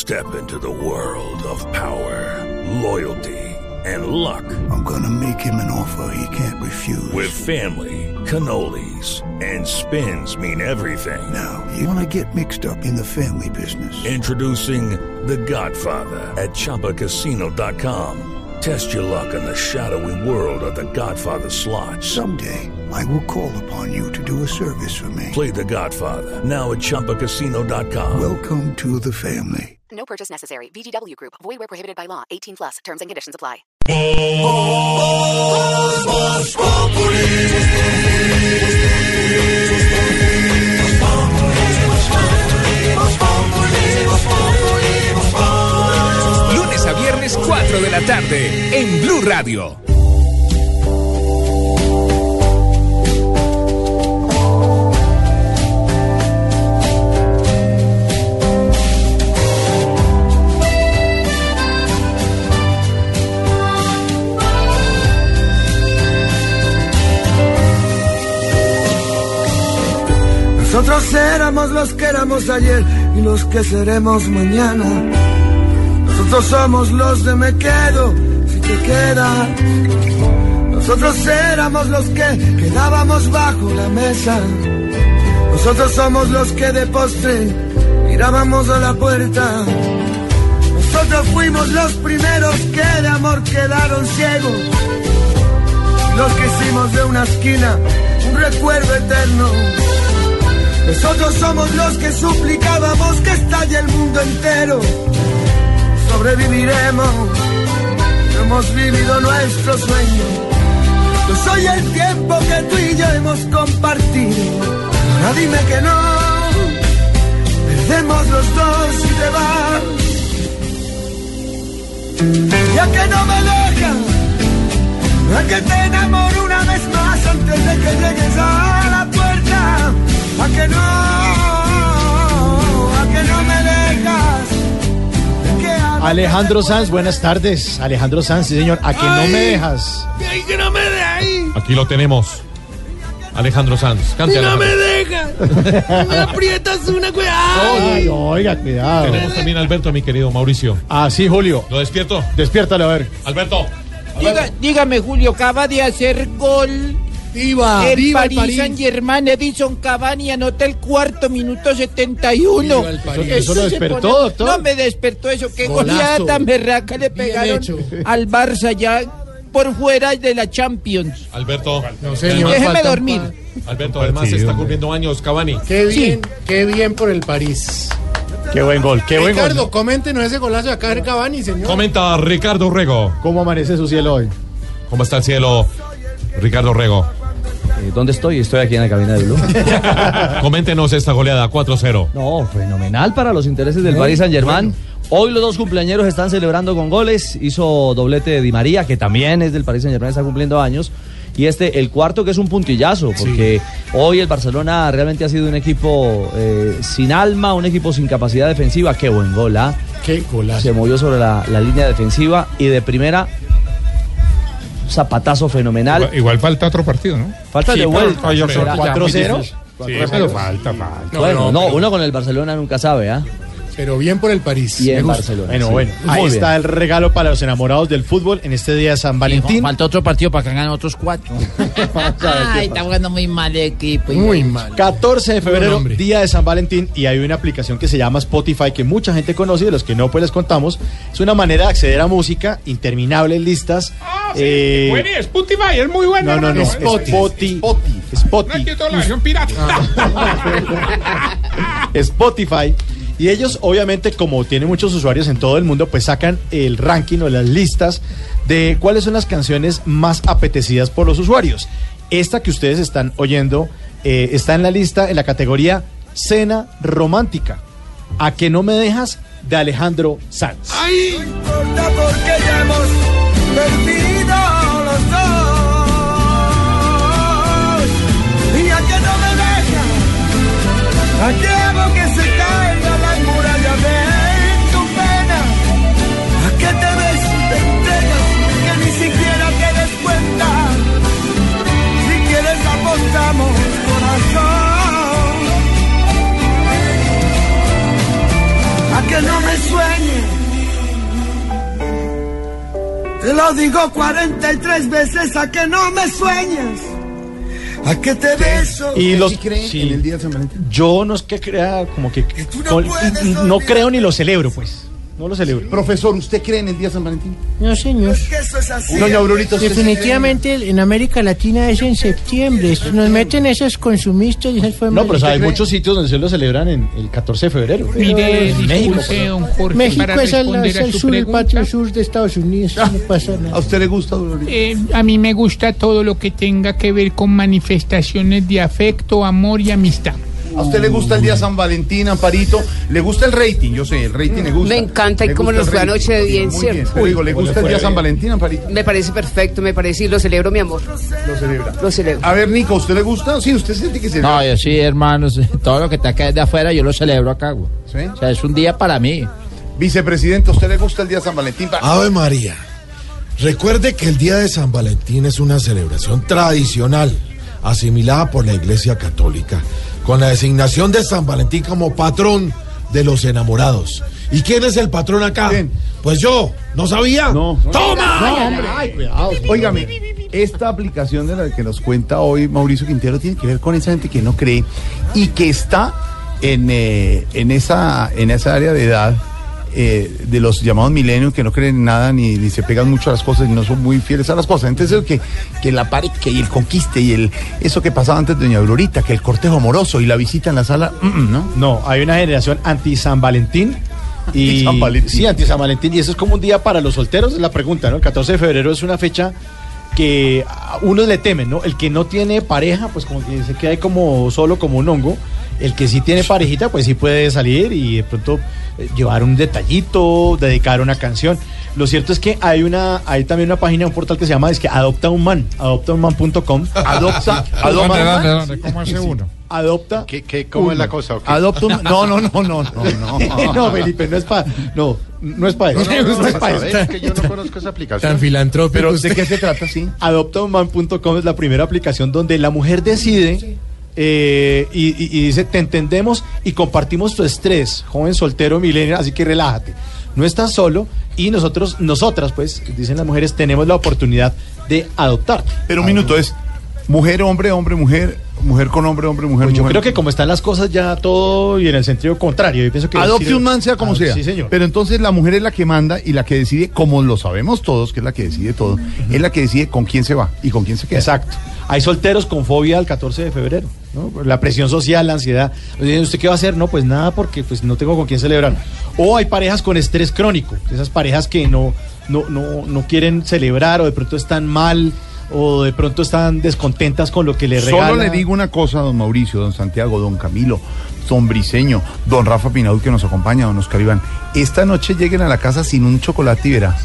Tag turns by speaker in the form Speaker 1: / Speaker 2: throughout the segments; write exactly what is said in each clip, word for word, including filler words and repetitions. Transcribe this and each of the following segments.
Speaker 1: Step into the world of power, loyalty, and luck.
Speaker 2: I'm gonna make him an offer he can't refuse.
Speaker 1: With family, cannolis, and spins mean everything.
Speaker 2: Now, you wanna get mixed up in the family business.
Speaker 1: Introducing The Godfather at Chumba Casino dot com. Test your luck in the shadowy world of The Godfather slot.
Speaker 2: Someday, I will call upon you to do a service for me.
Speaker 1: Play The Godfather, now at Chumba Casino dot com.
Speaker 2: Welcome to the family.
Speaker 3: No purchase necessary. V G W Group. Void where prohibited by law. eighteen plus. Terms and conditions apply.
Speaker 4: Lunes a viernes, cuatro de la tarde, en Blue Radio.
Speaker 5: Nosotros éramos los que éramos ayer y los que seremos mañana. Nosotros somos los de me quedo si te quedas. Nosotros éramos los que quedábamos bajo la mesa. Nosotros somos los que de postre mirábamos a la puerta. Nosotros fuimos los primeros que de amor quedaron ciegos. Los que hicimos de una esquina un recuerdo eterno. Nosotros somos los que suplicábamos que estalle el mundo entero. Sobreviviremos, hemos vivido nuestro sueño. Yo soy el tiempo que tú y yo hemos compartido. Ahora dime que no, perdemos los dos y te vas. Ya que no me dejas, a que te enamoro una vez más antes de que llegues a la puerta. A que no, a que no me dejas.
Speaker 6: Alejandro Sanz, buenas tardes. Alejandro Sanz, sí señor, a que ay, no me dejas.
Speaker 7: Ay, que no me dejas.
Speaker 8: Aquí lo tenemos. Alejandro Sanz, cante.
Speaker 7: No
Speaker 8: Alejandro.
Speaker 7: me dejas. Me aprietas una cuidado.
Speaker 6: Ay, oiga, cuidado.
Speaker 8: Tenemos también a Alberto, mi querido Mauricio.
Speaker 6: Ah, sí, Julio.
Speaker 8: ¿Lo despierto?
Speaker 6: Despiértalo, a ver.
Speaker 8: Alberto. Alberto.
Speaker 7: Diga, dígame, Julio, acaba de hacer gol.
Speaker 9: Viva,
Speaker 7: el
Speaker 9: viva
Speaker 7: Paris,
Speaker 9: el París.
Speaker 7: Saint-Germain. Edison Cavani anota el cuarto minuto setenta y uno.
Speaker 9: Viva el París.
Speaker 6: Eso, eso lo despertó,
Speaker 7: pone...
Speaker 6: doctor.
Speaker 7: No me despertó eso. Qué
Speaker 9: Golazo.
Speaker 7: goleada tan berraca le pegaron al Barça ya por fuera de la Champions.
Speaker 8: Alberto.
Speaker 9: No, señor,
Speaker 7: Déjeme
Speaker 9: falta
Speaker 7: dormir.
Speaker 9: pa...
Speaker 8: Alberto, además está cumpliendo años Cavani.
Speaker 9: Qué bien,
Speaker 7: Sí.
Speaker 9: qué bien por el París.
Speaker 6: Qué buen gol, qué buen
Speaker 9: Ricardo,
Speaker 6: gol.
Speaker 9: coméntenos ese golazo de acá de Cavani, señor.
Speaker 8: Comenta Ricardo Rego.
Speaker 6: ¿Cómo amanece su cielo hoy?
Speaker 8: ¿Cómo está el cielo, Ricardo Rego?
Speaker 10: Eh, ¿Dónde estoy? Estoy aquí en la cabina de Blue.
Speaker 8: Coméntenos esta goleada cuatro cero.
Speaker 10: No, fenomenal para los intereses del Paris Saint-Germain. Bueno. Hoy los dos cumpleañeros están celebrando con goles. Hizo doblete de Di María, que también es del Paris Saint-Germain, está cumpliendo años. Y este, el cuarto, que es un puntillazo, porque sí. Hoy el Barcelona realmente ha sido un equipo eh, sin alma, un equipo sin capacidad defensiva. Qué buen gol, ¿ah? ¿eh?
Speaker 9: Qué golazo.
Speaker 10: Se movió sobre la, la línea defensiva y de primera... zapatazo fenomenal.
Speaker 11: Igual, igual falta otro partido, ¿no?
Speaker 10: Falta
Speaker 11: sí,
Speaker 10: de vuelta.
Speaker 6: cuatro cero.
Speaker 11: Sí, pero falta, falta.
Speaker 10: Bueno,
Speaker 9: no,
Speaker 10: no,
Speaker 9: pero...
Speaker 10: uno con el Barcelona nunca sabe, ¿ah?
Speaker 9: ¿eh? Pero bien por el París.
Speaker 10: Y en Barcelona.
Speaker 6: Bueno,
Speaker 10: sí.
Speaker 6: bueno. Ahí
Speaker 10: Muy
Speaker 6: está
Speaker 10: bien.
Speaker 6: el regalo para los enamorados del fútbol en este día de San Valentín.
Speaker 7: Falta otro partido para que hagan otros cuatro. Ay, está jugando muy mal el equipo.
Speaker 9: Muy mal.
Speaker 6: catorce de febrero,
Speaker 9: Buen
Speaker 6: día de San Valentín, y hay una aplicación que se llama Spotify que mucha gente conoce y de los que no, pues les contamos. Es una manera de acceder a música, interminables listas.
Speaker 11: Ah, sí,
Speaker 6: eh...
Speaker 11: bueno, Spotify es muy bueno.
Speaker 6: No, no, no.
Speaker 11: Spotify.
Speaker 6: Spotify. Spotify.
Speaker 11: No, toda la versión pirata.
Speaker 6: Spotify. Y ellos, obviamente, como tienen muchos usuarios en todo el mundo, pues sacan el ranking o las listas de cuáles son las canciones más apetecidas por los usuarios. Esta que ustedes están oyendo eh, está en la lista en la categoría Cena Romántica. ¿A que no me dejas? De Alejandro Sanz.
Speaker 5: Ay, no importa porque ya hemos perdido los dos. Y a que no me dejas, a que hago que se caiga la muralla de tu pena. A que te ves y te entregas, que ni siquiera te des cuenta. Si quieres apostamos, corazón. A que no me sueltes. sueñes. Te lo digo cuarenta y tres veces a que no me sueñes, a que te beso.
Speaker 6: Y los
Speaker 9: creen
Speaker 6: sí.
Speaker 9: en el Día de San Valentín?
Speaker 6: Yo no es que crea, como que
Speaker 5: no
Speaker 6: no,
Speaker 5: puedes
Speaker 6: no creo ni lo celebro, pues. No lo celebro.
Speaker 9: Profesor, ¿usted cree en el Día de San Valentín?
Speaker 7: No, señor.
Speaker 5: Que eso es así.
Speaker 9: Doña Aurorita, ¿usted
Speaker 7: Definitivamente en América Latina es en septiembre. Nos meten esos consumistas y esas formas.
Speaker 6: No, pero o sea, hay
Speaker 9: cree?
Speaker 6: muchos sitios donde se lo celebran en el catorce de febrero.
Speaker 11: Mire,
Speaker 6: En México,
Speaker 11: disculpe, don Jorge,
Speaker 7: México
Speaker 11: para
Speaker 7: es el,
Speaker 11: responder
Speaker 7: es
Speaker 11: a
Speaker 7: el
Speaker 11: su
Speaker 7: sur, el patio
Speaker 11: pregunta.
Speaker 7: sur de Estados Unidos. No pasa
Speaker 9: ¿A
Speaker 7: nada.
Speaker 9: usted le gusta, Aurorita?
Speaker 11: Eh, a mí me gusta todo lo que tenga que ver con manifestaciones de afecto, amor y amistad.
Speaker 9: ¿A usted le gusta el Día de San Valentín, Amparito? ¿Le gusta el rating? Yo sé, el rating le gusta.
Speaker 12: Me encanta, y
Speaker 9: Le
Speaker 12: como
Speaker 9: gusta
Speaker 12: nos
Speaker 9: el
Speaker 12: fue
Speaker 9: rating.
Speaker 12: anoche de bien,
Speaker 9: Muy
Speaker 12: ¿cierto?
Speaker 9: bien, pero digo, ¿le gusta el Día de San Valentín, Amparito?
Speaker 12: Me parece perfecto, me parece, y lo celebro, mi amor.
Speaker 9: Lo celebra.
Speaker 12: Lo celebro.
Speaker 9: A ver, Nico, ¿a usted le gusta? Sí, usted siente que se...
Speaker 7: No, yo sí, hermanos. Todo lo que está acá de afuera yo lo celebro acá, güey.
Speaker 9: ¿Sí?
Speaker 7: O sea, es un día para mí.
Speaker 9: Vicepresidente, ¿a usted le gusta el Día de San Valentín?
Speaker 13: Ave María. Recuerde que el Día de San Valentín es una celebración tradicional, asimilada por la Iglesia Católica, con la designación de San Valentín como patrón de los enamorados. ¿Y quién es el patrón acá?
Speaker 9: ¿Quién?
Speaker 13: Pues yo, ¿no sabía?
Speaker 9: No.
Speaker 13: ¡Toma!
Speaker 9: No, hombre.
Speaker 6: Ay, cuidado.
Speaker 9: Óigame, esta aplicación de la que nos cuenta hoy Mauricio Quintero tiene que ver con esa gente que no cree y que está en, eh, en, esa, en esa área de edad eh, de los llamados milenios que no creen en nada ni, ni se pegan mucho a las cosas y no son muy fieles a las cosas. Entonces que, que la pareja y el conquiste y el eso que pasaba antes de Doña Aurorita, que el cortejo amoroso y la visita en la sala, mm, mm, ¿no?
Speaker 6: No, hay una generación anti-San Valentín. Y,
Speaker 9: Anti-San Valentín.
Speaker 6: Sí, anti-San Valentín. Y eso es como un día para los solteros, es la pregunta, ¿no? El catorce de febrero es una fecha que a unos le temen, ¿no? El que no tiene pareja, pues como que se queda ahí como solo, como un hongo. El que sí tiene parejita, pues sí puede salir y de pronto eh, llevar un detallito, dedicar una canción. Lo cierto es que hay una, hay también una página, un portal que se llama, es que Adopta un Man, adopta un man punto com. Adopta,
Speaker 11: ¿Dónde,
Speaker 6: adopta,
Speaker 11: dónde, dónde? ¿Cómo hace uno?
Speaker 6: adopta.
Speaker 14: ¿Qué, qué, ¿Cómo es la cosa? Okay.
Speaker 9: Adopta un... No, no, no, no, no, no.
Speaker 6: No, Felipe, no es para, no, no es para eso.
Speaker 14: No, no, no,
Speaker 6: es para
Speaker 14: no,
Speaker 6: eso.
Speaker 14: es que yo no conozco esa aplicación.
Speaker 9: Tan filantrópico. Pero ¿de qué se trata, sí?
Speaker 6: adopta un man punto com es la primera aplicación donde la mujer decide eh, y, y, y dice, te entendemos y compartimos tu estrés, joven soltero millennial, así que relájate. No estás solo y nosotros, nosotras, pues, dicen las mujeres, tenemos la oportunidad de adoptarte.
Speaker 9: Pero un minuto, es mujer, hombre, hombre, mujer, mujer con hombre, hombre, mujer,
Speaker 6: Pues yo
Speaker 9: mujer.
Speaker 6: creo que como están las cosas ya todo y en el sentido contrario. Yo pienso que
Speaker 9: Adopte
Speaker 6: decir-
Speaker 9: un man sea como
Speaker 6: Ah,
Speaker 9: sea.
Speaker 6: Sí, señor.
Speaker 9: Pero entonces la mujer es la que manda y la que decide, como lo sabemos todos, que es la que decide todo, es la que decide con quién se va y con quién se queda.
Speaker 6: Exacto. Hay solteros con fobia al catorce de febrero, ¿no? La presión social, la ansiedad. ¿Usted qué va a hacer? No, pues nada, porque pues no tengo con quién celebrar. O hay parejas con estrés crónico, esas parejas que no, no, no, no quieren celebrar o de pronto están mal o de pronto están descontentas con lo que le regalan.
Speaker 9: Solo le digo una cosa, don Mauricio, don Santiago, don Camilo, don Briseño, don Rafa Pinaud que nos acompaña, don Oscar Iván. Esta noche lleguen a la casa sin un chocolate y verá.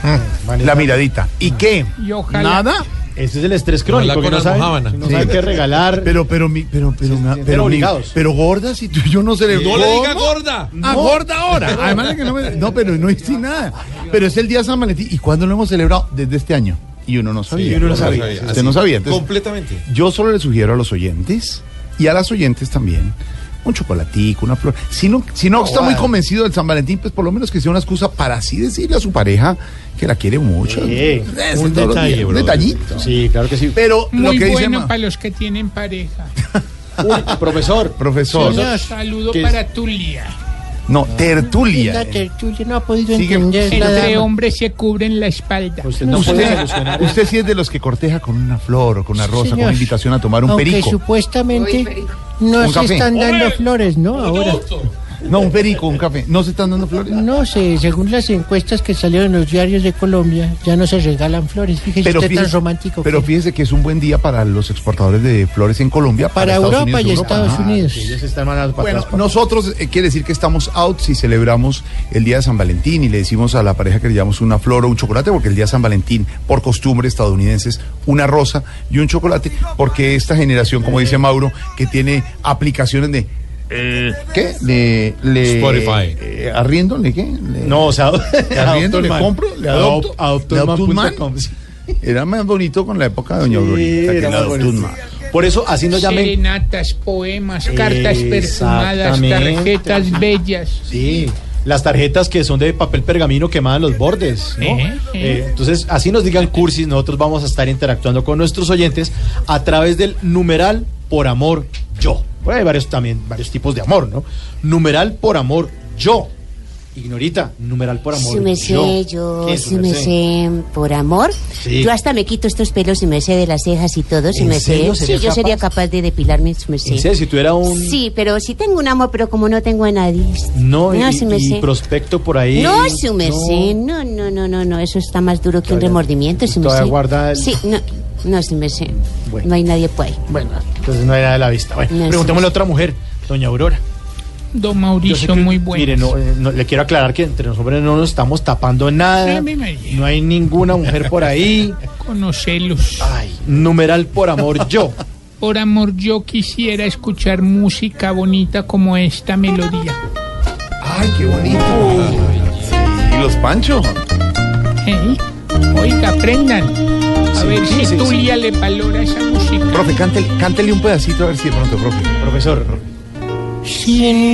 Speaker 9: La miradita. ¿Y qué?
Speaker 11: Y ojalá.
Speaker 9: ¿Nada?
Speaker 6: Ese es el estrés crónico,
Speaker 8: Ojalá
Speaker 6: que no
Speaker 8: con
Speaker 6: saben,
Speaker 8: almojábana.
Speaker 6: que no
Speaker 9: Sí.
Speaker 6: saben qué regalar.
Speaker 9: Pero, pero, mi, pero, pero,
Speaker 6: Sí,
Speaker 9: na-
Speaker 6: sí,
Speaker 9: pero, mi-
Speaker 6: obligados.
Speaker 9: pero gorda, si tú y yo no se le...
Speaker 8: No le diga gorda.
Speaker 9: Ah, gorda ahora. Además de que no me... No, pero no hice nada. Pero es el día de San Valentín. ¿Y cuándo lo hemos celebrado? Desde este año. Y uno no sabía.
Speaker 6: Sí, uno no sabía.
Speaker 9: Usted
Speaker 8: Así,
Speaker 9: no sabía. Entonces,
Speaker 8: completamente.
Speaker 9: yo solo le sugiero a los oyentes y a las oyentes también un chocolatico, una flor. Si no, si no,
Speaker 6: No,
Speaker 9: está muy
Speaker 6: ah.
Speaker 9: convencido del San Valentín, pues por lo menos que sea una excusa para así decirle a su pareja que la quiere mucho.
Speaker 6: Sí.
Speaker 9: Es
Speaker 8: Un
Speaker 9: todos los
Speaker 8: detalle,
Speaker 9: días, un
Speaker 8: brother.
Speaker 9: detallito.
Speaker 6: Sí, claro que sí.
Speaker 9: Pero lo
Speaker 11: Muy
Speaker 9: que dice
Speaker 11: bueno
Speaker 9: Ma-
Speaker 11: para los que tienen pareja.
Speaker 6: Uy, profesor.
Speaker 9: profesor,
Speaker 11: Un saludo
Speaker 6: ¿Qué es?
Speaker 11: para Tulia.
Speaker 9: no, tertulia.
Speaker 7: La tertulia no ha podido
Speaker 9: Sigue-
Speaker 7: entender la
Speaker 11: Entre
Speaker 7: dama.
Speaker 11: hombres se cubren la espalda.
Speaker 6: Usted no puede
Speaker 9: Usted,
Speaker 6: solucionar
Speaker 9: usted sí es de los que corteja con una flor o con una rosa, con
Speaker 7: Señor.
Speaker 9: una invitación a tomar un
Speaker 7: Aunque
Speaker 9: perico.
Speaker 7: supuestamente
Speaker 12: Uy, perico.
Speaker 7: no
Speaker 9: Un
Speaker 7: se
Speaker 9: café.
Speaker 7: están dando flores, ¿no? Ahora.
Speaker 9: No, un perico, un café. ¿No se están dando flores?
Speaker 7: No sé, según las encuestas que salieron en los diarios de Colombia, ya no se regalan flores. Fíjese
Speaker 9: Pero
Speaker 7: usted tan
Speaker 9: fíjese,
Speaker 7: romántico.
Speaker 9: pero
Speaker 7: que-
Speaker 9: fíjese que es un buen día para los exportadores de flores en Colombia.
Speaker 7: para
Speaker 9: Estados
Speaker 7: Europa
Speaker 9: Unidos
Speaker 7: y
Speaker 9: Europa.
Speaker 7: Estados
Speaker 9: Ah,
Speaker 7: Unidos.
Speaker 6: Ellos están mandando para
Speaker 9: Bueno,
Speaker 6: atrás, para-
Speaker 9: nosotros eh, quiere decir que estamos out si celebramos el día de San Valentín y le decimos a la pareja que le llevamos una flor o un chocolate, porque el día de San Valentín, por costumbre estadounidense, es una rosa y un chocolate, porque esta generación, como dice Mauro, que tiene aplicaciones de... eh, ¿Qué? Le, le,
Speaker 8: Spotify.
Speaker 9: Eh, ¿Arriendo? ¿Le qué? Le-
Speaker 6: No, o sea,
Speaker 9: ¿Le arriendo? ¿Le compro? ¿Le adopto?
Speaker 6: Adop- adopto
Speaker 9: ¿Le
Speaker 6: un man
Speaker 9: adopto un man?
Speaker 6: punto com, sí.
Speaker 9: Era más bonito con la época de Doña
Speaker 6: Sí,
Speaker 9: Aurorita, que
Speaker 6: era
Speaker 9: le
Speaker 6: más
Speaker 9: adoptó un
Speaker 6: bonito.
Speaker 9: man.
Speaker 6: Por eso, así nos llamen.
Speaker 11: Serenatas, poemas, cartas perfumadas,
Speaker 6: Exactamente.
Speaker 11: tarjetas bellas.
Speaker 6: Sí. las tarjetas que son de papel pergamino quemadas los bordes, ¿no?
Speaker 11: Eh, eh.
Speaker 6: Eh, entonces, así nos digan cursis, nosotros vamos a estar interactuando con nuestros oyentes a través del numeral por amor yo. Bueno, hay varios también, varios tipos de amor, ¿no? Numeral por amor yo. Ignorita, numeral por amor.
Speaker 15: Si me sé, yo,
Speaker 6: ¿Qué es,
Speaker 15: si me sé por amor,
Speaker 6: Sí.
Speaker 15: yo hasta me quito estos pelos y me sé de las cejas y todo, si
Speaker 6: ¿En
Speaker 15: me
Speaker 6: serio?
Speaker 15: sé. Sí,
Speaker 6: ¿Serías
Speaker 15: yo sería
Speaker 6: capaz?
Speaker 15: capaz de depilarme, si me sé.
Speaker 6: ¿En serio? Si tuviera un...
Speaker 15: Sí, pero si tengo un amor, pero como no tengo a nadie.
Speaker 6: No,
Speaker 15: no
Speaker 6: y,
Speaker 15: si me
Speaker 6: y
Speaker 15: sé.
Speaker 6: prospecto por ahí.
Speaker 15: No, si me
Speaker 6: no.
Speaker 15: sé, no, no, no, no, no, eso está más duro que un
Speaker 6: Todavía-
Speaker 15: remordimiento, si me
Speaker 6: todavía
Speaker 15: sé.
Speaker 6: guarda el-
Speaker 15: Sí, no, no, si me sé.
Speaker 6: Bueno.
Speaker 15: No hay nadie por ahí.
Speaker 6: Bueno, entonces no hay nada de la vista. Bueno,
Speaker 15: No,
Speaker 6: preguntémosle
Speaker 15: sí.
Speaker 6: a otra mujer, doña Aurora.
Speaker 11: Don
Speaker 6: Yo sé
Speaker 11: Mauricio,
Speaker 6: que-
Speaker 11: muy bueno.
Speaker 6: Mire, no, eh, no, le quiero aclarar que entre nosotros no nos estamos tapando nada.
Speaker 11: Ave María.
Speaker 6: No hay ninguna mujer por ahí.
Speaker 11: Conocelos.
Speaker 6: Ay, numeral por amor yo.
Speaker 11: Por amor, yo quisiera escuchar música bonita como esta melodía.
Speaker 9: Ay, qué bonito. Sí, los Pancho.
Speaker 11: ¿Eh? Oiga, aprendan. A
Speaker 6: Sí,
Speaker 11: ver si
Speaker 6: sí,
Speaker 11: Tulia le valora esa música.
Speaker 9: Profe, cántele, cántele un pedacito a ver si de pronto, profe.
Speaker 6: Profesor.
Speaker 7: Sin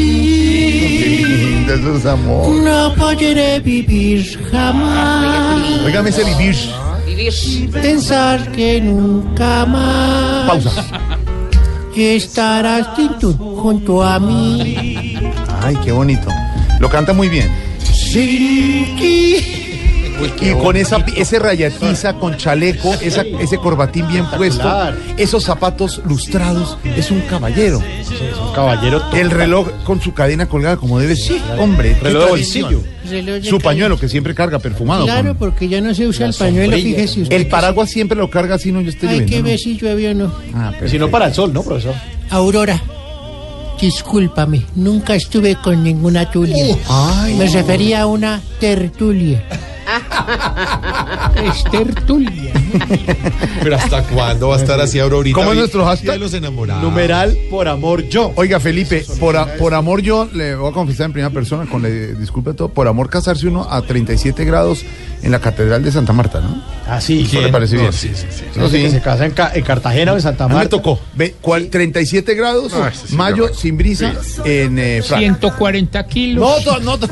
Speaker 7: ti
Speaker 9: De esos amor.
Speaker 7: no podré vivir jamás.
Speaker 9: Óigame ese vivir.
Speaker 7: Pensar que nunca más
Speaker 9: Pausa.
Speaker 7: estarás tú junto a mí.
Speaker 9: Ay, qué bonito. Lo canta muy bien.
Speaker 7: Sin ti.
Speaker 9: Y con esa ese rayatiza con chaleco, esa, ese corbatín bien puesto, esos zapatos lustrados, es un caballero.
Speaker 6: Un caballero.
Speaker 9: El reloj con su cadena colgada como debe ser. Hombre, qué
Speaker 6: Reloj de
Speaker 9: tradición.
Speaker 6: bolsillo.
Speaker 7: Reloj de
Speaker 9: Su
Speaker 7: ca-
Speaker 9: pañuelo que siempre carga perfumado.
Speaker 7: Claro,
Speaker 9: con-
Speaker 7: porque ya no se usa
Speaker 6: La
Speaker 7: el pañuelo,
Speaker 6: sombrilla.
Speaker 7: fíjese usted.
Speaker 9: El
Speaker 7: que
Speaker 9: paraguas siempre lo carga así, no yo estoy
Speaker 7: sí. Hay que
Speaker 9: lloviendo,
Speaker 7: ver
Speaker 9: ¿no?
Speaker 7: si llueve o no.
Speaker 9: Ah,
Speaker 6: Si no para el sol, ¿no, profesor?
Speaker 7: Aurora, discúlpame, nunca estuve con ninguna tulia.
Speaker 9: Ay.
Speaker 7: Me refería a una tertulia.
Speaker 11: Es tertulia.
Speaker 8: Pero ¿hasta cuándo va a estar así Aurorita?
Speaker 9: ¿Cómo es nuestro
Speaker 8: Día
Speaker 9: hashtag?
Speaker 8: de los enamorados.
Speaker 6: Numeral por amor yo.
Speaker 9: Oiga, Felipe, por, a- por amor yo le voy a confesar en primera persona, con le disculpe todo, por amor casarse uno a treinta y siete grados en la Catedral de Santa Marta, ¿no?
Speaker 6: Ah, sí.
Speaker 9: ¿Eso le parece
Speaker 8: No,
Speaker 9: bien?
Speaker 8: sí, sí, sí.
Speaker 9: No, sí.
Speaker 6: Que se casa en, Ca- en Cartagena o en Santa
Speaker 9: A mí me
Speaker 6: Marta.
Speaker 9: tocó. Ve, ¿cuál? treinta y siete grados,
Speaker 8: No, ese sí,
Speaker 9: mayo
Speaker 8: qué
Speaker 9: sin brisa en eh, Francia.
Speaker 11: ciento cuarenta kilos.
Speaker 9: No, to- no, to-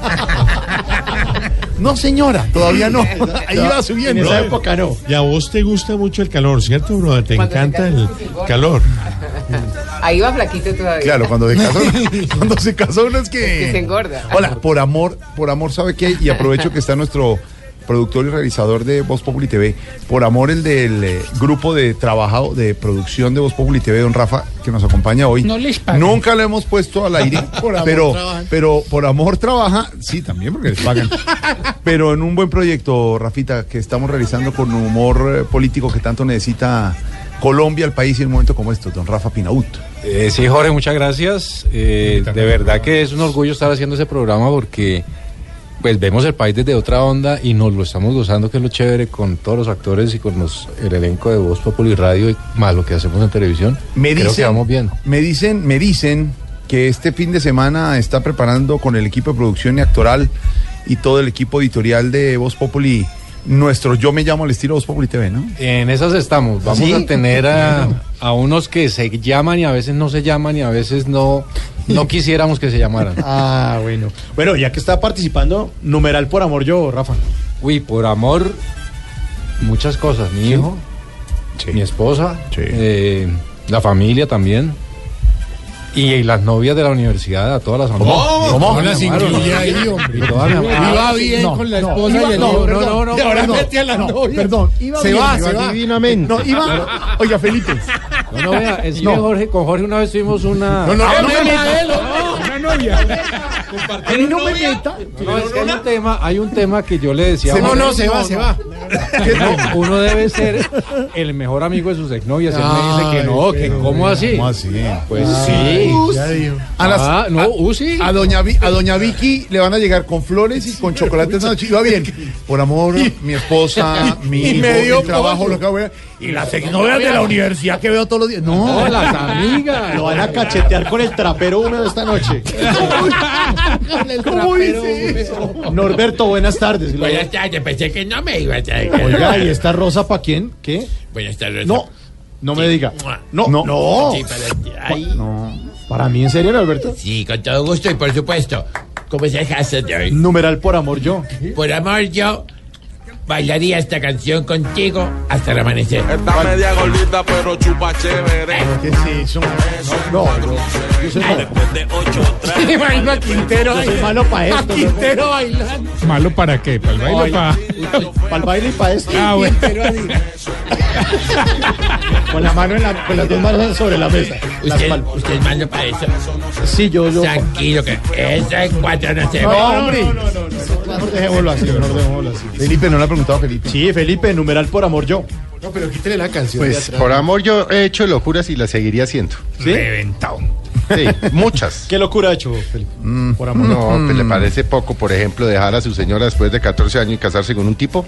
Speaker 9: no, señora, todavía no. Ahí va subiendo.
Speaker 6: En esa época no.
Speaker 8: Y a vos te gusta mucho el calor, ¿cierto, bro? Te
Speaker 12: Cuando se
Speaker 8: encanta
Speaker 12: casa,
Speaker 8: el
Speaker 12: sí, sí,
Speaker 8: calor.
Speaker 12: Ahí va flaquito todavía.
Speaker 9: Claro, cuando se casó, cuando se casó uno es que...
Speaker 12: Que se engorda.
Speaker 9: Hola, por amor, por amor, ¿sabe qué? Y aprovecho que está nuestro productor y realizador de Voz Populi T V, por amor el del eh, grupo de trabajo de producción de Voz Populi T V, don Rafa, que nos acompaña hoy.
Speaker 11: No les pagan.
Speaker 9: Nunca lo hemos puesto al aire,
Speaker 7: Por amor
Speaker 9: pero,
Speaker 7: trabajan.
Speaker 9: pero por amor trabaja, sí, también porque les pagan. Pero en un buen proyecto, Rafita, que estamos realizando con humor eh, político que tanto necesita Colombia, el país, y en un momento como estos, don Rafa Pinaut.
Speaker 16: Eh, sí, Jorge, muchas gracias. Eh, de verdad que es un orgullo estar haciendo ese programa porque pues vemos el país desde otra onda y nos lo estamos gozando, que es lo chévere, con todos los actores y con los, el elenco de Voz Populi Radio y más lo que hacemos en televisión.
Speaker 9: Me
Speaker 16: Creo
Speaker 9: dicen,
Speaker 16: que vamos bien.
Speaker 9: Me dicen, me dicen que este fin de semana está preparando con el equipo de producción y actoral y todo el equipo editorial de Voz Populi nuestro Yo Me Llamo al estilo Voz Populi T V, ¿no?
Speaker 16: En esas estamos. Vamos
Speaker 9: ¿Sí?
Speaker 16: a tener a, a unos que se llaman y a veces no se llaman y a veces no, no quisiéramos que se llamaran.
Speaker 6: Ah, bueno. Bueno, ya que está participando, numeral por amor yo, Rafa.
Speaker 16: Uy, por amor, muchas cosas. Mi hijo, mi esposa, eh, la familia también. Y las novias de la universidad, a todas las amigas.
Speaker 8: ¿Cómo? ¿Cómo? No las incluye ahí, hombre.
Speaker 7: Iba bien con la esposa y el hijo.
Speaker 9: no, no, no,
Speaker 7: Y ahora
Speaker 9: perdón,
Speaker 7: mete a la
Speaker 9: no,
Speaker 7: novia.
Speaker 9: Perdón, iba
Speaker 7: Se
Speaker 9: bien,
Speaker 7: va,
Speaker 9: iba
Speaker 7: se va.
Speaker 9: divinamente. No, iba, oiga, Felipe.
Speaker 16: No, no, vea, es que
Speaker 9: No.
Speaker 16: Jorge, con Jorge una vez tuvimos una...
Speaker 9: No, no,
Speaker 16: Ah,
Speaker 9: no,
Speaker 16: me
Speaker 9: no,
Speaker 16: meta.
Speaker 11: Una novia.
Speaker 9: A mí no me meta.
Speaker 16: No, es que hay un tema, hay un tema que yo le decía. a
Speaker 9: Se-
Speaker 16: Jorge.
Speaker 7: No, no, se va, se va.
Speaker 16: No, uno debe ser el mejor amigo de sus exnovias. Él me dice que no, que cómo así.
Speaker 9: ¿Cómo así?
Speaker 16: Pues sí.
Speaker 9: Ya dijo. A las-
Speaker 16: Ah, no, uh, sí.
Speaker 9: A doña, Vi- a doña Vicky le van a llegar con flores y con chocolate esa noche. Iba bien. Por amor, mi esposa, mi
Speaker 7: y
Speaker 9: hijo,
Speaker 7: me dio
Speaker 9: mi trabajo,
Speaker 7: pollo.
Speaker 9: lo que voy a... Y las exnovias de la universidad que veo todos los días. No,
Speaker 16: No, las amigas.
Speaker 6: Lo van a cachetear con el trapero húmedo esta noche.
Speaker 7: Con el
Speaker 9: ¿Cómo
Speaker 7: trapero.
Speaker 9: dice eso?
Speaker 6: Norberto, buenas tardes.
Speaker 17: Buenas tardes, pensé que no me iba a traer.
Speaker 6: Oiga, ¿y esta rosa para quién? ¿Qué?
Speaker 17: Buenas tardes.
Speaker 6: No, no me diga. No,
Speaker 9: No.
Speaker 6: no.
Speaker 17: Sí, para ti. Ay.
Speaker 6: No. Para mí, ¿en serio, Norberto?
Speaker 17: Sí, con todo gusto y por supuesto, ¿Cómo es el hashtag de hoy?
Speaker 6: Numeral por amor yo.
Speaker 17: Por amor yo bailaría esta canción contigo hasta el amanecer.
Speaker 18: Está media gordita, pero chupa chévere.
Speaker 6: ¿Qué es eso? No, no, no. Yo soy malo.
Speaker 18: Después de ocho tragos.
Speaker 7: Imagino a Quintero.
Speaker 6: Yo soy malo para esto.
Speaker 7: A Quintero bailando.
Speaker 11: ¿Malo para qué? ¿Para el baile o para...?
Speaker 6: Para el baile y para esto.
Speaker 11: Ah, bueno.
Speaker 6: Con la mano en la, con las dos manos sobre la mesa. Las
Speaker 17: ¿Usted,
Speaker 6: palmas.
Speaker 17: usted es malo para eso.
Speaker 6: Sí, yo, yo.
Speaker 17: Tranquilo, que eso en cuatro no se
Speaker 6: No,
Speaker 17: ve.
Speaker 6: hombre. No, no, no, no. Mejor dejémoslo así, mejor dejémoslo así.
Speaker 9: Felipe, no le ha preguntado a Felipe.
Speaker 6: Sí, Felipe, numeral por amor yo.
Speaker 14: No, pero quítale la canción. Pues por amor yo he hecho locuras y las seguiría haciendo.
Speaker 6: ¿Sí?
Speaker 11: Reventado.
Speaker 14: Sí, muchas.
Speaker 6: ¿Qué locura ha hecho, Felipe?
Speaker 14: Mm,
Speaker 6: Por amor.
Speaker 14: No, pues le parece poco, por ejemplo, dejar a su señora después de catorce años y casarse con un tipo.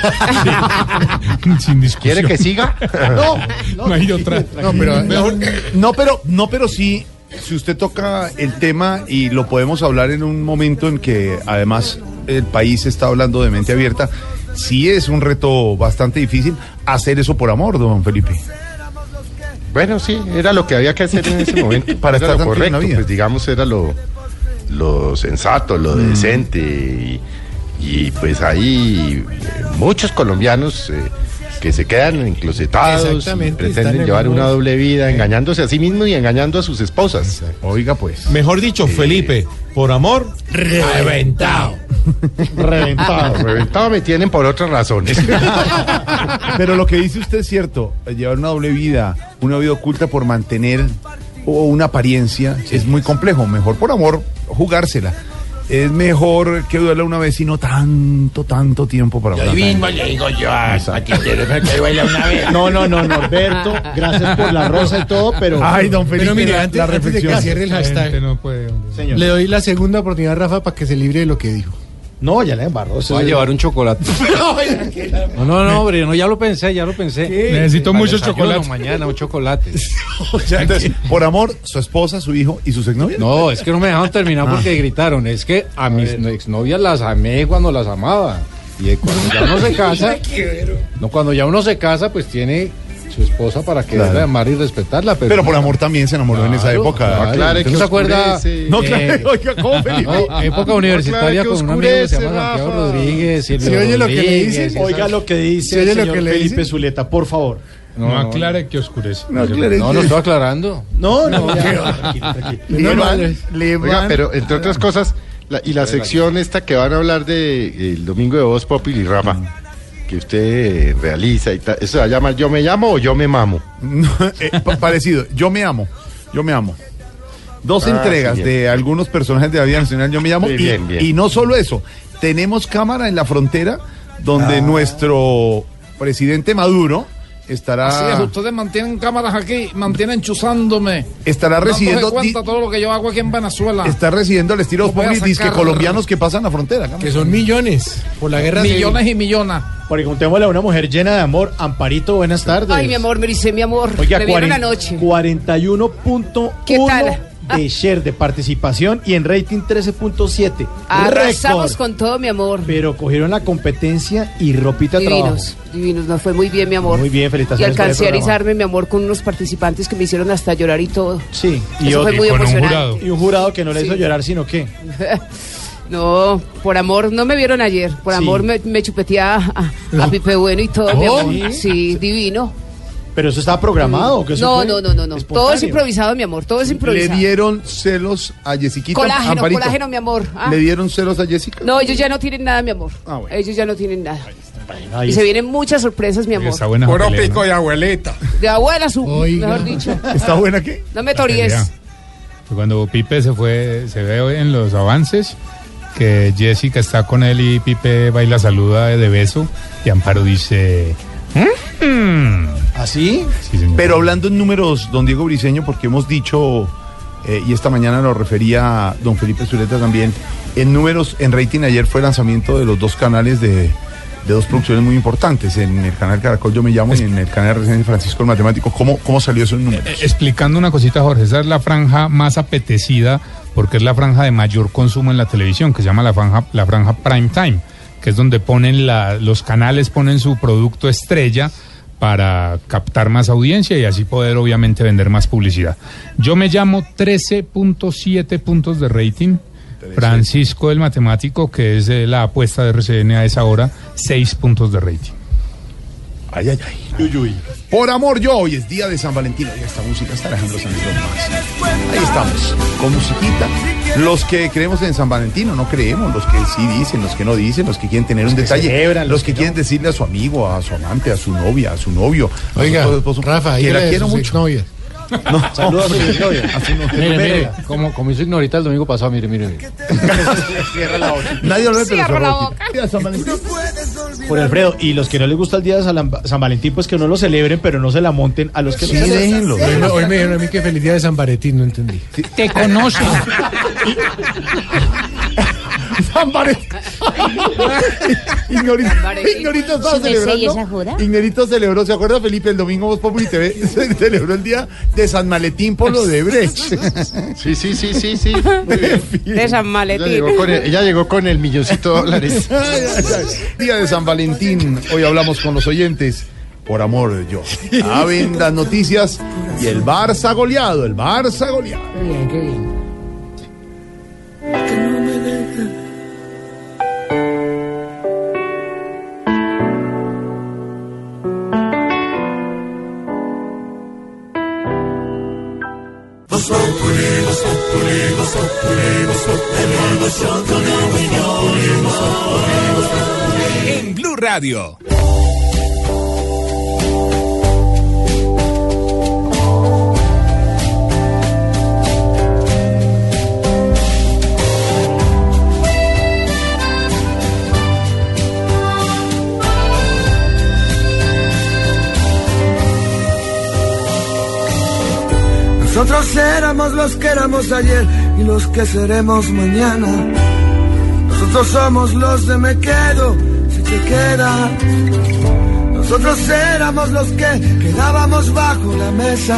Speaker 11: Sin discusión.
Speaker 14: ¿Quiere que siga?
Speaker 6: No,
Speaker 11: No hay otra.
Speaker 9: No, pero mejor, no, pero no, pero sí, si usted toca el tema y lo podemos hablar en un momento en que además el país está hablando de mente abierta, sí es un reto bastante difícil hacer eso por amor, don Felipe.
Speaker 14: Bueno, sí, era lo que había que hacer en ese momento.
Speaker 9: Para
Speaker 14: era
Speaker 9: estar
Speaker 14: lo
Speaker 9: tranquilo en la
Speaker 14: correcto,
Speaker 9: vida.
Speaker 14: pues digamos era lo, lo sensato, lo
Speaker 9: Mm.
Speaker 14: decente. Y, y, pues hay eh, muchos colombianos eh, que se quedan enclosetados y
Speaker 13: Exactamente, están
Speaker 14: pretenden
Speaker 13: en
Speaker 14: llevar
Speaker 13: unos-
Speaker 14: una doble vida, engañándose a sí mismos y engañando a sus esposas.
Speaker 9: Oiga, pues.
Speaker 8: Mejor dicho, Felipe, por amor,
Speaker 17: Reventado.
Speaker 6: Reventado.
Speaker 14: Reventado me tienen por otras razones.
Speaker 9: Pero lo que dice usted es cierto, llevar una doble vida, una vida oculta por mantener o una apariencia es muy complejo. Mejor por amor jugársela. Es mejor que duela una vez y no tanto, tanto tiempo para
Speaker 17: Yo
Speaker 9: hablar.
Speaker 17: mismo le digo yo a, a Quintero que baila una vez.
Speaker 6: No, no, no, Norberto, gracias por la rosa y todo, pero...
Speaker 9: Ay, don Felipe,
Speaker 13: Pero mire,
Speaker 9: la,
Speaker 13: antes,
Speaker 9: la
Speaker 13: antes de que
Speaker 9: reflexión.
Speaker 13: cierre el
Speaker 11: La gente
Speaker 13: hashtag,
Speaker 11: no puede. hombre.
Speaker 6: Señor.
Speaker 13: le doy la segunda oportunidad a Rafa para que se libre de lo que dijo.
Speaker 6: No, ya le embarró.
Speaker 16: Voy a llevar un chocolate. No, no, no, hombre, no, ya lo pensé, ya lo pensé.
Speaker 11: Necesito
Speaker 16: Para el
Speaker 11: muchos
Speaker 16: desayuno
Speaker 11: chocolates.
Speaker 16: mañana, un chocolate.
Speaker 9: O sea, entonces, por amor, su esposa, su hijo y sus exnovias.
Speaker 16: No, es que no me dejaron terminar porque gritaron. Es que a mis exnovias las amé cuando las amaba. Y cuando ya uno se casa, no, cuando ya uno se casa, pues tiene su esposa para que
Speaker 9: Claro.
Speaker 16: deba amar y respetarla. Pero,
Speaker 9: Pero por amor también se enamoró en esa
Speaker 16: Claro,
Speaker 9: época.
Speaker 16: claro.
Speaker 14: Aclare
Speaker 16: ¿Usted
Speaker 14: que
Speaker 16: no se acuerda?
Speaker 14: oscurece.
Speaker 9: No,
Speaker 16: Eh,
Speaker 9: claro, oiga, ¿cómo, Felipe?
Speaker 16: No, época universitaria
Speaker 14: que
Speaker 16: con un amigo que se llama
Speaker 14: oscurece,
Speaker 16: Santiago
Speaker 14: Rafa.
Speaker 16: Rodríguez. Silvio
Speaker 13: ¿Se oye lo que le
Speaker 16: Rodríguez,
Speaker 13: dicen?
Speaker 16: esas-
Speaker 6: Oiga lo que dice
Speaker 13: ¿Se oye
Speaker 6: el
Speaker 13: lo
Speaker 6: señor
Speaker 13: que le
Speaker 6: Felipe
Speaker 13: dicen?
Speaker 6: Zuleta, por favor.
Speaker 11: No,
Speaker 16: No,
Speaker 11: aclare que oscurece.
Speaker 9: No, aclare
Speaker 16: No,
Speaker 9: que-
Speaker 16: no estoy aclarando.
Speaker 6: No, no, ya, tranquilo, tranquilo.
Speaker 9: Le van- le
Speaker 14: Oiga,
Speaker 9: van-
Speaker 14: pero entre otras cosas, la- y la sección esta que van a hablar de eh, el domingo de Voz Populi, Rafa, que usted eh, realiza y tal, ¿eso se llama Yo me llamo o Yo me mamo?
Speaker 9: No, eh, pa- parecido, yo me amo, yo me amo. Dos
Speaker 14: Ah,
Speaker 9: entregas
Speaker 14: sí, bien.
Speaker 9: de algunos personajes de la vida nacional, yo me llamo.
Speaker 14: Sí,
Speaker 9: y,
Speaker 14: bien, bien.
Speaker 9: y no solo eso, tenemos cámara en la frontera donde
Speaker 14: Ah.
Speaker 9: nuestro presidente Maduro estará,
Speaker 7: Así es, ustedes mantienen cámaras aquí, mantienen chuzándome.
Speaker 9: estará residiendo,
Speaker 7: Dándose cuenta
Speaker 9: di-
Speaker 7: todo lo que yo hago aquí en Venezuela.
Speaker 9: está residiendo al estilo
Speaker 7: Lo voy a
Speaker 9: Publi, disque
Speaker 7: sacar.
Speaker 9: colombianos que pasan la frontera. cámara.
Speaker 13: Que son millones por la guerra civil.
Speaker 7: Millones y millones.
Speaker 6: Preguntémosle a una mujer llena de amor. Amparito, buenas tardes.
Speaker 12: Ay, mi amor, me dice mi amor.
Speaker 6: Oiga,
Speaker 12: me vieron
Speaker 6: cuaren-
Speaker 12: anoche.
Speaker 6: cuarenta y uno punto
Speaker 12: ¿Qué tal?
Speaker 6: uno de share, de participación y en rating trece punto siete.
Speaker 12: Arrasamos
Speaker 6: Récord.
Speaker 12: con todo, mi amor.
Speaker 6: Pero cogieron la competencia y ropita de trabajo.
Speaker 12: Divinos, divinos, nos fue muy bien, mi amor.
Speaker 6: Muy bien,
Speaker 12: Y
Speaker 6: felicitaciones. por el
Speaker 12: alcancé a
Speaker 6: programa.
Speaker 12: erizarme, mi amor, con unos participantes que me hicieron hasta llorar y todo.
Speaker 6: Sí,
Speaker 12: y Eso
Speaker 6: otro-
Speaker 12: fue muy
Speaker 11: con un
Speaker 12: emocionante.
Speaker 11: jurado.
Speaker 6: Y un jurado que no le
Speaker 12: Sí.
Speaker 6: hizo llorar, sino que.
Speaker 12: No, por amor, no me vieron ayer. Por
Speaker 6: Sí.
Speaker 12: amor me, me chupeteé a, a- a Pipe Bueno y todo, mi
Speaker 6: ¿Oh?
Speaker 12: amor. Sí, divino.
Speaker 6: Pero eso estaba programado. ¿o que eso
Speaker 12: No,
Speaker 6: fue
Speaker 12: no, no, no, no. Todo es
Speaker 6: espontáneo?
Speaker 12: improvisado, mi amor. Todo es
Speaker 9: Le
Speaker 12: improvisado.
Speaker 9: dieron celos a Jessiquita.
Speaker 12: Colágeno,
Speaker 9: Amparito.
Speaker 12: colágeno, mi amor. Ah.
Speaker 9: ¿Le dieron celos a Jessica?
Speaker 12: No, ellos ya no tienen nada, mi amor.
Speaker 9: Ah, bueno.
Speaker 12: Ellos ya no tienen nada.
Speaker 6: Ahí
Speaker 12: Y se
Speaker 6: está.
Speaker 12: vienen muchas sorpresas, mi amor.
Speaker 11: Está buena
Speaker 13: Puro
Speaker 11: esa pelea,
Speaker 13: pico
Speaker 11: ¿no?
Speaker 13: de abuelita.
Speaker 12: De abuela su,
Speaker 13: Oiga.
Speaker 12: mejor dicho.
Speaker 9: ¿Está buena qué?
Speaker 12: No me
Speaker 11: La
Speaker 12: tories.
Speaker 11: pelea. Cuando Pipe se fue, se ve hoy en los avances que Jessica está con él y Pipe baila saluda de beso y Amparo dice... "Mm".
Speaker 6: ¿Así?
Speaker 11: Sí, señor.
Speaker 9: Pero hablando en números, don Diego Briseño, porque hemos dicho, eh, y esta mañana lo refería don Felipe Zuleta también, en números, en rating ayer fue el lanzamiento de los dos canales de, de dos producciones muy importantes, en el canal Caracol Yo Me Llamo y en el canal Residencia Francisco el Matemático. ¿Cómo, cómo salió eso en números?
Speaker 11: Eh, Explicando una cosita, Jorge, esa es la franja más apetecida porque es la franja de mayor consumo en la televisión, que se llama la franja, la franja prime time, que es donde ponen la, los canales ponen su producto estrella para captar más audiencia y así poder obviamente vender más publicidad. Yo Me Llamo trece punto siete puntos de rating Francisco el matemático, que es eh, la apuesta de R C N a esa hora, seis puntos de rating.
Speaker 9: Ay, ay, ay. Uy, uy. Por amor yo, hoy es día de San Valentín. Oiga, esta música está Alejandro Sanz. Ahí estamos, con musiquita. Los que creemos en San Valentín o no creemos, los que sí dicen, los que no dicen, los que quieren tener
Speaker 6: los
Speaker 9: un
Speaker 6: que
Speaker 9: detalle,
Speaker 6: celebran,
Speaker 9: los
Speaker 6: los
Speaker 9: que,
Speaker 6: que
Speaker 9: quieren
Speaker 6: no.
Speaker 9: decirle a su amigo, a su amante, a su novia, a su novio,
Speaker 13: Oiga,
Speaker 9: a su esposo,
Speaker 13: Rafa,
Speaker 9: que la
Speaker 13: dígale a
Speaker 9: quiero
Speaker 13: sus
Speaker 9: mucho.
Speaker 13: exnovias.
Speaker 9: No.
Speaker 6: Saludos a su novia.
Speaker 9: A su novia.
Speaker 16: Mire, mire, como, como hizo Ignorita el domingo pasado, mire, mire. mire.
Speaker 9: Cierra la boca. Nadie lo ve, pero
Speaker 12: Cierra la
Speaker 9: cerró.
Speaker 12: boca.
Speaker 9: Día de San Valentín.
Speaker 6: Por Alfredo, y los que no les gusta el día de San, San Valentín, pues que no lo celebren, pero no se la monten a los que
Speaker 9: Sí,
Speaker 6: lo celebran.
Speaker 9: déjenlo.
Speaker 13: Hoy me, hoy me dijeron a mí que feliz día de San Valentín, no entendí.
Speaker 11: Te conocen.
Speaker 9: San Valentín. Ignorita,
Speaker 12: Valentín.
Speaker 9: Ignorita estaba
Speaker 15: Sí, me sé, ¿y
Speaker 9: celebrando.
Speaker 15: esa joda?
Speaker 9: Ignorita celebró, ¿se acuerda, Felipe? El domingo Voz Populi T V se celebró el día de San Maletín por lo de Brecht.
Speaker 14: Sí, sí, sí, sí, sí. Muy bien.
Speaker 12: De San
Speaker 14: Ella
Speaker 12: Maletín.
Speaker 14: llegó con el, ella llegó con el milloncito de dólares.
Speaker 9: Ay, ay, ay. Día de San Valentín. Hoy hablamos con los oyentes. Por amor, yo. Saben las noticias. Y el Barça goleado, el Barça goleado.
Speaker 13: Qué bien, qué bien.
Speaker 4: En Blue Radio.
Speaker 5: Nosotros éramos los que éramos ayer y los que seremos mañana. Nosotros somos los de me quedo si te quedas. Nosotros éramos los que quedábamos bajo la mesa.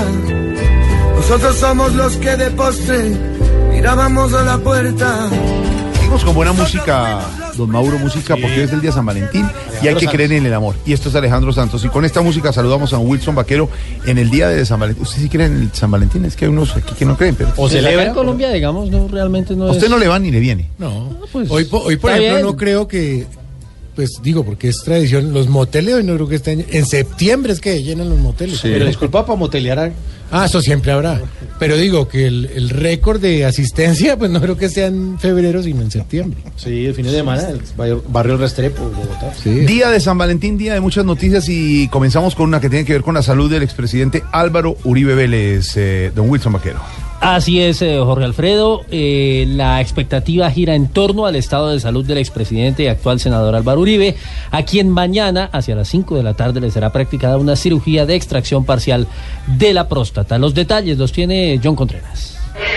Speaker 5: Nosotros somos los que de postre mirábamos a la puerta.
Speaker 9: Seguimos con buena música, don Mauro, música, porque es el día de San Valentín y hay que creer en el amor. Y esto es Alejandro Santos. Y con esta música saludamos a Wilson Vaquero en el día de San Valentín. ¿Usted sí cree en el San Valentín? Es que hay unos aquí que no creen, pero...
Speaker 10: O celebra en Colombia, digamos, no, realmente no
Speaker 9: A
Speaker 10: es...
Speaker 9: usted no le va ni le viene.
Speaker 13: No,
Speaker 10: pues,
Speaker 13: hoy, po- hoy por
Speaker 10: está
Speaker 13: ejemplo,
Speaker 10: bien.
Speaker 13: no creo que, pues digo, porque es tradición, los moteles hoy no creo que estén, en septiembre es que llenan los moteles.
Speaker 6: Pero disculpa, para motelear a...
Speaker 13: Ah, eso siempre habrá. Pero digo que el, el récord de asistencia, pues no creo que sea en febrero, sino en septiembre.
Speaker 6: Sí, el fin de semana, el barrio, barrio Restrepo, Bogotá.
Speaker 9: Día de San Valentín, día de muchas noticias y comenzamos con una que tiene que ver con la salud del expresidente Álvaro Uribe Vélez, eh, don Wilson Vaquero.
Speaker 10: Así es, eh, Jorge Alfredo. Eh, la expectativa gira en torno al estado de salud del expresidente y actual senador Álvaro Uribe, a quien mañana, hacia las cinco de la tarde, le será practicada una cirugía de extracción parcial de la próstata. Los detalles los tiene John Contreras.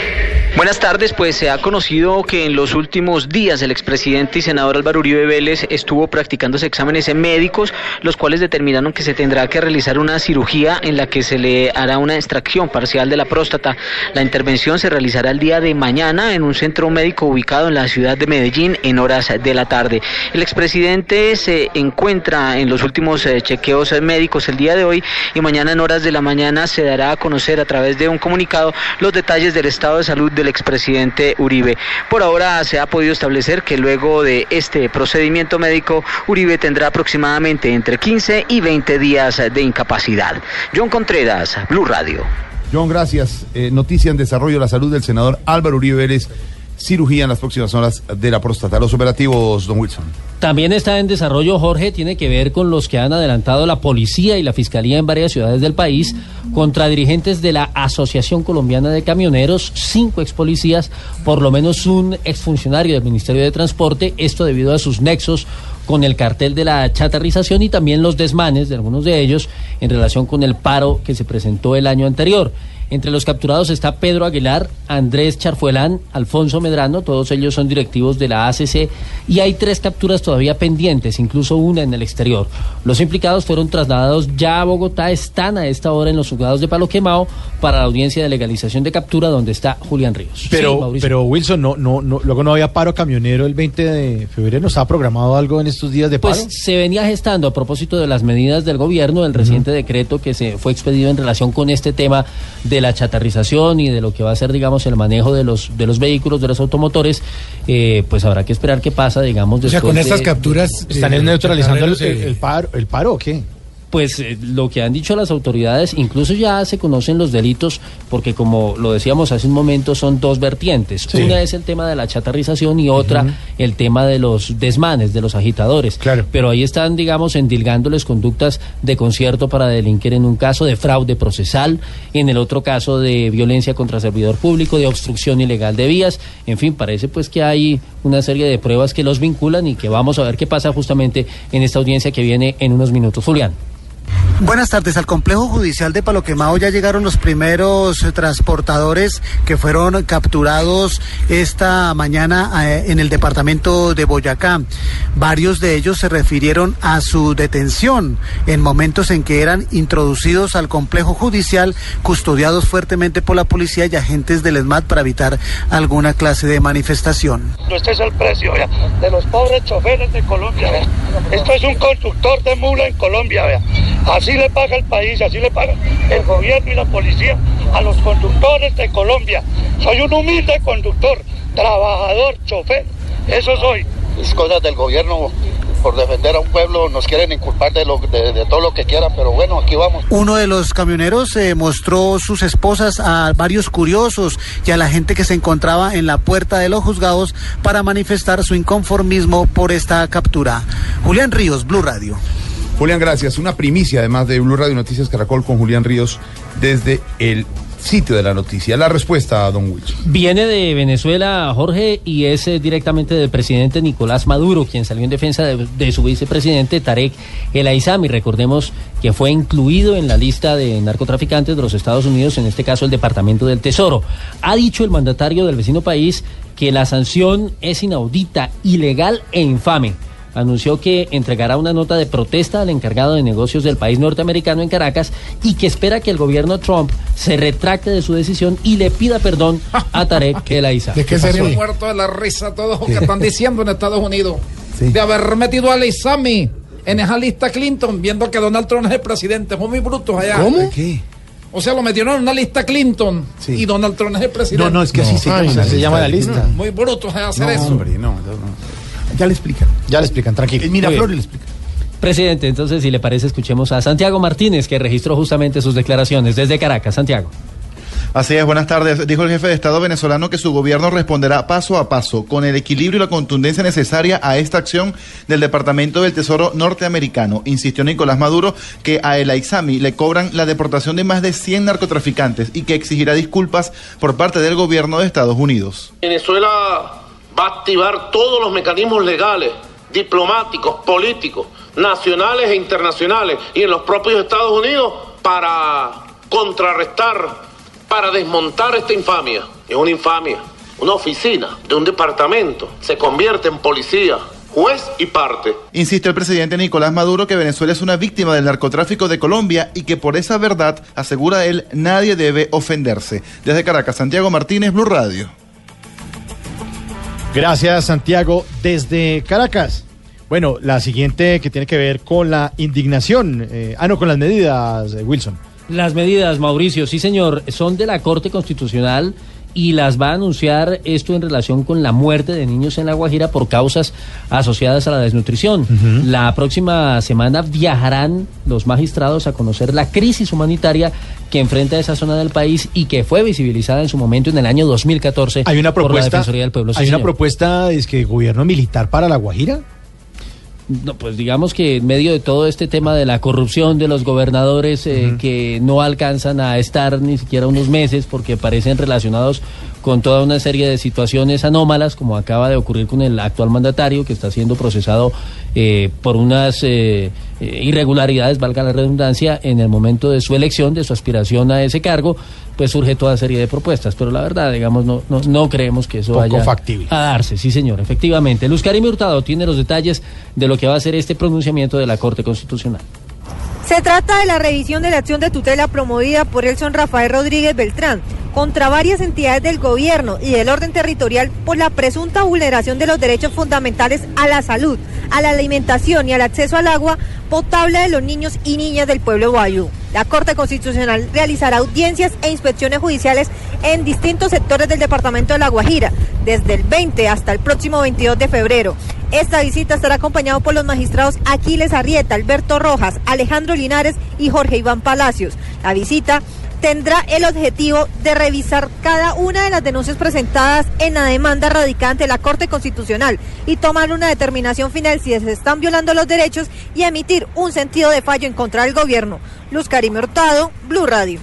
Speaker 19: Buenas tardes, pues se ha conocido que en los últimos días el expresidente y senador Álvaro Uribe Vélez estuvo practicándose exámenes médicos, los cuales determinaron que se tendrá que realizar una cirugía en la que se le hará una extracción parcial de la próstata. La intervención se realizará el día de mañana en un centro médico ubicado en la ciudad de Medellín en horas de la tarde. El expresidente se encuentra en los últimos eh, chequeos médicos el día de hoy y mañana en horas de la mañana se dará a conocer a través de un comunicado los detalles del estado de salud del expresidente Uribe. Por ahora se ha podido establecer que luego de este procedimiento médico, Uribe tendrá aproximadamente entre quince y veinte días de incapacidad. John Contreras, Blue Radio.
Speaker 9: John, gracias. Eh, noticia en desarrollo, la salud del senador Álvaro Uribe Vélez, cirugía en las próximas horas de la próstata. Los operativos, don Wilson.
Speaker 10: También está en desarrollo, Jorge, tiene que ver con los que han adelantado la policía y la fiscalía en varias ciudades del país contra dirigentes de la Asociación Colombiana de Camioneros, cinco ex policías, por lo menos un exfuncionario del Ministerio de Transporte, esto debido a sus nexos con el cartel de la chatarrización y también los desmanes de algunos de ellos en relación con el paro que se presentó el año anterior. Entre los capturados está Pedro Aguilar, Andrés Charfuelán, Alfonso Medrano, todos ellos son directivos de la A C C y hay tres capturas todavía pendientes, incluso una en el exterior. Los implicados fueron trasladados ya a Bogotá, están a esta hora en los juzgados de Palo Quemado para la audiencia de legalización de captura donde está Julián Ríos.
Speaker 6: Pero,
Speaker 10: Sí, Mauricio.
Speaker 6: pero Wilson, no, no, no, luego no había paro camionero el veinte de febrero, ¿estaba programado algo en estos días de paro?
Speaker 10: Pues se venía gestando a propósito de las medidas del gobierno, el reciente decreto que se fue expedido en relación con este tema de
Speaker 20: de la chatarrización y de lo que va a ser, digamos, el manejo de los de los vehículos, de los automotores, eh, pues habrá que esperar qué pasa, digamos, después.
Speaker 6: O sea, con estas
Speaker 20: de,
Speaker 6: capturas
Speaker 20: de,
Speaker 6: están
Speaker 20: de,
Speaker 6: neutralizando el, el, el paro, el paro, ¿o qué?
Speaker 20: Pues eh, lo que han dicho las autoridades, incluso ya se conocen los delitos, porque como lo decíamos hace un momento, son dos vertientes. Sí. Una es el tema de la chatarrización y otra uh-huh. el tema de los desmanes, de los agitadores.
Speaker 6: Claro.
Speaker 20: Pero ahí están, digamos, endilgándoles conductas de concierto para delinquir en un caso, de fraude procesal, en el otro caso de violencia contra servidor público, de obstrucción ilegal de vías. En fin, parece pues que hay una serie de pruebas que los vinculan y que vamos a ver qué pasa justamente en esta audiencia que viene en unos minutos. Julián.
Speaker 21: Buenas tardes. Al complejo judicial de Palo Quemado ya llegaron los primeros eh, transportadores que fueron capturados esta mañana eh, en el departamento de Boyacá. Varios de ellos se refirieron a su detención en momentos en que eran introducidos al complejo judicial, custodiados fuertemente por la policía y agentes del ESMAD para evitar alguna clase de manifestación.
Speaker 22: Este es el precio, vea, de los pobres choferes de Colombia, vea. Esto es un conductor de mula en Colombia, vea. Así le paga el país, así le paga el gobierno y la policía a los conductores de Colombia. Soy un humilde conductor, trabajador, chofer, eso soy. Es cosas del gobierno, por defender a un pueblo nos quieren inculpar de, lo, de, de todo lo que quieran, pero bueno, aquí vamos.
Speaker 21: Uno de los camioneros eh, mostró sus esposas a varios curiosos y a la gente que se encontraba en la puerta de los juzgados para manifestar su inconformismo por esta captura. Julián Ríos, Blue Radio.
Speaker 9: Julián, gracias. Una primicia, además de Blue Radio Noticias Caracol, con Julián Ríos desde el sitio de la noticia. La respuesta a don Wilson.
Speaker 20: Viene de Venezuela, Jorge, y es eh, directamente del presidente Nicolás Maduro, quien salió en defensa de, de su vicepresidente Tarek El Aizami. Recordemos que fue incluido en la lista de narcotraficantes de los Estados Unidos, en este caso el Departamento del Tesoro. Ha dicho el mandatario del vecino país que la sanción es inaudita, ilegal e infame. Anunció que entregará una nota de protesta al encargado de negocios del país norteamericano en Caracas y que espera que el gobierno Trump se retracte de su decisión y le pida perdón a Tarek El Aizami.
Speaker 17: ¿De qué se han muerto de la risa todos lo que están diciendo en Estados Unidos? Sí. De haber metido al Aizami en esa lista Clinton, viendo que Donald Trump es el presidente. Fue muy brutos allá.
Speaker 6: ¿Cómo? ¿Qué?
Speaker 17: O sea, lo metieron en una lista Clinton sí. y Donald Trump es el presidente.
Speaker 6: No, no, es que así no, se, llama, se llama la lista.
Speaker 17: No, muy brutos de hacer
Speaker 9: no,
Speaker 17: eso.
Speaker 9: Hombre, no, no, no. Ya le explican.
Speaker 6: Ya le explican, tranquilo.
Speaker 9: El Miraflores le explica.
Speaker 20: Presidente, entonces, si le parece, escuchemos a Santiago Martínez, que registró justamente sus declaraciones desde Caracas. Santiago.
Speaker 23: Así es, buenas tardes. Dijo el jefe de Estado venezolano que su gobierno responderá paso a paso, con el equilibrio y la contundencia necesaria a esta acción del Departamento del Tesoro norteamericano. Insistió Nicolás Maduro que a El Aizami le cobran la deportación de más de cien narcotraficantes y que exigirá disculpas por parte del gobierno de Estados Unidos.
Speaker 22: Venezuela va a activar todos los mecanismos legales, diplomáticos, políticos, nacionales e internacionales y en los propios Estados Unidos para contrarrestar, para desmontar esta infamia. Es una infamia. Una oficina de un departamento se convierte en policía, juez y parte.
Speaker 23: Insiste el presidente Nicolás Maduro que Venezuela es una víctima del narcotráfico de Colombia y que por esa verdad, asegura él, nadie debe ofenderse. Desde Caracas, Santiago Martínez, Blue Radio.
Speaker 6: Gracias, Santiago. Desde Caracas. Bueno, la siguiente que tiene que ver con la indignación. Eh, ah, no, con las medidas, eh, Wilson.
Speaker 20: Las medidas, Mauricio, sí señor, son de la Corte Constitucional y las va a anunciar esto en relación con la muerte de niños en La Guajira por causas asociadas a la desnutrición. Uh-huh. La próxima semana viajarán los magistrados a conocer la crisis humanitaria que enfrenta esa zona del país y que fue visibilizada en su momento en el año dos mil catorce
Speaker 6: hay una propuesta,
Speaker 20: por la Defensoría del Pueblo. Sí,
Speaker 6: hay una
Speaker 20: señor.
Speaker 6: propuesta, es que gobierno militar para La Guajira.
Speaker 20: No, pues digamos que en medio de todo este tema de la corrupción de los gobernadores eh, uh-huh. que no alcanzan a estar ni siquiera unos meses porque parecen relacionados con toda una serie de situaciones anómalas, como acaba de ocurrir con el actual mandatario, que está siendo procesado eh, por unas eh, eh, irregularidades, valga la redundancia, en el momento de su elección, de su aspiración a ese cargo, pues surge toda serie de propuestas, pero la verdad, digamos, no no, no creemos que eso
Speaker 6: Poco
Speaker 20: vaya
Speaker 6: factible.
Speaker 20: a darse. Sí, señor, efectivamente. Luz Karim Hurtado tiene los detalles de lo que va a ser este pronunciamiento de la Corte Constitucional.
Speaker 24: Se trata de la revisión de la acción de tutela promovida por Elson Rafael Rodríguez Beltrán
Speaker 1: contra varias entidades del gobierno y del orden territorial por la presunta vulneración de los derechos fundamentales a la salud, a la alimentación y al acceso al agua potable de los niños y niñas del pueblo guayú. La Corte Constitucional realizará audiencias e inspecciones judiciales en distintos sectores del departamento de La Guajira, desde el veinte hasta el próximo veintidós de febrero. Esta visita estará acompañada por los magistrados Aquiles Arrieta, Alberto Rojas, Alejandro Linares y Jorge Iván Palacios. La visita tendrá el objetivo de revisar cada una de las denuncias presentadas en la demanda radicada ante la Corte Constitucional y tomar una determinación final si se están violando los derechos y emitir un sentido de fallo en contra del gobierno. Luz Karime Hurtado, Blue Radio.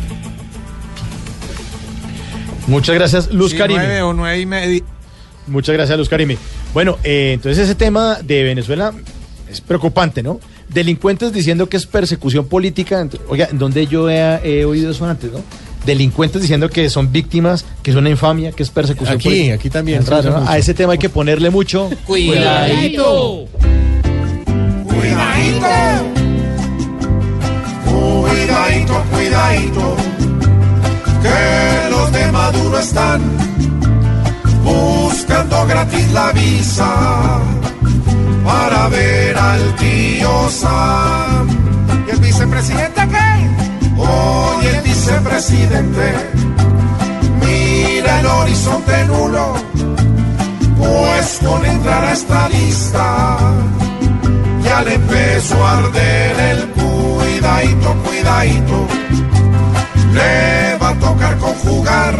Speaker 6: Muchas gracias, Luz
Speaker 2: Sí,
Speaker 6: Karime.
Speaker 2: nueve o nueve y media.
Speaker 6: Muchas gracias, Luz Karime. Bueno, eh, entonces ese tema de Venezuela es preocupante, ¿no? Delincuentes diciendo que es persecución política. Oiga, ¿dónde yo he, he oído eso antes, no? Delincuentes diciendo que son víctimas, que es una infamia, que es persecución
Speaker 2: Aquí,
Speaker 6: política.
Speaker 2: aquí también.
Speaker 6: Es raro, ¿no? A ese tema hay que ponerle mucho
Speaker 2: Cuidadito.
Speaker 3: Cuidadito. Cuidadito, cuidadito. Que los de Maduro están buscando gratis la visa para ver al tío Sam.
Speaker 17: ¿Y el vicepresidente qué?
Speaker 3: Hoy el vicepresidente mira el horizonte nulo, pues con entrar a esta lista ya le empezó a arder el cuidadito, cuidadito. Le va a tocar conjugar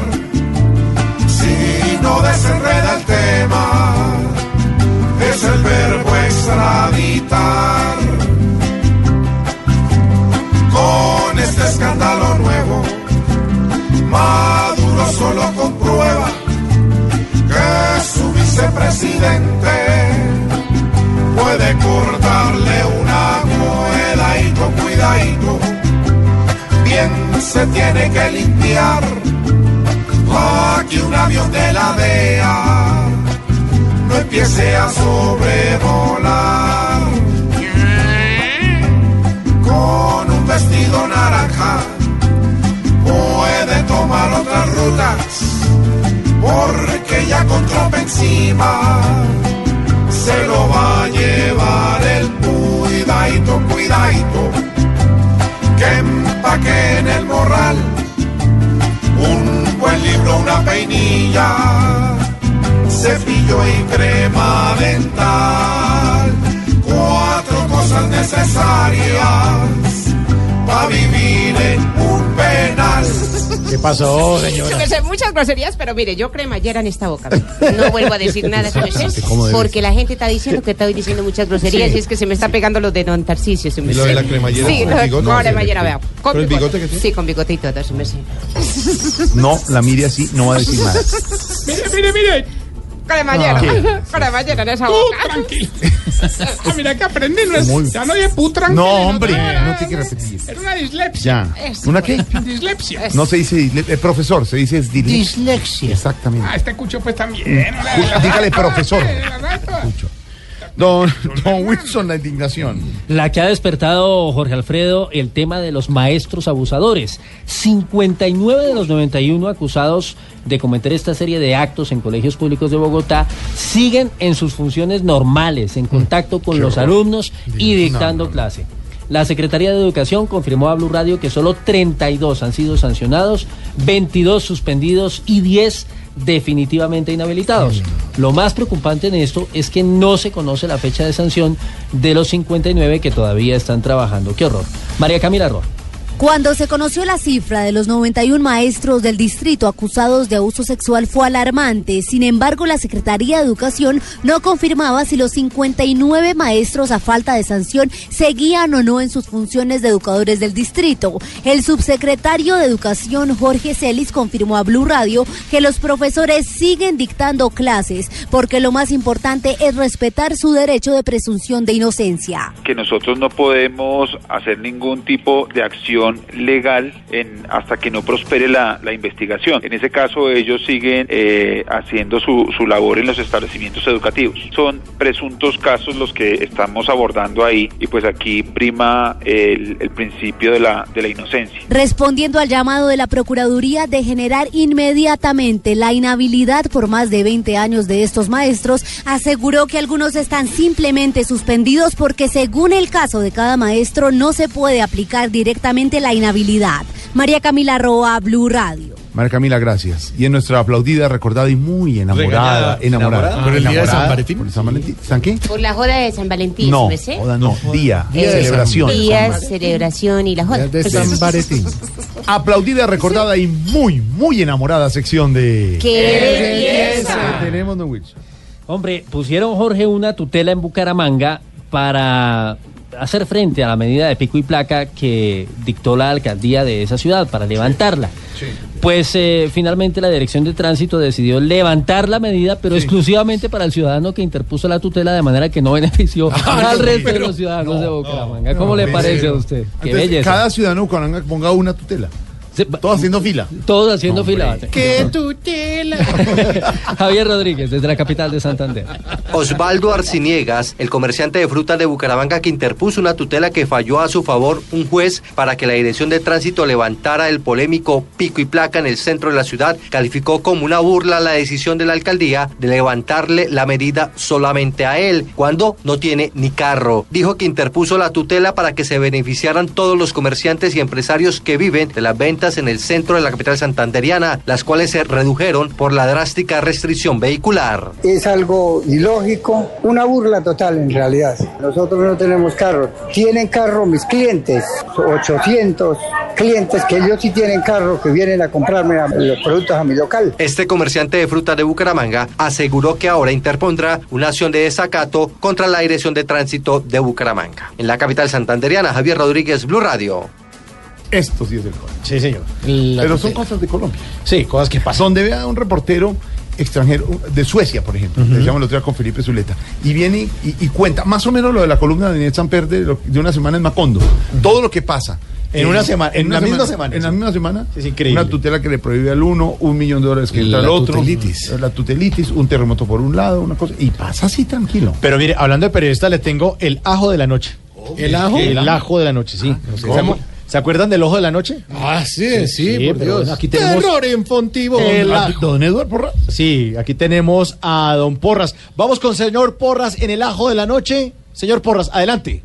Speaker 3: si no desenreda el tema. Es el verbo extraditar. Con este escándalo nuevo, Maduro solo comprueba que su vicepresidente puede cortarle una cuidadito, cuidadito. Bien se tiene que limpiar aquí un avión de la D E A no empiece a sobrevolar con un vestido naranja. Puede tomar otras rutas porque ya con Trump encima se lo va a llevar el cuidadito, cuidadito. Que empaque en el morral un buen libro, una peinilla, cepillo y crema dental, cuatro cosas necesarias para vivir en un penal.
Speaker 6: ¿Qué pasó, señora?
Speaker 12: Yo que sé muchas groserías, pero mire, yo cremallera en esta boca. No vuelvo a decir nada, ¿sabes? Porque la gente está diciendo que estoy diciendo muchas groserías sí. Y es que se me está pegando los de Don Tarcisio.
Speaker 2: ¿Y lo de la cremallera?
Speaker 12: Sí,
Speaker 2: con el bigote.
Speaker 12: No, cremallera, vea.
Speaker 2: ¿Con el bigote que tiene?
Speaker 12: Sí, con bigote y todo, se me sé.
Speaker 9: No, la mire así, no va a decir nada.
Speaker 17: Mire, mire, mire.
Speaker 12: Cremallera.
Speaker 9: Ah,
Speaker 12: Cremallera en esa
Speaker 17: Tú,
Speaker 12: boca.
Speaker 17: tranquilo. Ah, mira que aprendí, no es,
Speaker 9: Muy-
Speaker 17: ya no es pu tranquilo.
Speaker 9: No, hombre,
Speaker 17: era-
Speaker 9: no tiene que repetir.
Speaker 17: Era una dislexia.
Speaker 9: Ya.
Speaker 17: Eso,
Speaker 9: ¿Una qué?
Speaker 17: Dislexia.
Speaker 9: No se dice disle- eh, profesor, se dice es dislexia.
Speaker 21: Dislexia.
Speaker 9: Exactamente.
Speaker 17: Ah, este cucho pues también.
Speaker 9: Dígale profesor.
Speaker 17: Escucho.
Speaker 9: Don, don Wilson, la indignación.
Speaker 20: La que ha despertado, Jorge Alfredo, el tema de los maestros abusadores. cincuenta y nueve de los noventa y uno acusados de cometer esta serie de actos en colegios públicos de Bogotá siguen en sus funciones normales, en contacto con
Speaker 2: Qué
Speaker 20: los
Speaker 2: horror.
Speaker 20: alumnos y dictando
Speaker 2: No, no.
Speaker 20: clase. La Secretaría de Educación confirmó a Blue Radio que solo treinta y dos han sido sancionados, veintidós suspendidos y diez definitivamente inhabilitados. Lo más preocupante en esto es que no se conoce la fecha de sanción de los cincuenta y nueve que todavía están trabajando. ¡Qué horror! María Camila Roa.
Speaker 24: Cuando se conoció la cifra de los noventa y uno maestros del distrito acusados de abuso sexual fue alarmante. Sin embargo, la Secretaría de Educación no confirmaba si los cincuenta y nueve maestros a falta de sanción seguían o no en sus funciones de educadores del distrito. El subsecretario de Educación, Jorge Celis, confirmó a Blue Radio que los profesores siguen dictando clases porque lo más importante es respetar su derecho de presunción de inocencia.
Speaker 25: Que nosotros no podemos hacer ningún tipo de acción
Speaker 7: disposición legal en, hasta que no prospere la, la investigación. En ese caso ellos siguen eh, haciendo su, su labor en los establecimientos educativos. Son presuntos casos los que estamos abordando ahí y pues aquí prima el, el principio de la, de la inocencia.
Speaker 24: Respondiendo al llamado de la Procuraduría de generar inmediatamente la inhabilidad por más de veinte años de estos maestros, aseguró que algunos están simplemente suspendidos porque según el caso de cada maestro no se puede aplicar directamente la inhabilidad. María Camila Roa, Blue Radio.
Speaker 9: María Camila, gracias. Y en nuestra aplaudida, recordada y muy enamorada,
Speaker 12: Regañada,
Speaker 9: enamorada.
Speaker 12: enamorada.
Speaker 9: ¿Por el día de San
Speaker 12: Valentín?
Speaker 9: ¿Por el San Valentín? ¿San qué?
Speaker 12: Por la joda de San Valentín,
Speaker 9: No,
Speaker 12: ¿me sé?
Speaker 9: joda no, día,
Speaker 12: Eh,
Speaker 9: celebración.
Speaker 12: Día, celebración y la joda.
Speaker 9: Valentín. Aplaudida, recordada y muy, muy enamorada sección de...
Speaker 20: ¡Qué belleza!
Speaker 9: ¿Qué tenemos, don Wilson?
Speaker 20: Hombre, pusieron, Jorge, una tutela en Bucaramanga para hacer frente a la medida de pico y placa que dictó la alcaldía de esa ciudad, para levantarla.
Speaker 9: Sí.
Speaker 20: Pues eh, finalmente la Dirección de Tránsito decidió levantar la medida, pero sí, exclusivamente para el ciudadano que interpuso la tutela, de manera que no benefició
Speaker 9: Ah,
Speaker 20: al
Speaker 9: no,
Speaker 20: resto
Speaker 9: pero,
Speaker 20: de los ciudadanos
Speaker 9: no,
Speaker 20: de Bucaramanga.
Speaker 9: no,
Speaker 20: ¿Cómo
Speaker 9: no,
Speaker 20: le
Speaker 9: pero,
Speaker 20: parece a usted? Qué
Speaker 9: Entonces,
Speaker 20: belleza.
Speaker 9: cada ciudadano de Bucaramanga ponga una tutela. Todos haciendo fila.
Speaker 20: Todos haciendo fila.
Speaker 9: ¡Qué
Speaker 20: tutela! Javier Rodríguez, desde la capital de Santander.
Speaker 8: Osvaldo Arciniegas, el comerciante de frutas de Bucaramanga que interpuso una tutela que falló a su favor un juez para que la Dirección de Tránsito levantara el polémico pico y placa en el centro de la ciudad, calificó como una burla la decisión de la alcaldía de levantarle la medida solamente a él, cuando no tiene ni carro. Dijo que interpuso la tutela para que se beneficiaran todos los comerciantes y empresarios que viven de las ventas en el centro de la capital santanderiana, las cuales se redujeron por la drástica restricción vehicular.
Speaker 16: Es algo ilógico, una burla total en realidad. Nosotros no tenemos carro. Tienen carro mis clientes, ochocientos clientes que ellos sí tienen carro, que vienen a comprarme los productos a mi local.
Speaker 8: Este comerciante de frutas de Bucaramanga aseguró que ahora interpondrá una acción de desacato contra la Dirección de Tránsito de Bucaramanga. En la capital santanderiana, Javier Rodríguez, Blue Radio.
Speaker 9: Esto sí es del Colombia.
Speaker 6: Sí, señor.
Speaker 9: Pero son cosas de Colombia.
Speaker 6: Sí, cosas que pasan.
Speaker 9: Donde vea un reportero extranjero, de Suecia, por ejemplo, uh-huh. le llamo el otro día con Felipe Zuleta, y viene y, y cuenta más o menos lo de la columna de Inés Samper de, lo, de una semana en Macondo. Uh-huh. Todo lo que pasa.
Speaker 6: En una semana, en, en una misma semana.
Speaker 9: En la misma semana.
Speaker 6: Es increíble.
Speaker 9: Una tutela que le prohíbe al uno, un millón de dólares que entra al otro.
Speaker 6: Tutelitis.
Speaker 9: La tutelitis, un terremoto por un lado, una cosa. Y pasa así tranquilo.
Speaker 6: Pero mire, hablando de periodista, le tengo el ajo de la noche.
Speaker 9: ¿El ajo?
Speaker 6: El, el ajo de la noche, sí.
Speaker 9: Ah,
Speaker 6: ¿Cómo? ¿Se acuerdan del ojo de la noche?
Speaker 13: Ah, sí, sí, sí, por Dios.
Speaker 6: Bueno, aquí tenemos
Speaker 13: Terror en Fontibón.
Speaker 6: El
Speaker 9: ajo. ¿Don Eduardo Porras?
Speaker 6: Sí, aquí tenemos a don Porras. Vamos con señor Porras en el ajo de la noche. Señor Porras, adelante.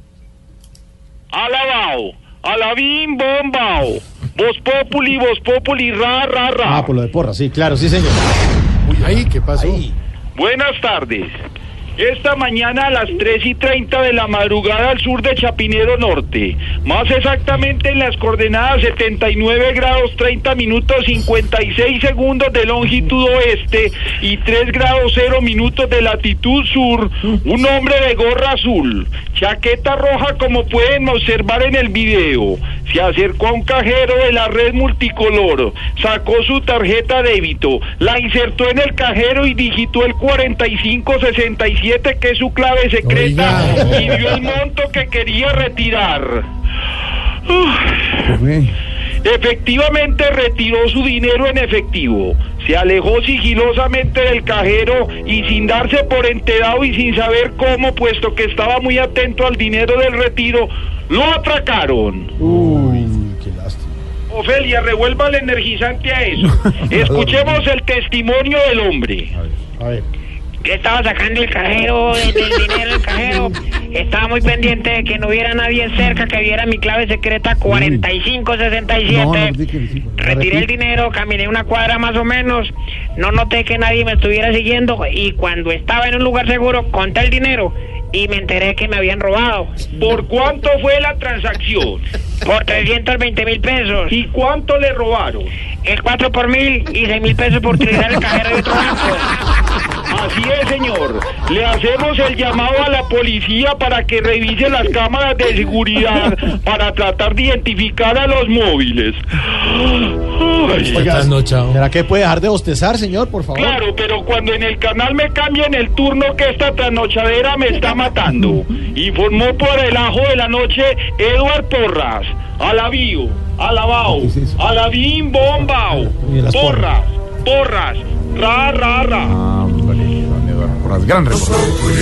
Speaker 18: Alabao, alabim bombao, vos populi, vos populi, ra, ra, ra.
Speaker 6: Ah, por lo de Porras, sí, claro, sí, señor.
Speaker 13: Uy, ahí, ¿qué pasó? Ahí.
Speaker 18: Buenas tardes. Esta mañana a las tres y treinta de la madrugada al sur de Chapinero Norte, más exactamente en las coordenadas setenta y nueve grados treinta minutos cincuenta y seis segundos de longitud oeste y tres grados cero minutos de latitud sur, un hombre de gorra azul, chaqueta roja como pueden observar en el video, se acercó a un cajero de la red multicolor, sacó su tarjeta débito, la insertó en el cajero y digitó el cuarenta y cinco sesenta y siete que es su clave secreta. Oiga. Y dio el monto que quería retirar. Uf. Efectivamente retiró su dinero en efectivo, se alejó sigilosamente del cajero y sin darse por enterado y sin saber cómo, puesto que estaba muy atento al dinero del retiro, lo atracaron.
Speaker 6: Uy, qué lástima.
Speaker 18: Ofelia, revuelva el energizante a eso. Escuchemos el testimonio del hombre.
Speaker 6: A ver, a ver.
Speaker 25: Yo estaba sacando el cajero, el, el dinero del cajero. Estaba muy pendiente de que no hubiera nadie cerca que viera mi clave secreta cuarenta y cinco sesenta y siete. No, no, retiré el dinero, caminé una cuadra más o menos. No noté que nadie me estuviera siguiendo. Y cuando estaba en un lugar seguro, conté el dinero y me enteré que me habían robado.
Speaker 18: ¿Por cuánto fue la transacción?
Speaker 25: Por trescientos veinte mil pesos.
Speaker 18: ¿Y cuánto le robaron?
Speaker 25: El cuatro por mil y seis mil pesos por utilizar el cajero de otro banco.
Speaker 18: Así es, señor. Le hacemos el llamado a la policía para que revise las cámaras de seguridad para tratar de identificar a los móviles. Ay.
Speaker 6: Oiga, ¿será que puede dejar de bostezar, señor, por favor?
Speaker 18: Claro, pero cuando en el canal me cambien el turno, que esta trasnochadera me está matando. Informó por el ajo de la noche Eduard Porras. Alabío, alabao, alabín bombao, porras, porras, ra, ra, ra.
Speaker 9: Ah, vale, don Eduardo Porras, gran reporte.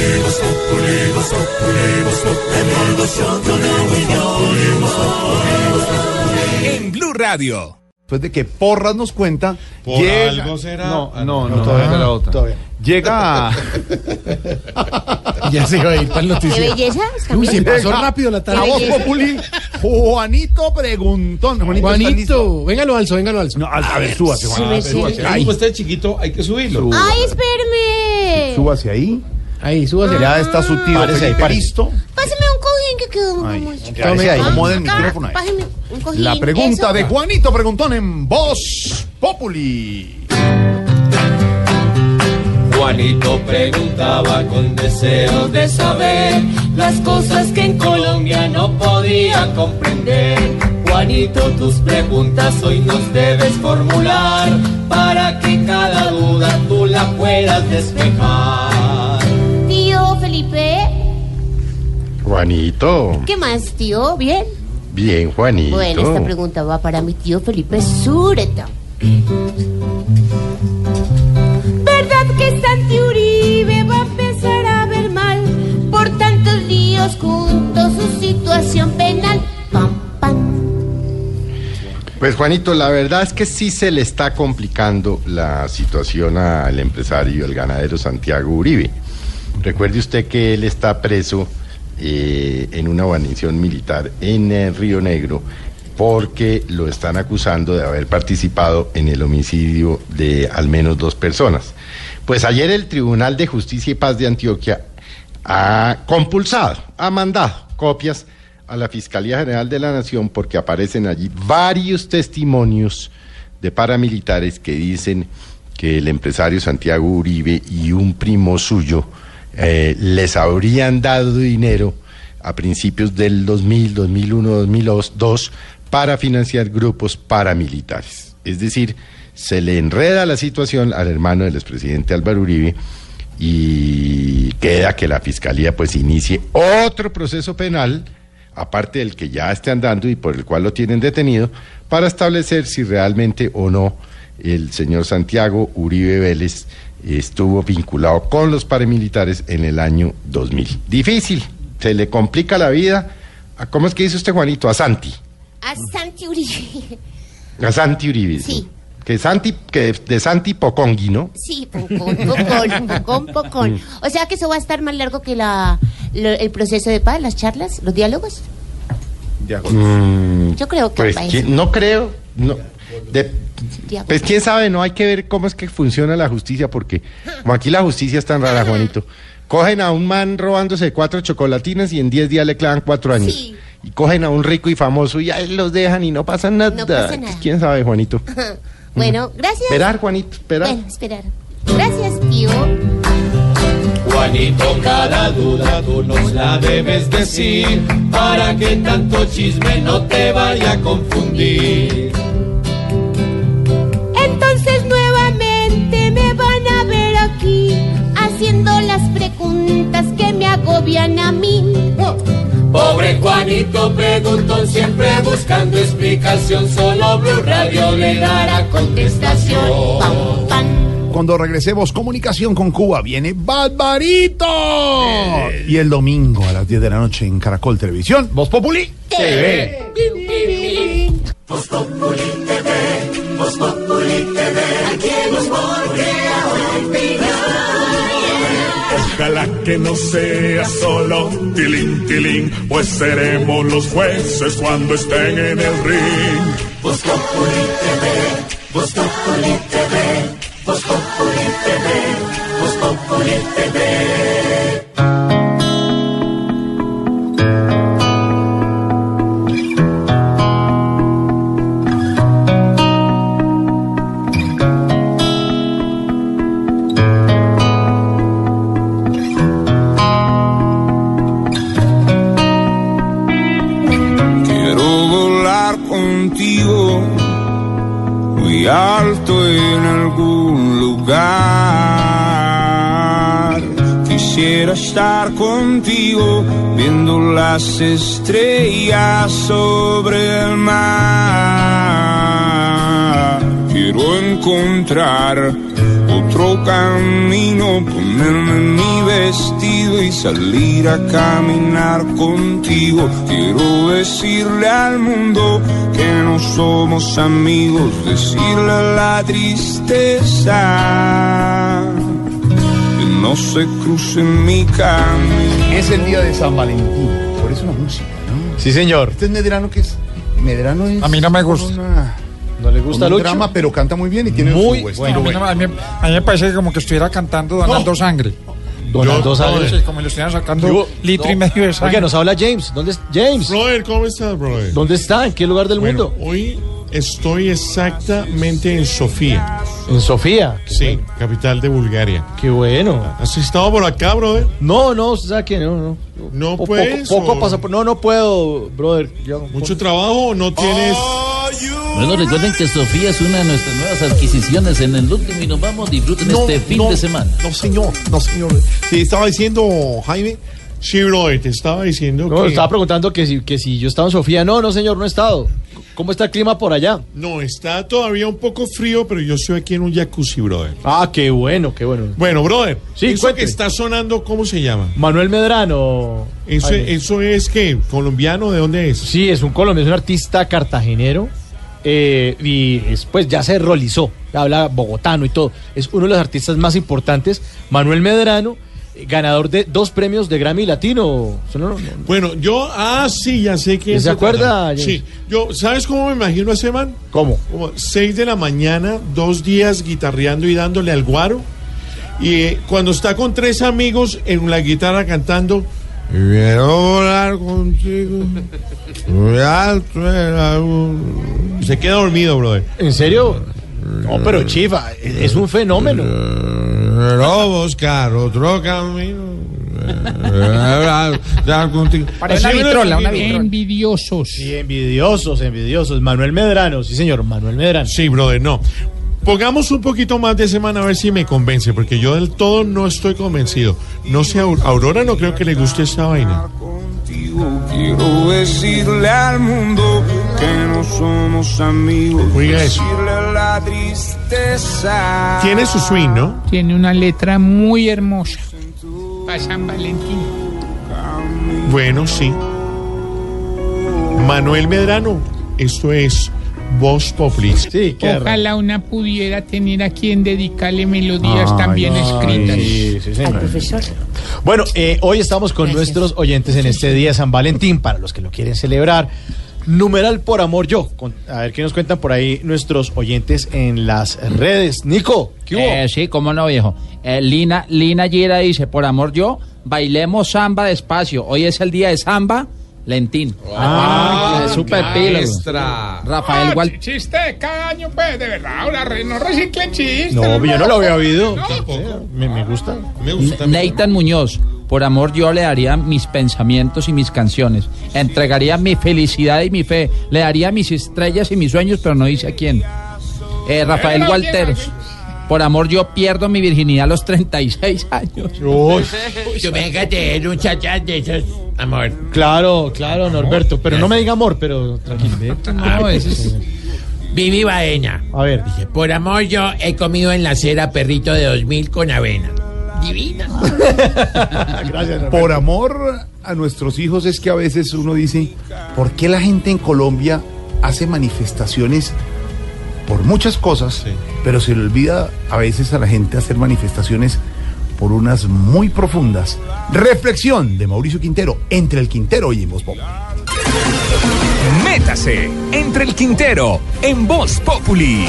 Speaker 4: En Blue Radio.
Speaker 9: Después de que Porras nos cuenta,
Speaker 2: Por
Speaker 9: llega...
Speaker 2: algo será.
Speaker 9: No,
Speaker 2: Ah,
Speaker 9: no,
Speaker 2: no,
Speaker 9: no,
Speaker 2: todavía
Speaker 9: no,
Speaker 2: no,
Speaker 9: otra.
Speaker 2: todavía.
Speaker 9: Llega a...
Speaker 2: Ya se iba a ir para el
Speaker 12: ¿Qué
Speaker 2: noticiero.
Speaker 12: belleza?
Speaker 2: Uy, se pasó
Speaker 9: Llega
Speaker 2: rápido la tarde.
Speaker 9: a Voz Populi, Juanito Preguntón. Juanito, ¿está listo?
Speaker 2: Juanito, véngalo alzo, véngalo alzo.
Speaker 9: No, a, a ver, súbase, Juanito.
Speaker 12: Súbese.
Speaker 9: Súbase.
Speaker 2: Ahí
Speaker 9: Ahí,
Speaker 2: pues está chiquito, hay que subirlo.
Speaker 12: ¡Ay, espérame!
Speaker 9: súbase ahí.
Speaker 2: Ahí, súbase.
Speaker 9: Ya está su tío
Speaker 6: Párese ahí,
Speaker 9: Felipe
Speaker 6: párese.
Speaker 9: listo.
Speaker 12: Páseme un cojín que quedó
Speaker 9: Ahí,
Speaker 12: muy
Speaker 9: párese ahí, acomoden el
Speaker 12: Acá,
Speaker 9: micrófono ahí.
Speaker 12: páseme un cojín.
Speaker 9: La pregunta
Speaker 12: Eso.
Speaker 9: de Juanito Preguntón en Voz Populi.
Speaker 5: Juanito preguntaba con deseo de saber las cosas que en Colombia no podía comprender. Juanito, tus preguntas hoy nos debes formular para que cada duda tú la puedas despejar.
Speaker 12: Tío Felipe,
Speaker 11: Juanito,
Speaker 12: ¿qué más, tío? ¿Bien?
Speaker 11: bien, Juanito.
Speaker 12: Bueno, esta pregunta va para mi tío Felipe Sureta. ¿Verdad que Santi Uribe va a empezar a ver mal por tantos líos junto a su situación penal? Pam, pam.
Speaker 11: Pues Juanito, la verdad es que sí se le está complicando la situación al empresario, el ganadero Santiago Uribe. Recuerde usted que él está preso eh, en una guarnición militar en el Río Negro porque lo están acusando de haber participado en el homicidio de al menos dos personas. Pues ayer el Tribunal de Justicia y Paz de Antioquia ha compulsado, ha mandado copias a la Fiscalía General de la Nación porque aparecen allí varios testimonios de paramilitares que dicen que el empresario Santiago Uribe y un primo suyo eh, les habrían dado dinero a principios del dos mil, dos mil uno, dos mil dos para financiar grupos paramilitares. Es decir, se le enreda la situación al hermano del expresidente Álvaro Uribe y queda que la Fiscalía pues inicie otro proceso penal, aparte del que ya esté andando y por el cual lo tienen detenido, para establecer si realmente o no el señor Santiago Uribe Vélez estuvo vinculado con los paramilitares en el año dos mil. Difícil, se le complica la vida. ¿A ¿Cómo es que dice usted, Juanito? A Santi.
Speaker 12: A Santi Uribe.
Speaker 11: A Santi Uribe.
Speaker 12: Sí.
Speaker 11: Que Santi, que de Santi Pocongui, ¿no?
Speaker 12: Sí, pocón, pocón, pocón, pocón. O sea que eso va a estar más largo que la, lo- el proceso de paz, las charlas, los diálogos.
Speaker 11: Mm,
Speaker 12: Yo creo que
Speaker 11: pues
Speaker 12: va a
Speaker 11: ¿quién-
Speaker 12: ser.
Speaker 11: no creo, no. De-
Speaker 12: Diálogos.
Speaker 11: pues quién sabe, no hay que ver cómo es que funciona la justicia, porque como aquí la justicia es tan rara, Juanito. Cogen a un man robándose cuatro chocolatinas y en diez días le clavan cuatro años.
Speaker 12: Sí.
Speaker 11: Y cogen a un rico y famoso y ahí los dejan y no pasa nada.
Speaker 12: No pasa nada.
Speaker 11: Pues, quién sabe, Juanito.
Speaker 12: Bueno, gracias.
Speaker 11: Esperar, Juanito, esperar.
Speaker 12: Bueno, esperar. Gracias, tío.
Speaker 5: Juanito, cada duda tú nos la debes decir para que tanto chisme no te vaya a confundir.
Speaker 12: Entonces nuevamente me van a ver aquí haciendo las preguntas que me agobian a mí.
Speaker 5: Pobre Juanito preguntón, siempre buscando explicación, solo Blue Radio le dará contestación.
Speaker 12: Pam, pam.
Speaker 9: Cuando regresemos, comunicación con Cuba, viene Barbarito. Y el domingo a las diez de la noche en Caracol Televisión, Voz Populi T V.
Speaker 5: Voz Populi T V, Voz Populi T V, aquí en Voz Populi
Speaker 3: Ojalá que no sea solo tilín, tilín, pues seremos los jueces cuando estén en el ring.
Speaker 5: Voz Populi T V, Voz Populi T V, Voz Populi T V, Voz Populi T V.
Speaker 10: quisiera estar contigo, viendo las estrellas sobre el mar. Quiero encontrar otro camino, ponerme mi vestido y salir a caminar contigo. Quiero decirle al mundo que no somos amigos, decirle a la tristeza que no se cruce en mi camino.
Speaker 9: Es el día de San Valentín, por eso la música, ¿no?
Speaker 6: Sí, señor.
Speaker 9: ¿Este es Medrano qué es? Medrano es...
Speaker 17: A mí no me gusta.
Speaker 9: Una...
Speaker 6: ¿No le gusta
Speaker 9: un
Speaker 6: Lucho?
Speaker 9: drama, pero canta muy bien y tiene
Speaker 6: muy
Speaker 9: su
Speaker 6: bueno.
Speaker 17: A mí, no- a mí- a mí me parece como que estuviera cantando donando
Speaker 6: No.
Speaker 17: sangre.
Speaker 6: Donando sangre.
Speaker 17: Sí, como le estuvieran sacando
Speaker 6: Digo,
Speaker 17: litro
Speaker 6: no.
Speaker 17: y medio de sangre.
Speaker 6: Oiga, nos habla James. ¿Dónde es James?
Speaker 2: Brother, ¿cómo estás, brother?
Speaker 6: ¿Dónde está? ¿En qué lugar del
Speaker 2: Bueno,
Speaker 6: mundo?
Speaker 2: hoy estoy exactamente en Sofía.
Speaker 6: En Sofía.
Speaker 2: Sí, capital de Bulgaria.
Speaker 6: Qué bueno.
Speaker 2: ¿Has estado por acá, brother?
Speaker 6: No, no, usted sabe que no, no.
Speaker 2: No
Speaker 6: Po-
Speaker 2: puedes.
Speaker 6: Poco, poco
Speaker 2: o-
Speaker 6: pasa por- No, no puedo, brother. Yo-
Speaker 2: ¿Mucho trabajo o no tienes?
Speaker 14: Bueno, recuerden que Sofía es una de nuestras nuevas adquisiciones en el último y nos vamos, disfruten este fin
Speaker 2: no,
Speaker 14: de semana.
Speaker 2: No, señor, no, señor. Te estaba diciendo, Jaime. Sí, brother, te estaba diciendo
Speaker 6: No,
Speaker 2: que...
Speaker 6: estaba preguntando que si, que si yo estaba en Sofía. No, no, señor, no he estado. ¿Cómo está el clima por allá?
Speaker 2: No, está todavía un poco frío, pero yo estoy aquí en un jacuzzi, brother.
Speaker 6: Ah, qué bueno, qué bueno.
Speaker 2: Bueno, brother,
Speaker 6: Sí,
Speaker 2: eso
Speaker 6: cuente.
Speaker 2: que está sonando, ¿cómo se llama?
Speaker 6: Manuel Medrano.
Speaker 2: Eso,
Speaker 6: Jaime.
Speaker 2: eso es, ¿qué? ¿Colombiano? ¿De dónde es?
Speaker 6: Sí, es un colombiano, es un artista cartagenero. eh, y después ya se rolizó, habla bogotano y todo. Es uno de los artistas más importantes. Manuel Medrano, eh, ganador de dos premios de Grammy Latino. ¿No, no, no?
Speaker 2: Bueno, yo, ah, sí, ya sé que
Speaker 6: ¿Se acuerda, James?
Speaker 2: Sí, yo, ¿sabes cómo me imagino a ese man?
Speaker 6: ¿Cómo?
Speaker 2: Como seis de la mañana, dos días guitarreando y dándole al guaro. Y eh, cuando está con tres amigos en la guitarra cantando, quiero volar contigo, muy alto en la luz". Se queda dormido, brother.
Speaker 6: ¿En serio? No, pero chifa, es es un fenómeno.
Speaker 2: Quiero buscar otro camino.
Speaker 17: Parece una vitrola, una vitrola.
Speaker 6: Envidiosos. Sí, envidiosos, envidiosos. Manuel Medrano, sí, señor, Manuel Medrano.
Speaker 2: Sí, brother, no. Pongamos un poquito más de semana a ver si me convence, porque yo del todo no estoy convencido. No sé, a Aurora no creo que le guste esta vaina.
Speaker 10: Quiero decirle al mundo que no somos amigos.
Speaker 2: Oiga eso.
Speaker 10: Decirle a la tristeza.
Speaker 2: Tiene su swing, ¿no?
Speaker 15: Tiene una letra muy hermosa. Para San Valentín.
Speaker 2: Bueno, sí. Manuel Medrano, esto es Voz Populi.
Speaker 6: Sí,
Speaker 15: Ojalá una pudiera tener a quien dedicarle melodías
Speaker 6: Ay,
Speaker 15: también
Speaker 6: ay,
Speaker 15: escritas.
Speaker 6: sí, sí, señor.
Speaker 15: Al profesor.
Speaker 6: Bueno, eh, hoy estamos con nuestros oyentes en este día de San Valentín, para los que lo quieren celebrar. Numeral por amor yo. Con- a ver qué nos cuentan por ahí nuestros oyentes en las redes. Nico, ¿qué hubo?
Speaker 17: Eh, sí, cómo no, viejo. Eh, Lina, Lina Gira dice, por amor yo, bailemos samba despacio. Hoy es el día de samba, lentín.
Speaker 6: Ah,
Speaker 17: es súper pila.
Speaker 13: maestra.
Speaker 17: Rafael
Speaker 15: Ah,
Speaker 17: Wal...
Speaker 15: ch- chiste de cada año, pues, de verdad. Ahora re- no reciclen chistes.
Speaker 6: No, yo no lo había oído.
Speaker 15: No.
Speaker 6: Me, me gusta.
Speaker 2: Me gusta.
Speaker 17: Nathan Muñoz, por amor yo le daría mis pensamientos y mis canciones. Entregaría mi felicidad y mi fe. Le daría mis estrellas y mis sueños, pero no dice a quién. Eh, Rafael
Speaker 15: Pero,
Speaker 17: Walteros, por amor yo pierdo mi virginidad a los treinta y seis años.
Speaker 6: Uy.
Speaker 19: Yo venga de un chachán de esos, amor.
Speaker 6: Claro, claro, Norberto. Pero no me diga amor, pero tranquilo.
Speaker 17: No, ese es-
Speaker 19: Vivi Baeña.
Speaker 6: A ver.
Speaker 19: Dice, por amor yo he comido en la acera perrito de dos mil con avena. Divina.
Speaker 6: Gracias,
Speaker 9: Por amor a nuestros hijos es que a veces uno dice, ¿por qué la gente en Colombia hace manifestaciones por muchas cosas, pero se le olvida a veces a la gente hacer manifestaciones por unas muy profundas? Reflexión de Mauricio Quintero, entre el Quintero y en Voz Populi.
Speaker 4: Métase entre el Quintero en Voz Populi.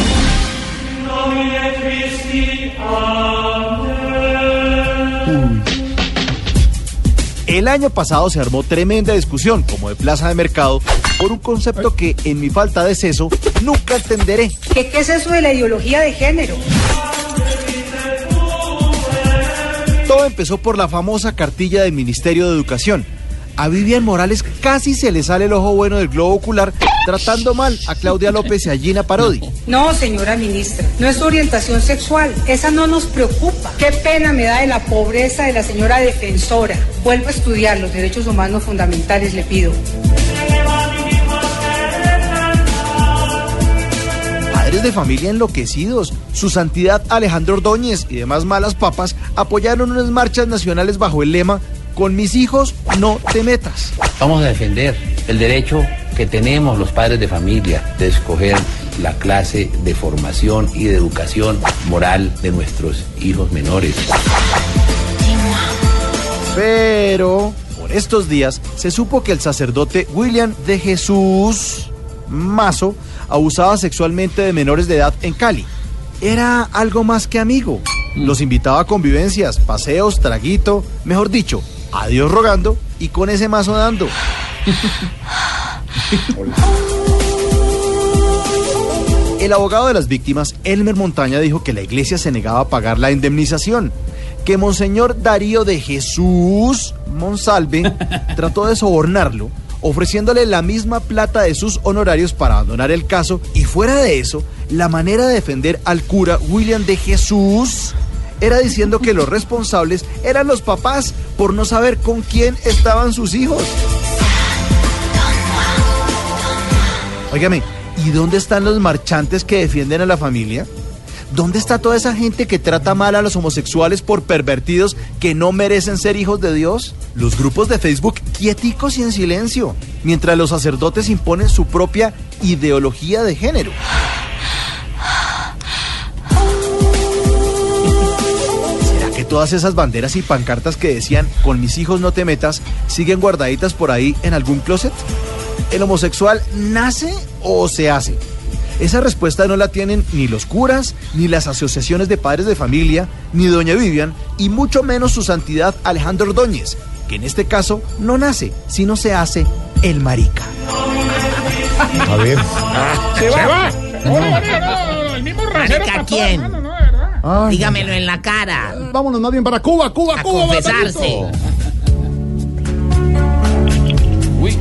Speaker 6: El año pasado se armó tremenda discusión, como de plaza de mercado, por un concepto que, en mi falta de seso, nunca entenderé.
Speaker 22: ¿Qué, ¿Qué es eso de la ideología de género?
Speaker 6: Todo empezó por la famosa cartilla del Ministerio de Educación. a Vivian Morales casi se le sale el ojo bueno del globo ocular tratando mal a Claudia López y a Gina Parodi.
Speaker 22: No, señora ministra, no es su orientación sexual, esa no nos preocupa. Qué pena me da de la pobreza de la señora defensora. Vuelvo a estudiar los derechos humanos fundamentales, le pido.
Speaker 6: Padres de familia enloquecidos, su santidad Alejandro Ordóñez y demás malas papas apoyaron unas marchas nacionales bajo el lema "Con mis hijos no te metas".
Speaker 1: Vamos a defender el derecho que tenemos los padres de familia de escoger la clase de formación y de educación moral de nuestros hijos menores.
Speaker 6: Pero por estos días se supo que el sacerdote William de Jesús Mazo abusaba sexualmente de menores de edad en Cali. Era algo más que amigo. Los invitaba a convivencias, paseos, traguito, mejor dicho, a Dios rogando y con ese mazo dando. El abogado de las víctimas, Elmer Montaña, dijo que la iglesia se negaba a pagar la indemnización, que Monseñor Darío de Jesús Monsalve trató de sobornarlo, ofreciéndole la misma plata de sus honorarios para abandonar el caso, y fuera de eso, la manera de defender al cura William de Jesús era diciendo que los responsables eran los papás por no saber con quién estaban sus hijos. Óigame, ¿y dónde están los marchantes que defienden a la familia? ¿Dónde está toda esa gente que trata mal a los homosexuales por pervertidos que no merecen ser hijos de Dios? Los grupos de Facebook quieticos y en silencio, mientras los sacerdotes imponen su propia ideología de género. ¿Será que todas esas banderas y pancartas que decían "con mis hijos no te metas" siguen guardaditas por ahí en algún closet? ¿El homosexual nace o se hace? Esa respuesta no la tienen ni los curas, ni las asociaciones de padres de familia, ni doña Vivian, y mucho menos su santidad Alejandro Ordóñez, que en este caso no nace, sino se hace el marica.
Speaker 13: A ver.
Speaker 15: Se va. No, no, no, el mismo rasero.
Speaker 19: ¿Marica quién?
Speaker 15: No, no, de verdad.
Speaker 9: Ay,
Speaker 19: Dígamelo en la cara.
Speaker 9: vámonos más bien para Cuba, Cuba,
Speaker 19: A
Speaker 9: Cuba.
Speaker 19: confesarse.
Speaker 9: Barbarito.
Speaker 14: Uy.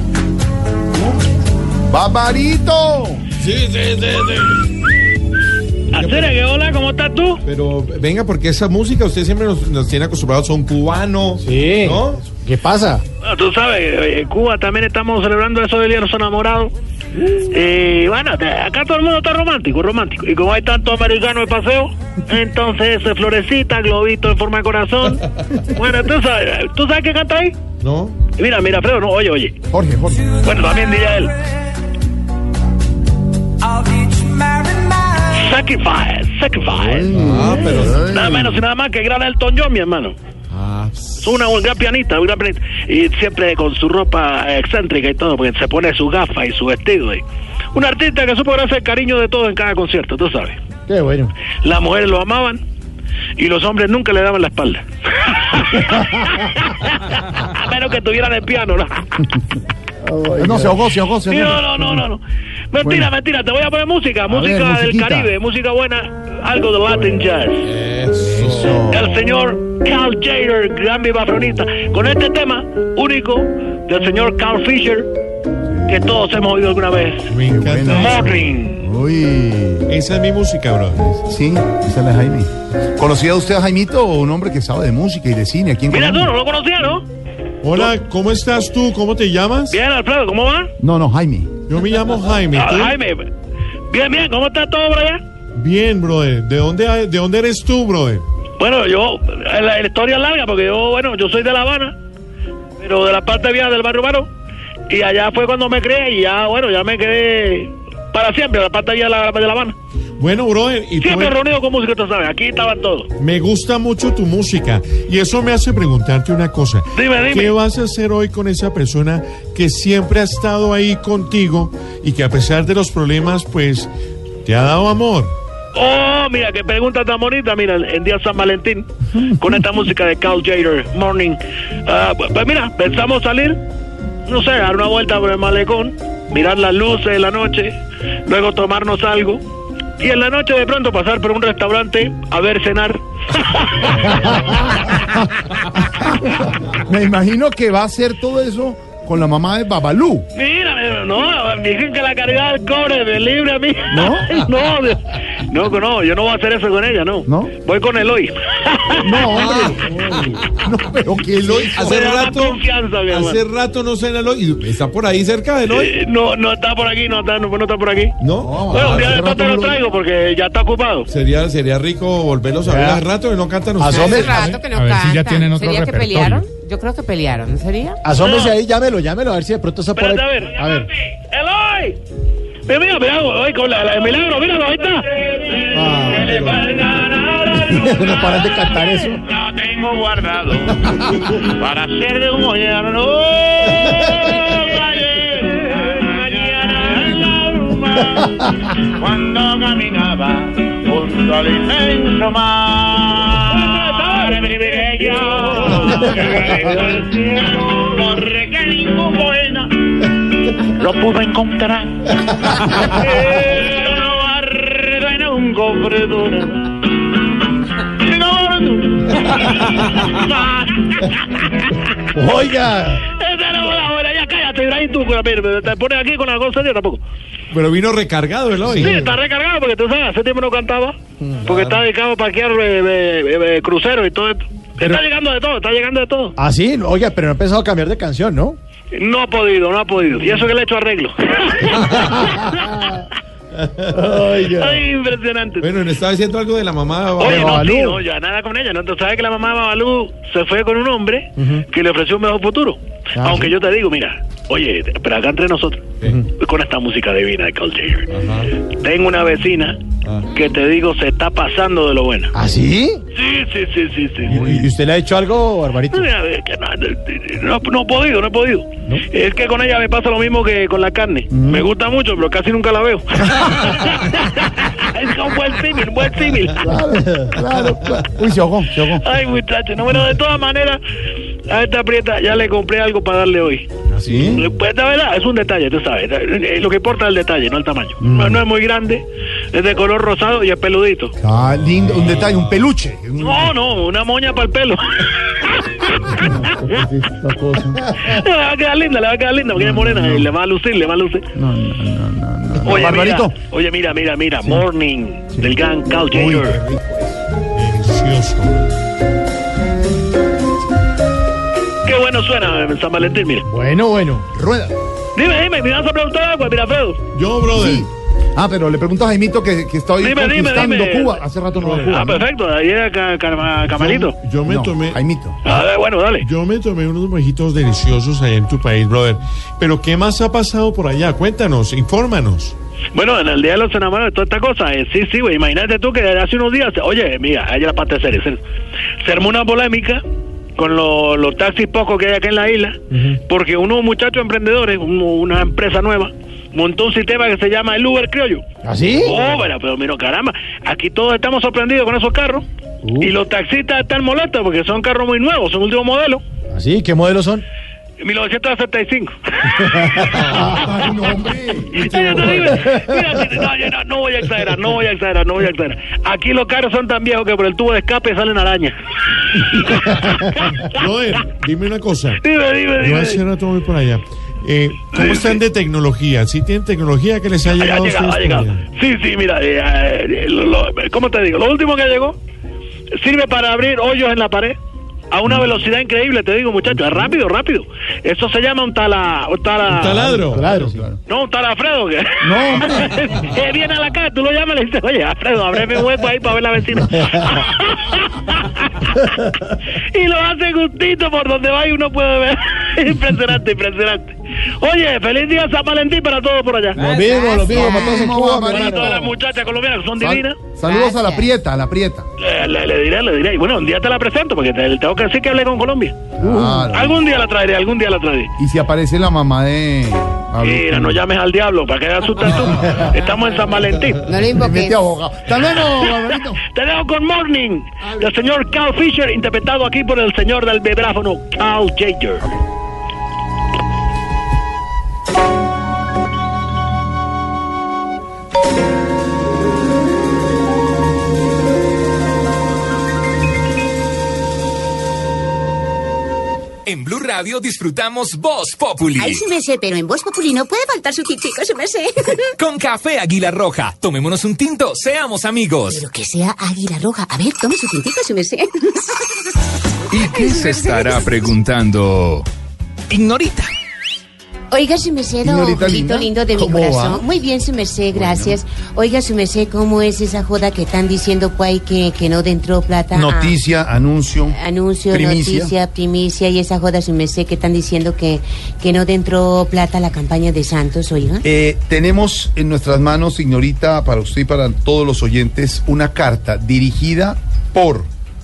Speaker 9: ¡Barbarito!
Speaker 2: Sí, sí, sí, sí.
Speaker 18: Acera, que hola, ¿cómo estás tú?
Speaker 2: Pero venga, porque esa música usted siempre nos, nos tiene acostumbrados, son cubanos.
Speaker 6: Sí.
Speaker 2: ¿No?
Speaker 6: ¿Qué pasa?
Speaker 18: Bueno, tú sabes, en Cuba también estamos celebrando eso del Día de los Enamorados. Y bueno, te- acá todo el mundo está romántico, romántico. Y como hay tanto americano de paseo, entonces eh, florecita, globito en forma de corazón. Bueno, tú sabes, ¿tú sabes qué canta ahí?
Speaker 2: ¿No?
Speaker 18: Mira, mira, Fredo, no, oye, oye.
Speaker 9: Jorge, Jorge.
Speaker 18: Bueno, también diría él. Sacrifice, sacrifice.
Speaker 2: Ah, pero...
Speaker 18: Nada menos y nada más que gran Elton John, mi hermano.
Speaker 2: Ah,
Speaker 18: Es una, un gran pianista, un gran pianista. Y siempre con su ropa excéntrica y todo, porque se pone su gafa y su vestido. Y un artista que supo darse el cariño de todo en cada concierto, tú sabes.
Speaker 6: Qué bueno.
Speaker 18: Las mujeres lo amaban y los hombres nunca le daban la espalda. A menos que tuvieran el piano, ¿no?
Speaker 9: No, se ahogó, se ahogó, se ahogó.
Speaker 18: No, no, no, no, no. Mentira,
Speaker 9: Bueno.
Speaker 18: mentira, te voy a poner música, música
Speaker 9: ver,
Speaker 18: del
Speaker 9: musiquita.
Speaker 18: Caribe, música buena, algo de Latin Jazz.
Speaker 2: eso.
Speaker 18: El señor Carl Jader, gran vibafronista, con este tema único del señor Carl Fisher, que todos hemos oído alguna vez.
Speaker 2: Me encanta.
Speaker 18: Morning.
Speaker 9: Uy.
Speaker 2: Esa es mi música, bro.
Speaker 9: Sí, esa es la de Jaime. ¿Conocía usted a Jaimito, un hombre que sabe de música y de cine aquí en
Speaker 18: Mira tú,
Speaker 9: Colombia?
Speaker 18: no lo conocía, ¿no?
Speaker 2: Hola, ¿cómo estás tú? ¿Cómo te llamas?
Speaker 18: Bien, Alfredo, ¿cómo va?
Speaker 9: No, no, Jaime.
Speaker 2: Yo me llamo Jaime.
Speaker 18: Ah,
Speaker 2: ¿tú?
Speaker 18: Jaime, bien, bien, ¿cómo está todo por allá?
Speaker 2: Bien, brother. ¿De dónde, ¿De dónde eres tú, brother?
Speaker 18: Bueno, yo, la, la historia es larga porque yo, bueno, yo soy de La Habana, pero de la parte vieja del barrio Baró, y allá fue cuando me crié y ya, bueno, ya me quedé para siempre, la parte vieja de La, de la Habana.
Speaker 2: Bueno, brother, y tú
Speaker 18: Siempre reunido con música, tú sabes, aquí estaban todos.
Speaker 2: me gusta mucho tu música y eso me hace preguntarte una cosa.
Speaker 18: Dime, dime.
Speaker 2: ¿Qué vas a hacer hoy con esa persona que siempre ha estado ahí contigo y que a pesar de los problemas, pues, te ha dado amor?
Speaker 18: Oh, mira, qué pregunta tan bonita, mira, en día San Valentín, con esta música de Carl Jader, Morning. Ah, pues, pues mira, pensamos salir, no sé, dar una vuelta por el malecón, mirar las luces de la noche, luego tomarnos algo, y en la noche de pronto pasar por un restaurante a ver cenar
Speaker 9: Me imagino que va a hacer todo eso con la mamá de Babalú.
Speaker 25: Mira, no, dicen que la caridad del cobre me libre a mí.
Speaker 9: ¿No?
Speaker 25: no, no, no, yo no voy a hacer eso con ella, no.
Speaker 9: ¿No?
Speaker 25: Voy con Eloy.
Speaker 9: No, hombre. No, pero que Eloy...
Speaker 2: Hace rato,
Speaker 25: confianza, mi
Speaker 2: hace
Speaker 25: hermano.
Speaker 2: rato no sé en Eloy. ¿Está por ahí cerca de Eloy?
Speaker 25: Eh, no, no está por aquí, no está, no, no está por aquí.
Speaker 2: No.
Speaker 25: Bueno, un día de esto te lo traigo porque ya está ocupado.
Speaker 2: Sería, sería rico volverlos a ver hace rato que no cantan ustedes.
Speaker 12: Hace rato que no
Speaker 2: A ver
Speaker 12: cantan.
Speaker 2: si ya tienen otro
Speaker 12: ¿Sería que
Speaker 2: repertorio.
Speaker 12: pelearon? Yo creo que pelearon, ¿no sería?
Speaker 6: Asómese ahí, llámelo, llámelo, a ver si de pronto está por ahí.
Speaker 25: Espérate, a ver.
Speaker 6: A ver.
Speaker 25: ¡Eloy! Mira, mira, mira, oye, con la, la de Milagro, míralo, ahí está.
Speaker 6: No paran de cantar eso.
Speaker 25: Lo tengo guardado para hacer de un mollano. Cuando caminaba junto al inmenso mar, privilegio, porque que ningún poeta lo pudo encontrar. Yo no guardo en un cofre duro.
Speaker 6: Oiga.
Speaker 25: Esa no es la buena, ya cállate, Ibrahim, tú, mira, te pones aquí con la cosa seria tampoco.
Speaker 2: Pero vino recargado Eloy.
Speaker 25: Sí, está recargado porque tú sabes, hace tiempo no cantaba. Porque está dedicado a parquear eh, eh, eh, cruceros y todo esto. Está llegando de todo, está llegando de todo.
Speaker 6: Ah, sí, oiga, pero no ha empezado a cambiar de canción, ¿no?
Speaker 25: No ha podido, no ha podido. Y eso que le he hecho arreglo.
Speaker 2: Oiga.
Speaker 25: Ay, impresionante.
Speaker 2: Bueno, le estaba diciendo algo de la mamá de
Speaker 25: Oye, no,
Speaker 2: Babalú.
Speaker 25: tío, ya nada con ella, ¿no? Tú sabes que la mamá de Babalú se fue con un hombre que le ofreció un mejor futuro.
Speaker 6: Ah,
Speaker 25: Aunque
Speaker 6: ¿sí?
Speaker 25: yo te digo, mira, oye, pero acá entre nosotros, con esta música divina de Carl Jagger, tengo una vecina que te digo se está pasando de lo buena.
Speaker 6: ¿Ah, sí?
Speaker 25: Sí, sí, sí, sí, sí.
Speaker 6: ¿Y usted le ha hecho algo, Barbarito?
Speaker 25: Mira, que no, no, no he podido, no he podido. Es que con ella me pasa lo mismo que con la carne. Me gusta mucho, pero casi nunca la veo. Es un buen símil, un buen símil.
Speaker 6: Claro, claro, claro. Uy, se ahogó, se ahogó.
Speaker 25: Ay, muchacho, no, bueno, de todas maneras, a esta prieta ya le compré algo para darle hoy.
Speaker 6: ¿Sí?
Speaker 25: Pues la verdad, es un detalle, tú sabes. Eh, Lo que importa es el detalle, no el tamaño. No, no es muy grande, es de color rosado y es peludito.
Speaker 9: Ah, lindo, un detalle, un peluche.
Speaker 25: No, no, una moña para el pelo. Le va a quedar linda, le va a quedar linda, porque es morena, y le va a lucir, le va a lucir.
Speaker 9: No, no, no, no, no.
Speaker 25: Oye,
Speaker 9: Barbarito.
Speaker 25: mira, oye, mira, mira, mira, Morning, del gran Carl Jagger.
Speaker 2: Delicioso.
Speaker 25: Qué bueno suena en San Valentín, mira.
Speaker 6: Bueno, bueno.
Speaker 9: Rueda.
Speaker 25: Dime, dime, me vas a preguntar algo, mira, Fredo.
Speaker 2: Yo, brother.
Speaker 9: Sí. Ah, pero le pregunto a Jaimito que, que está hoy
Speaker 25: Dime, dime,
Speaker 9: conquistando
Speaker 25: dime.
Speaker 9: Cuba. Hace rato no va a Cuba.
Speaker 25: Ah,
Speaker 9: ¿no?
Speaker 25: perfecto, ahí era ca- ca- Camarito.
Speaker 2: Yo, yo me
Speaker 9: No,
Speaker 2: tomé.
Speaker 9: Jaimito.
Speaker 25: A ver, bueno, dale.
Speaker 2: Yo me tomé unos mojitos deliciosos allá en tu país, brother. Pero ¿qué más ha pasado por allá? Cuéntanos, infórmanos.
Speaker 25: Bueno, en el Día de los Enamorados, toda esta cosa, eh, sí, sí, güey, imagínate tú que hace unos días, oye, mira, ahí la parte seria, se, se armó una polémica con lo- los taxis pocos que hay acá en la isla, porque unos muchachos emprendedores, un- una empresa nueva, montó un sistema que se llama el Uber criollo.
Speaker 6: ¿Ah, sí?
Speaker 25: Oh, pero, pero mira, caramba, aquí todos estamos sorprendidos con esos carros, y los taxistas están molestos porque son carros muy nuevos, son último modelo,
Speaker 6: ¿Ah, sí? ¿Qué modelos son?
Speaker 25: mil novecientos setenta y cinco.
Speaker 9: Ay, no, hombre.
Speaker 25: Oye, te digo, mira, no, yo no, no voy a exagerar, no voy a exagerar, no voy a exagerar. Aquí los carros son tan viejos que por el tubo de escape salen arañas.
Speaker 2: Brother, dime una cosa.
Speaker 25: Dime, dime,
Speaker 2: Yo
Speaker 25: dime.
Speaker 2: hace rato voy por allá. Eh, ¿Cómo
Speaker 25: Sí,
Speaker 2: están
Speaker 25: sí.
Speaker 2: de tecnología? ¿Sí tienen tecnología que les ha
Speaker 25: Ha
Speaker 2: llegado a
Speaker 25: llegado, ha
Speaker 2: ustedes por
Speaker 25: llegado.
Speaker 2: allá?
Speaker 25: Sí, sí, mira, eh, eh, lo- lo- ¿cómo te digo? Lo último que llegó sirve para abrir hoyos en la pared a una velocidad increíble, te digo, muchachos, es rápido, rápido. Eso se llama un tala... Un, tala,
Speaker 2: ¿Un taladro?
Speaker 6: Claro, sí.
Speaker 25: No, un talafredo, que
Speaker 9: No, hombre.
Speaker 25: que viene a la casa, tú lo llamas y le dices, oye, Alfredo, ábreme un hueco ahí para ver la vecina. Y lo hace justito por donde va y uno puede ver. Impresionante, impresionante. Oye, feliz día San Valentín para todos por allá.
Speaker 6: Lo mismo, lo mismo, para todos en
Speaker 9: ¿Cómo
Speaker 6: Cuba,
Speaker 9: va,
Speaker 6: mi
Speaker 25: Para
Speaker 6: hermano.
Speaker 25: todas las muchachas colombianas que son
Speaker 9: Sal-
Speaker 25: divinas.
Speaker 9: saludos a la
Speaker 12: Gracias.
Speaker 9: prieta, a la prieta.
Speaker 25: Le, le- le diré, le diré. Y bueno, un día te la presento porque te, tengo que decir que hablé con Colombia.
Speaker 9: Claro.
Speaker 25: Algún día la traeré, algún día la traeré.
Speaker 9: Y si aparece la mamá de... Pablo,
Speaker 25: Mira, no llames al diablo, ¿para qué asustas tú? Estamos en San Valentín.
Speaker 12: No le
Speaker 9: me
Speaker 12: invoques.
Speaker 9: mete abogado. Hasta luego, Barbarito.
Speaker 25: Te dejo con Morning, del señor Carl Fisher, interpretado aquí por el señor del vibráfono, Carl Jagger.
Speaker 4: Radio disfrutamos Voz Populi.
Speaker 7: Ay, sí me sé, pero en Voz Populi no puede faltar su tintico, sí me sé.
Speaker 4: Con café Águila Roja. Tomémonos un tinto, seamos amigos.
Speaker 7: Pero que sea Águila Roja. A ver, tome su tintico, sí me sé.
Speaker 4: ¿Y qué se estará preguntando Ignorita?
Speaker 12: Oiga, su merced, ojito lindo de mi corazón. Va? Muy bien, su merced, gracias. Bueno. Oiga, su merced, ¿cómo es esa joda que están diciendo, pues, que, que no entró plata?
Speaker 9: Noticia,
Speaker 12: a,
Speaker 9: anuncio.
Speaker 12: Anuncio,
Speaker 9: primicia.
Speaker 12: noticia, primicia, y esa joda, su merced, que están diciendo que, que no entró plata a la campaña de Santos, oiga.
Speaker 9: Eh, tenemos en nuestras manos, señorita, para usted y para todos los oyentes, una carta dirigida por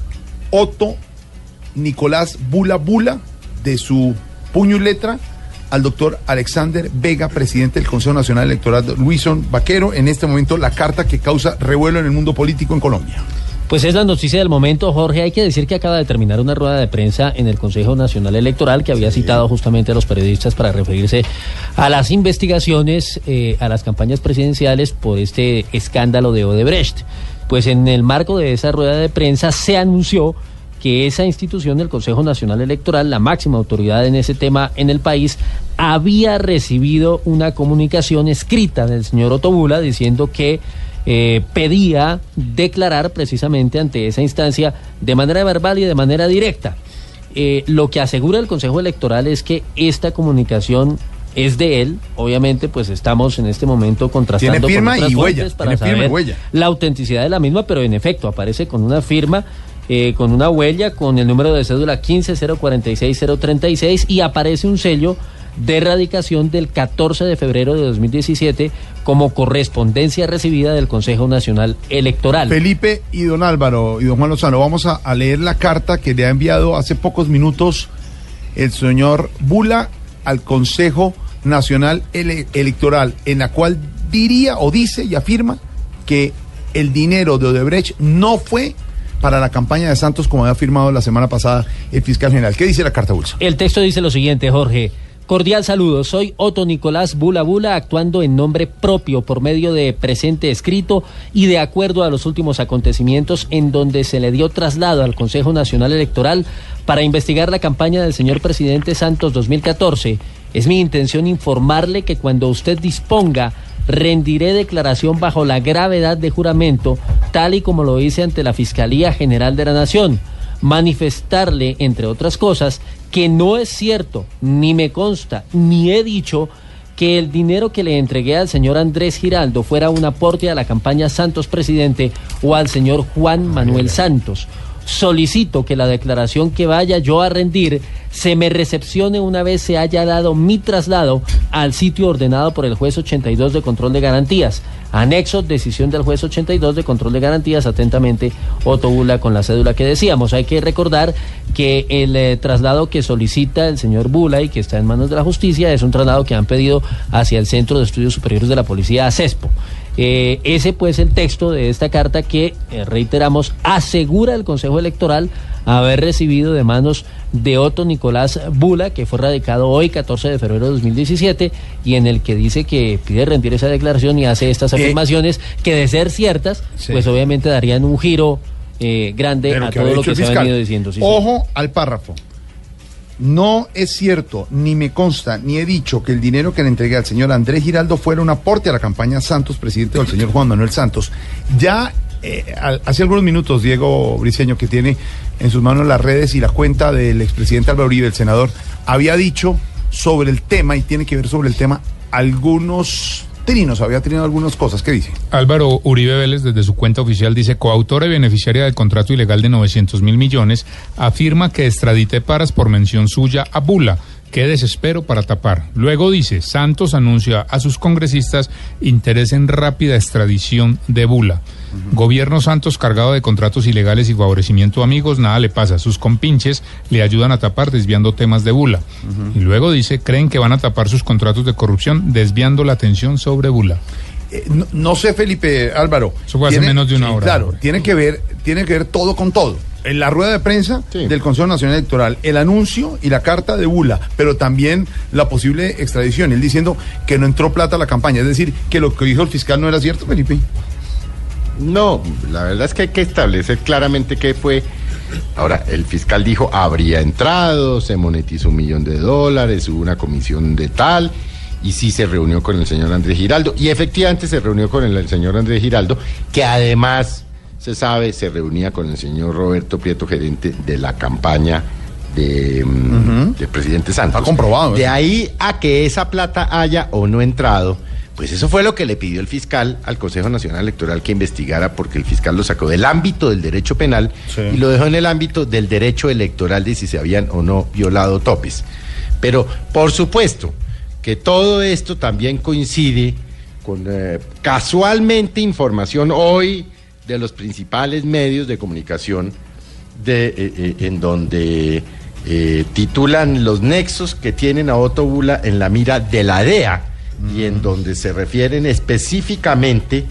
Speaker 9: Otto Nicolás Bula Bula, de su puño y letra, al doctor Alexander Vega, presidente del Consejo Nacional Electoral, Luison Vaquero. En este momento, la carta que causa revuelo en el mundo político en Colombia.
Speaker 20: Pues es la noticia del momento, Jorge. Hay que decir que acaba de terminar una rueda de prensa en el Consejo Nacional Electoral que había citado justamente a los periodistas para referirse a las investigaciones, eh, a las campañas presidenciales por este escándalo de Odebrecht. Pues en el marco de esa rueda de prensa se anunció que esa institución, el Consejo Nacional Electoral, la máxima autoridad en ese tema en el país, había recibido una comunicación escrita del señor Otto Bula diciendo que eh, pedía declarar precisamente ante esa instancia de manera verbal y de manera directa. Eh, lo que asegura el Consejo Electoral es que esta comunicación es de él. Obviamente, pues estamos en este momento contrastando
Speaker 9: tiene firma
Speaker 20: con otras
Speaker 9: y
Speaker 20: fuentes
Speaker 9: huella,
Speaker 20: para
Speaker 9: tiene firma
Speaker 20: saber
Speaker 9: y huella.
Speaker 20: la autenticidad de la misma, pero en efecto aparece con una firma, Eh, con una huella, con el número de cédula quince cero cuarenta y seis cero treinta y seis, y aparece un sello de erradicación del catorce de febrero de dos mil diecisiete como correspondencia recibida del Consejo Nacional Electoral.
Speaker 9: Felipe y don Álvaro y don Juan Lozano, vamos a, a leer la carta que le ha enviado hace pocos minutos el señor Bula al Consejo Nacional Ele- Electoral, en la cual diría o dice y afirma que el dinero de Odebrecht no fue para la campaña de Santos, como había afirmado la semana pasada el fiscal general. ¿Qué dice la carta, Bulsa?
Speaker 20: El texto dice lo siguiente, Jorge. Cordial saludo, soy Otto Nicolás Bula Bula, actuando en nombre propio por medio de presente escrito y de acuerdo a los últimos acontecimientos en donde se le dio traslado al Consejo Nacional Electoral para investigar la campaña del señor presidente Santos dos mil catorce. Es mi intención informarle que cuando usted disponga, rendiré declaración bajo la gravedad de juramento, tal y como lo hice ante la Fiscalía General de la Nación. Manifestarle, entre otras cosas, que no es cierto, ni me consta, ni he dicho que el dinero que le entregué al señor Andrés Giraldo fuera un aporte a la campaña Santos Presidente o al señor Juan Manuel Santos. Solicito que la declaración que vaya yo a rendir se me recepcione una vez se haya dado mi traslado al sitio ordenado por el juez ochenta y dos de control de garantías. Anexo, decisión del juez ochenta y dos de control de garantías. Atentamente, Otto Bula, con la cédula que decíamos. Hay que recordar que el eh, traslado que solicita el señor Bula y que está en manos de la justicia es un traslado que han pedido hacia el Centro de Estudios Superiores de la Policía, CESPO. Eh, ese pues el texto de esta carta que, eh, reiteramos, asegura el Consejo Electoral haber recibido de manos de Otto Nicolás Bula, que fue radicado hoy, catorce de febrero de dos mil diecisiete, y en el que dice que pide rendir esa declaración y hace estas afirmaciones eh, que, de ser ciertas, sí, pues obviamente darían un giro eh, grande a todo lo que se ha venido diciendo. Sí,
Speaker 9: Ojo sí. al párrafo. No es cierto, ni me consta, ni he dicho que el dinero que le entregué al señor Andrés Giraldo fuera un aporte a la campaña Santos, presidente del señor Juan Manuel Santos. Ya eh, hace algunos minutos, Diego Briceño, que tiene en sus manos las redes y la cuenta del expresidente Álvaro Uribe, el senador, había dicho sobre el tema, y tiene que ver sobre el tema, algunos trinos, había tenido algunas cosas. ¿Qué dice?
Speaker 15: Álvaro Uribe Vélez, desde su cuenta oficial, dice: coautora y beneficiaria del contrato ilegal de novecientos mil millones, afirma que extradité Paras por mención suya a Bula. Qué desespero para tapar. Luego dice: Santos anuncia a sus congresistas interés en rápida extradición de Bula. Uh-huh. Gobierno Santos cargado de contratos ilegales y favorecimiento a amigos, nada le pasa. Sus compinches le ayudan a tapar desviando temas de Bula. Uh-huh. Y luego dice: creen que van a tapar sus contratos de corrupción desviando la atención sobre Bula.
Speaker 9: Eh, no, no sé, Felipe, Álvaro.
Speaker 15: Eso fue hace menos de una
Speaker 9: sí,
Speaker 15: hora.
Speaker 9: Claro, tiene que ver, tiene que ver todo con todo. En la rueda de prensa sí. del Consejo Nacional Electoral, el anuncio y la carta de Bula, pero también la posible extradición, él diciendo que no entró plata a la campaña, es decir, que lo que dijo el fiscal no era cierto, Felipe.
Speaker 11: No, la verdad es que hay que establecer claramente qué fue Ahora, el fiscal dijo, habría entrado, se monetizó un millón de dólares, hubo una comisión de tal, y sí se reunió con el señor Andrés Giraldo, y efectivamente se reunió con el, el señor Andrés Giraldo, que además, se sabe, se reunía con el señor Roberto Prieto, gerente de la campaña de, uh-huh. del presidente Santos.
Speaker 9: Está comprobado.
Speaker 11: De ahí a que esa plata haya o no entrado, pues eso fue lo que le pidió el fiscal al Consejo Nacional Electoral que investigara, porque el fiscal lo sacó del ámbito del derecho penal sí. y lo dejó en el ámbito del derecho electoral de si se habían o no violado topes. Pero, por supuesto, que todo esto también coincide con eh, casualmente información hoy de los principales medios de comunicación de, eh, eh, en donde eh, titulan los nexos que tienen a Otto Bula en la mira de la D E A mm. y en donde se refieren específicamente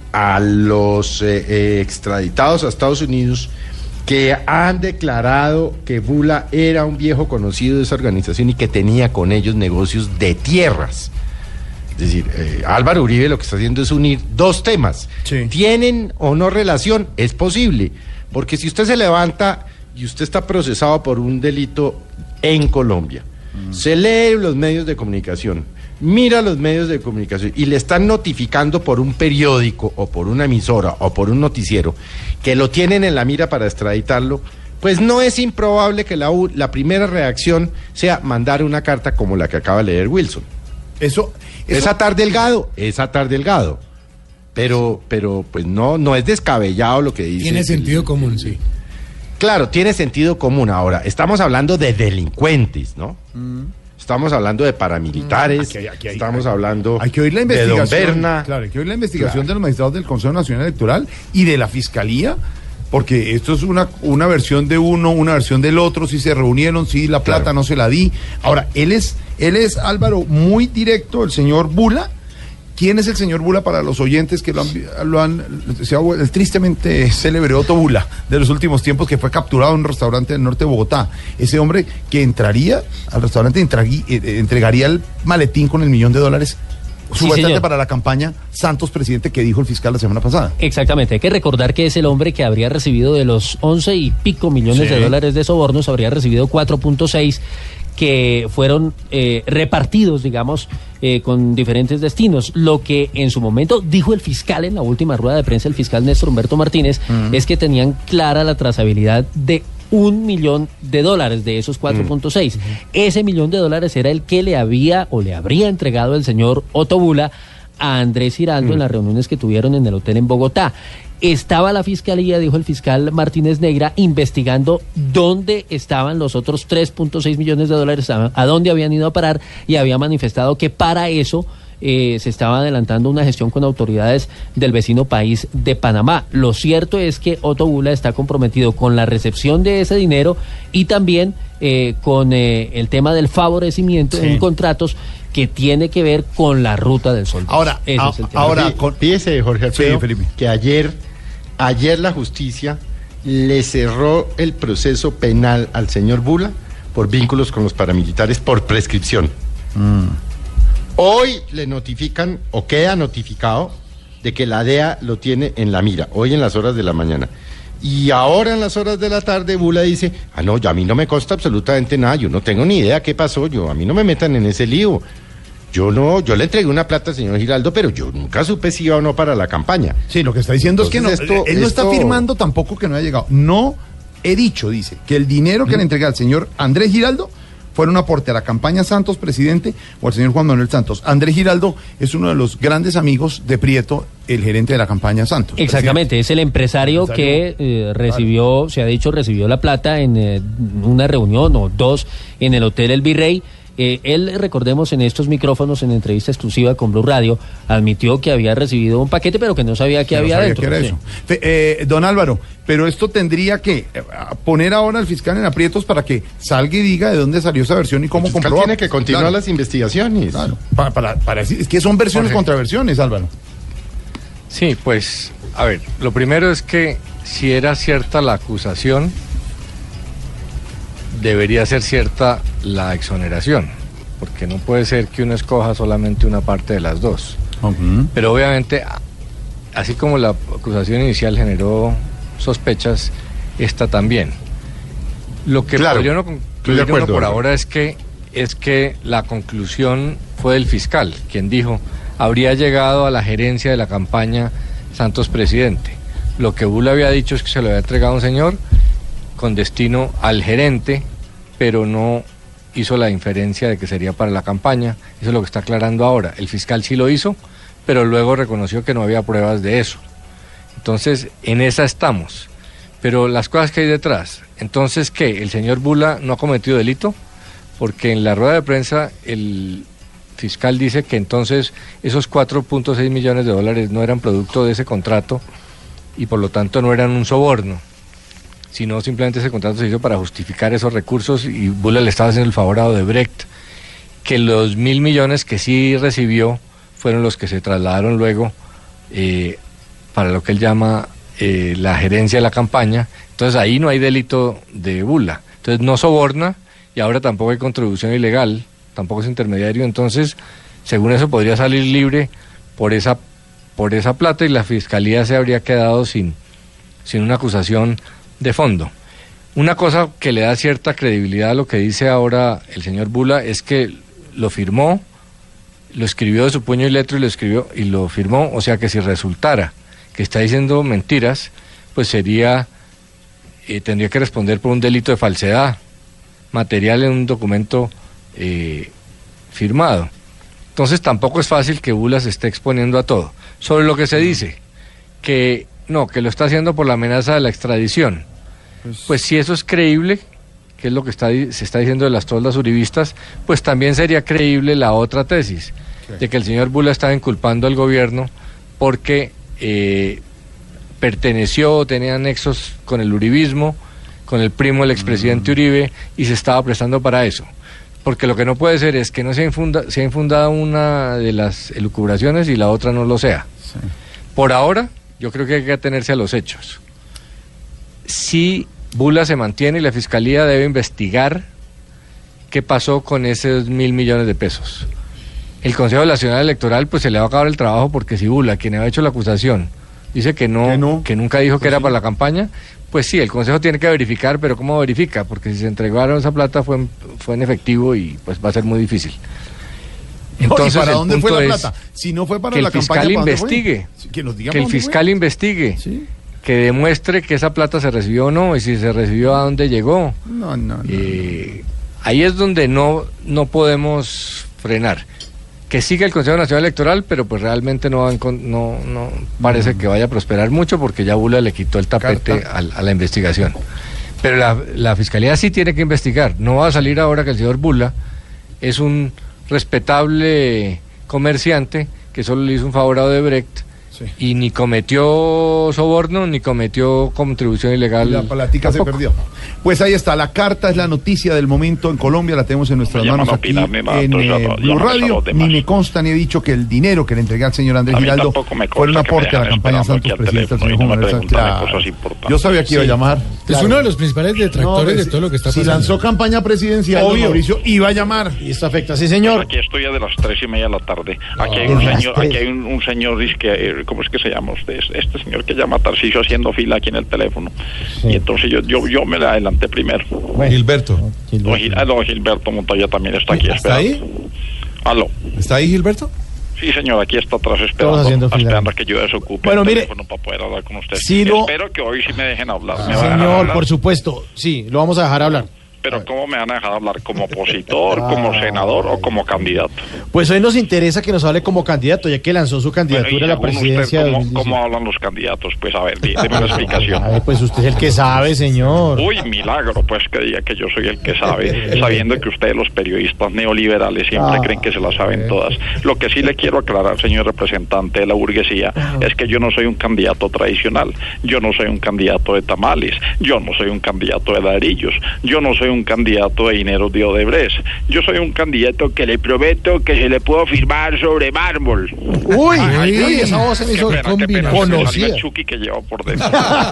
Speaker 11: a los eh, eh, extraditados a Estados Unidos que han declarado que Bula era un viejo conocido de esa organización y que tenía con ellos negocios de tierras. Es decir, eh, Álvaro Uribe lo que está haciendo es unir dos temas. Sí. ¿Tienen o no relación? Es posible, porque si usted se levanta y usted está procesado por un delito en Colombia, mm. se lee los medios de comunicación, mira los medios de comunicación y le están notificando por un periódico o por una emisora o por un noticiero que lo tienen en la mira para extraditarlo, pues no es improbable que la, la primera reacción sea mandar una carta como la que acaba de leer Wilson.
Speaker 9: Eso, eso...
Speaker 11: es atar delgado, es atar delgado. Pero, pero, pues no, no es descabellado lo que dice.
Speaker 8: Tiene sentido el, común, sí.
Speaker 11: Claro, tiene sentido común. Ahora, estamos hablando de delincuentes, ¿no? Mm. Estamos hablando de paramilitares, aquí, aquí, aquí, estamos aquí, hablando
Speaker 9: hay que oír la investigación,
Speaker 11: de Don Berna.
Speaker 9: Claro, hay que oír la investigación claro. de los magistrados del Consejo Nacional Electoral y de la Fiscalía, porque esto es una, una versión de uno, una versión del otro, si se reunieron, si la plata claro. no se la di. Ahora, él es, él es, Álvaro, muy directo, el señor Bula. ¿Quién es el señor Bula para los oyentes que lo han, lo han se ha, el tristemente célebre Otto Bula de los últimos tiempos, que fue capturado en un restaurante del norte de Bogotá? Ese hombre que entraría al restaurante, entragui, eh, entregaría el maletín con el millón de dólares supuestamente sí, para la campaña Santos presidente que dijo el fiscal la semana pasada.
Speaker 20: Exactamente, hay que recordar que es el hombre que habría recibido de los once y pico millones sí. de dólares de sobornos, habría recibido cuatro punto seis que fueron eh, repartidos, digamos, eh, con diferentes destinos. Lo que en su momento dijo el fiscal en la última rueda de prensa, el fiscal Néstor Humberto Martínez, uh-huh. es que tenían clara la trazabilidad de un millón de dólares de esos cuatro punto seis. Uh-huh. Ese millón de dólares era el que le había o le habría entregado el señor Otto Bula a Andrés Giraldo uh-huh. en las reuniones que tuvieron en el hotel en Bogotá. Estaba la fiscalía, dijo el fiscal Martínez Negra, investigando dónde estaban los otros tres punto seis millones de dólares, a, a dónde habían ido a parar, y había manifestado que para eso eh, se estaba adelantando una gestión con autoridades del vecino país de Panamá. Lo cierto es que Otto Bula está comprometido con la recepción de ese dinero y también eh, con eh, el tema del favorecimiento sí. en contratos que tiene que ver con la ruta del sol.
Speaker 11: Ahora, Eso a, es el tema. ahora, con, fíjese, Jorge Alfredo, sí, que ayer, ayer la justicia le cerró el proceso penal al señor Bula por vínculos con los paramilitares por prescripción. Mm. Hoy le notifican, o queda notificado, de que la D E A lo tiene en la mira, hoy en las horas de la mañana. Y ahora en las horas de la tarde Bula dice, ah no, yo, a mí no me consta absolutamente nada, yo no tengo ni idea qué pasó, yo a mí no me metan en ese lío. Yo no, yo le entregué una plata al señor Giraldo, pero yo nunca supe si iba o no para la campaña.
Speaker 9: Sí, lo que está diciendo Entonces, es que no, esto, él no esto... está afirmando tampoco que no haya llegado. No he dicho, dice, que el dinero que ¿Mm? le entregué al señor Andrés Giraldo fuera un aporte a la campaña Santos presidente o al señor Juan Manuel Santos. Andrés Giraldo es uno de los grandes amigos de Prieto, el gerente de la campaña Santos.
Speaker 20: Exactamente, presidente. Es el empresario, el empresario que eh, recibió, claro. se ha dicho, recibió la plata en eh, una reunión o dos en el Hotel El Virrey. Eh, él, recordemos, en estos micrófonos, en entrevista exclusiva con Blue Radio, admitió que había recibido un paquete, pero que no sabía qué había dentro.
Speaker 9: Que era eso. Sí. Eh, don Álvaro, pero esto tendría que eh, poner ahora al fiscal en aprietos para que salga y diga de dónde salió esa versión y cómo comprobar.
Speaker 11: Tiene que continuar claro. las investigaciones.
Speaker 9: Claro. Para, para, para decir, es que son versiones Jorge. contra versiones, Álvaro.
Speaker 16: Sí, pues, a ver, lo primero es que si era cierta la acusación, debería ser cierta la exoneración, porque no puede ser que uno escoja solamente una parte de las dos. Uh-huh. Pero obviamente, así como la acusación inicial generó sospechas, esta también. Lo que
Speaker 9: Claro,
Speaker 16: podría uno
Speaker 9: estoy de
Speaker 16: concluir uno
Speaker 9: acuerdo,
Speaker 16: por
Speaker 9: Álvaro.
Speaker 16: ahora es que es que la conclusión fue del fiscal, quien dijo habría llegado a la gerencia de la campaña Santos Presidente. Lo que Bula había dicho es que se lo había entregado a un señor con destino al gerente, pero no hizo la inferencia de que sería para la campaña. Eso es lo que está aclarando ahora. El fiscal sí lo hizo, pero luego reconoció que no había pruebas de eso. Entonces, en esa estamos. Pero las cosas que hay detrás, entonces, ¿qué? ¿El señor Bula no ha cometido delito? Porque en la rueda de prensa el fiscal dice que entonces esos cuatro punto seis millones de dólares no eran producto de ese contrato y por lo tanto no eran un soborno, sino simplemente ese contrato se hizo para justificar esos recursos y Bula le estaba haciendo el favor a Odebrecht, que los mil millones que sí recibió fueron los que se trasladaron luego eh, para lo que él llama eh, la gerencia de la campaña. Entonces ahí no hay delito de Bula, entonces no soborna y ahora tampoco hay contribución ilegal, tampoco es intermediario, entonces según eso podría salir libre por esa por esa plata y la fiscalía se habría quedado sin, sin una acusación de fondo. Una cosa que le da cierta credibilidad a lo que dice ahora el señor Bula es que lo firmó, lo escribió de su puño y letra y lo escribió y lo firmó, o sea que si resultara que está diciendo mentiras, pues sería, eh, tendría que responder por un delito de falsedad material en un documento eh, firmado. Entonces tampoco es fácil que Bula se esté exponiendo a todo. Sobre lo que se dice, que no, que lo está haciendo por la amenaza de la extradición, pues, pues si eso es creíble, que es lo que está, se está diciendo de las toldas uribistas, pues también sería creíble la otra tesis, sí, de que el señor Bula estaba inculpando al gobierno porque eh, perteneció o tenía nexos con el uribismo, con el primo del expresidente mm. Uribe, y se estaba prestando para eso. Porque lo que no puede ser es que no se ha, infunda, se ha infundado una de las elucubraciones y la otra no lo sea. Sí. Por ahora, yo creo que hay que atenerse a los hechos. Si Bula se mantiene y la Fiscalía debe investigar qué pasó con esos mil millones de pesos. El Consejo Nacional Electoral pues se le va a acabar el trabajo porque si Bula, quien había hecho la acusación, dice que no, que, no. que nunca dijo pues que era sí. para la campaña, pues sí, el Consejo tiene que verificar, pero ¿cómo verifica? Porque si se entregaron esa plata fue en, fue en efectivo y pues va a ser muy difícil.
Speaker 9: Entonces, no, ¿y para dónde fue la plata? Si no fue para
Speaker 16: que
Speaker 9: la
Speaker 16: el fiscal
Speaker 9: campaña,
Speaker 16: investigue,
Speaker 9: que, nos diga
Speaker 16: que el fiscal fue. investigue, ¿sí? que demuestre que esa plata se recibió o no, y si se recibió a dónde llegó.
Speaker 9: No, no, no,
Speaker 16: eh, no. Ahí es donde no, no podemos frenar. Que siga el Consejo Nacional Electoral, pero pues realmente no, no, no parece que vaya a prosperar mucho porque ya Bula le quitó el tapete a, a la investigación. Pero la, la Fiscalía sí tiene que investigar. No va a salir ahora que el señor Bula es un respetable comerciante que solo le hizo un favor a Odebrecht sí. y ni cometió soborno ni cometió contribución ilegal.
Speaker 9: La palatica se perdió. Pues ahí está, la carta es la noticia del momento en Colombia, la tenemos en nuestras manos aquí en eh, Blue Radio. Ni me consta ni he dicho que el dinero que le entregué al señor Andrés Giraldo fue un aporte a la campaña Santos Presidente del señor Juan Manuel Santos. Yo sabía que iba a llamar.
Speaker 2: Es uno de los principales detractores de todo lo que está pasando.
Speaker 9: Si lanzó campaña presidencial, Mauricio iba a llamar.
Speaker 2: Y esto afecta, sí señor.
Speaker 18: Aquí estoy ya de las tres y media de la tarde. Aquí hay un señor, aquí hay un, un señor, que, ¿cómo es que se llama usted? Este señor que llama Tarcisio haciendo fila aquí en el teléfono. Sí. Y entonces yo, yo, yo me la adelanté primero.
Speaker 2: Bueno. Gilberto.
Speaker 18: Gilberto. Gil, ah, no, Gilberto Montoya también está aquí.
Speaker 2: ¿Está
Speaker 18: esperando.
Speaker 2: ahí?
Speaker 18: ¿Aló?
Speaker 2: ¿Está ahí Gilberto?
Speaker 18: Sí, señor, aquí está atrás esperando, esperando a que yo desocupe
Speaker 2: bueno,
Speaker 18: el
Speaker 2: mire,
Speaker 18: teléfono para poder hablar con usted.
Speaker 2: Sí, lo...
Speaker 18: Espero que hoy sí me dejen hablar.
Speaker 2: ¿Me señor, hablar? Por supuesto, sí, lo vamos a dejar hablar.
Speaker 18: Pero ¿cómo me van a dejar hablar? ¿Como opositor, ah, como senador o como candidato?
Speaker 2: Pues hoy nos interesa que nos hable como candidato, ya que lanzó su candidatura bueno, a la presidencia.
Speaker 18: Usted, ¿cómo, ¿Cómo hablan los candidatos? Pues a ver, dime una explicación.
Speaker 2: A ver, pues usted es el que sabe, señor.
Speaker 18: Uy, milagro, pues que diga que yo soy el que sabe, sabiendo que ustedes los periodistas neoliberales siempre ah, creen que se las saben eh. todas. Lo que sí le quiero aclarar, señor representante de la burguesía, ah. es que yo no soy un candidato tradicional, yo no soy un candidato de tamales, yo no soy un candidato de ladrillos, yo no soy un candidato de dinero de Odebrecht. Yo soy un candidato que le prometo que se le puedo firmar sobre mármol.
Speaker 2: Uy, ay, uy, esa voz se me hizo
Speaker 18: conocida. El Chucky que lleva por dentro.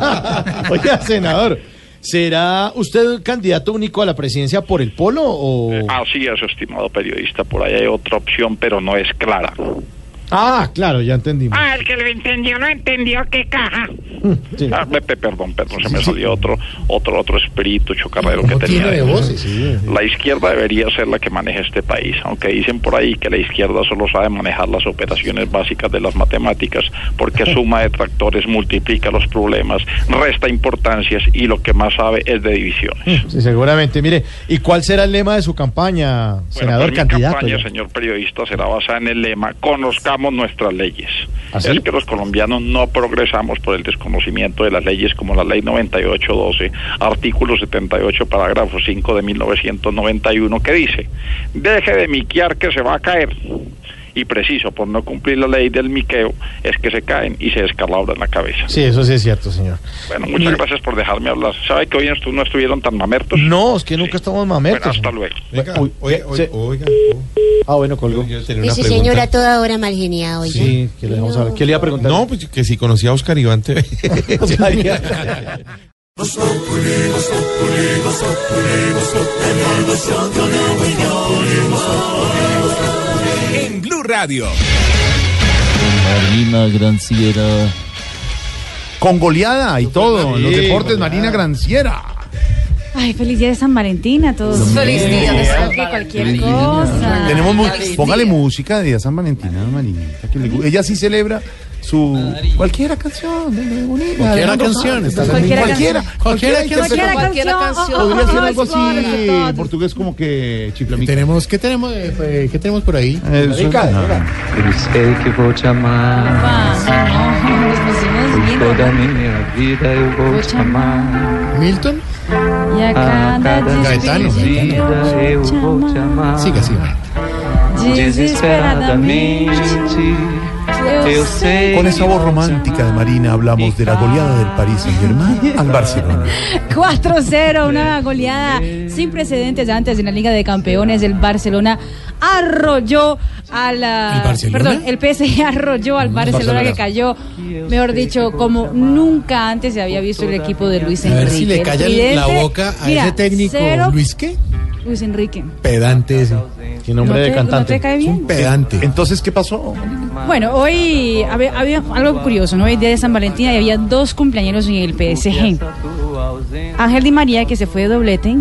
Speaker 2: Oiga, senador, ¿será usted candidato único a la presidencia por el Polo o...?
Speaker 18: Eh, así es, estimado periodista, por ahí hay otra opción, pero no es clara.
Speaker 2: Ah, claro, ya entendimos.
Speaker 25: Ah, el que lo entendió, no entendió, qué caja.
Speaker 18: Sí. Ah, me, pe- perdón, perdón, se me salió otro, otro, otro espíritu chocarrero que tenía.
Speaker 2: Tiene de voces? Sí.
Speaker 18: La izquierda debería ser la que maneje este país, aunque dicen por ahí que la izquierda solo sabe manejar las operaciones básicas de las matemáticas, porque suma de tractores, multiplica los problemas, resta importancias y lo que más sabe es de divisiones.
Speaker 6: Sí, seguramente. Mire, ¿y cuál será el lema de su campaña, senador
Speaker 18: bueno, pues
Speaker 6: candidato?
Speaker 18: Mi campaña, ya? señor periodista, será basada en el lema "conozcamos nuestras leyes".
Speaker 6: ¿Ah, sí?
Speaker 18: Es que los colombianos no progresamos por el desconocimiento de las leyes, como la ley noventa y ocho doce, artículo setenta y ocho, parágrafo cinco de mil novecientos noventa y uno, que dice: deje de miquear que se va a caer. Y preciso, por no cumplir la ley del miqueo, es que se caen y se descalabran la cabeza.
Speaker 6: Sí, eso sí es cierto, señor.
Speaker 18: Bueno, muchas Mire. gracias por dejarme hablar. ¿Sabe que hoy estu- no estuvieron tan mamertos?
Speaker 6: No, es que nunca sí. estamos mamertos.
Speaker 18: Bueno, hasta luego.
Speaker 2: Oiga,
Speaker 6: Uy,
Speaker 2: oiga, oiga,
Speaker 6: sí.
Speaker 2: oiga.
Speaker 6: Ah, bueno, colgó.
Speaker 7: Ese señor a toda hora mal geniado, oiga.
Speaker 6: Sí, ¿qué le, vamos a ver? ¿Qué le iba a preguntar?
Speaker 2: No, pues que si conocía a Oscar Iván T V.
Speaker 4: En Blue Radio.
Speaker 14: Marina Granciera.
Speaker 9: Con goleada y todo, en los deportes, Marina Granciera.
Speaker 3: Ay, feliz día de San Valentín a todos.
Speaker 12: Feliz día de San
Speaker 3: Que cualquier
Speaker 14: Valentín.
Speaker 3: cosa.
Speaker 9: Tenemos mu-
Speaker 12: Feliz
Speaker 9: póngale
Speaker 12: día.
Speaker 9: música de día San Valentín a Marinita, que le gu- ella sí celebra su cualquiera canción, de, de bonita,
Speaker 2: Cualquiera
Speaker 9: de
Speaker 2: canción,
Speaker 9: Rosales,
Speaker 2: está
Speaker 9: cualquiera,
Speaker 3: Cualquiera
Speaker 9: cualquiera,
Speaker 2: canción.
Speaker 9: cualquiera,
Speaker 3: Cualquier
Speaker 9: cualquiera,
Speaker 3: canción.
Speaker 9: podría ser algo
Speaker 3: Oh, oh,
Speaker 9: así
Speaker 3: oh,
Speaker 9: en portugués como que chiflamico.
Speaker 2: Tenemos, ¿qué tenemos, eh, ¿qué tenemos por ahí?
Speaker 9: Eso, no.
Speaker 8: Eu sei que vou te amar.
Speaker 3: Opa, nos pusimos bien.
Speaker 8: Toda minha vida eu vou te amar.
Speaker 2: ¿Milton?
Speaker 3: Y a cada
Speaker 2: Gaetano.
Speaker 8: Vida eu vou te amar.
Speaker 2: Siga, siga.
Speaker 8: Desesperadamente. Eu sei.
Speaker 9: Con esa voz romántica de Marina hablamos de la goleada del Paris Saint-Germain al Barcelona.
Speaker 3: cuatro cero, una goleada sin precedentes antes en la Liga de Campeones. El Barcelona arrolló a la...
Speaker 2: ¿El Barcelona?
Speaker 3: Perdón, el P S G arrolló al Barcelona,
Speaker 2: Barcelona.
Speaker 3: que cayó, mejor dicho, como nunca antes se había visto el equipo de Luis
Speaker 2: A
Speaker 3: Enrique.
Speaker 2: ver si le
Speaker 3: El
Speaker 2: calla
Speaker 3: tridente,
Speaker 2: la boca a
Speaker 3: mira,
Speaker 2: ese técnico.
Speaker 3: cero,
Speaker 2: ¿Luis qué?
Speaker 3: Luis Enrique.
Speaker 2: Pedante ese.
Speaker 6: ¿Qué nombre
Speaker 3: ¿No
Speaker 6: de
Speaker 3: te-
Speaker 6: cantante?
Speaker 3: ¿No te cae bien?
Speaker 2: Pedante.
Speaker 9: Entonces, ¿qué pasó?
Speaker 3: Bueno, hoy había, había algo curioso, ¿no? Hoy día de San Valentín y había dos cumpleaños en el P S G. Ángel Di María, que se fue de doblete,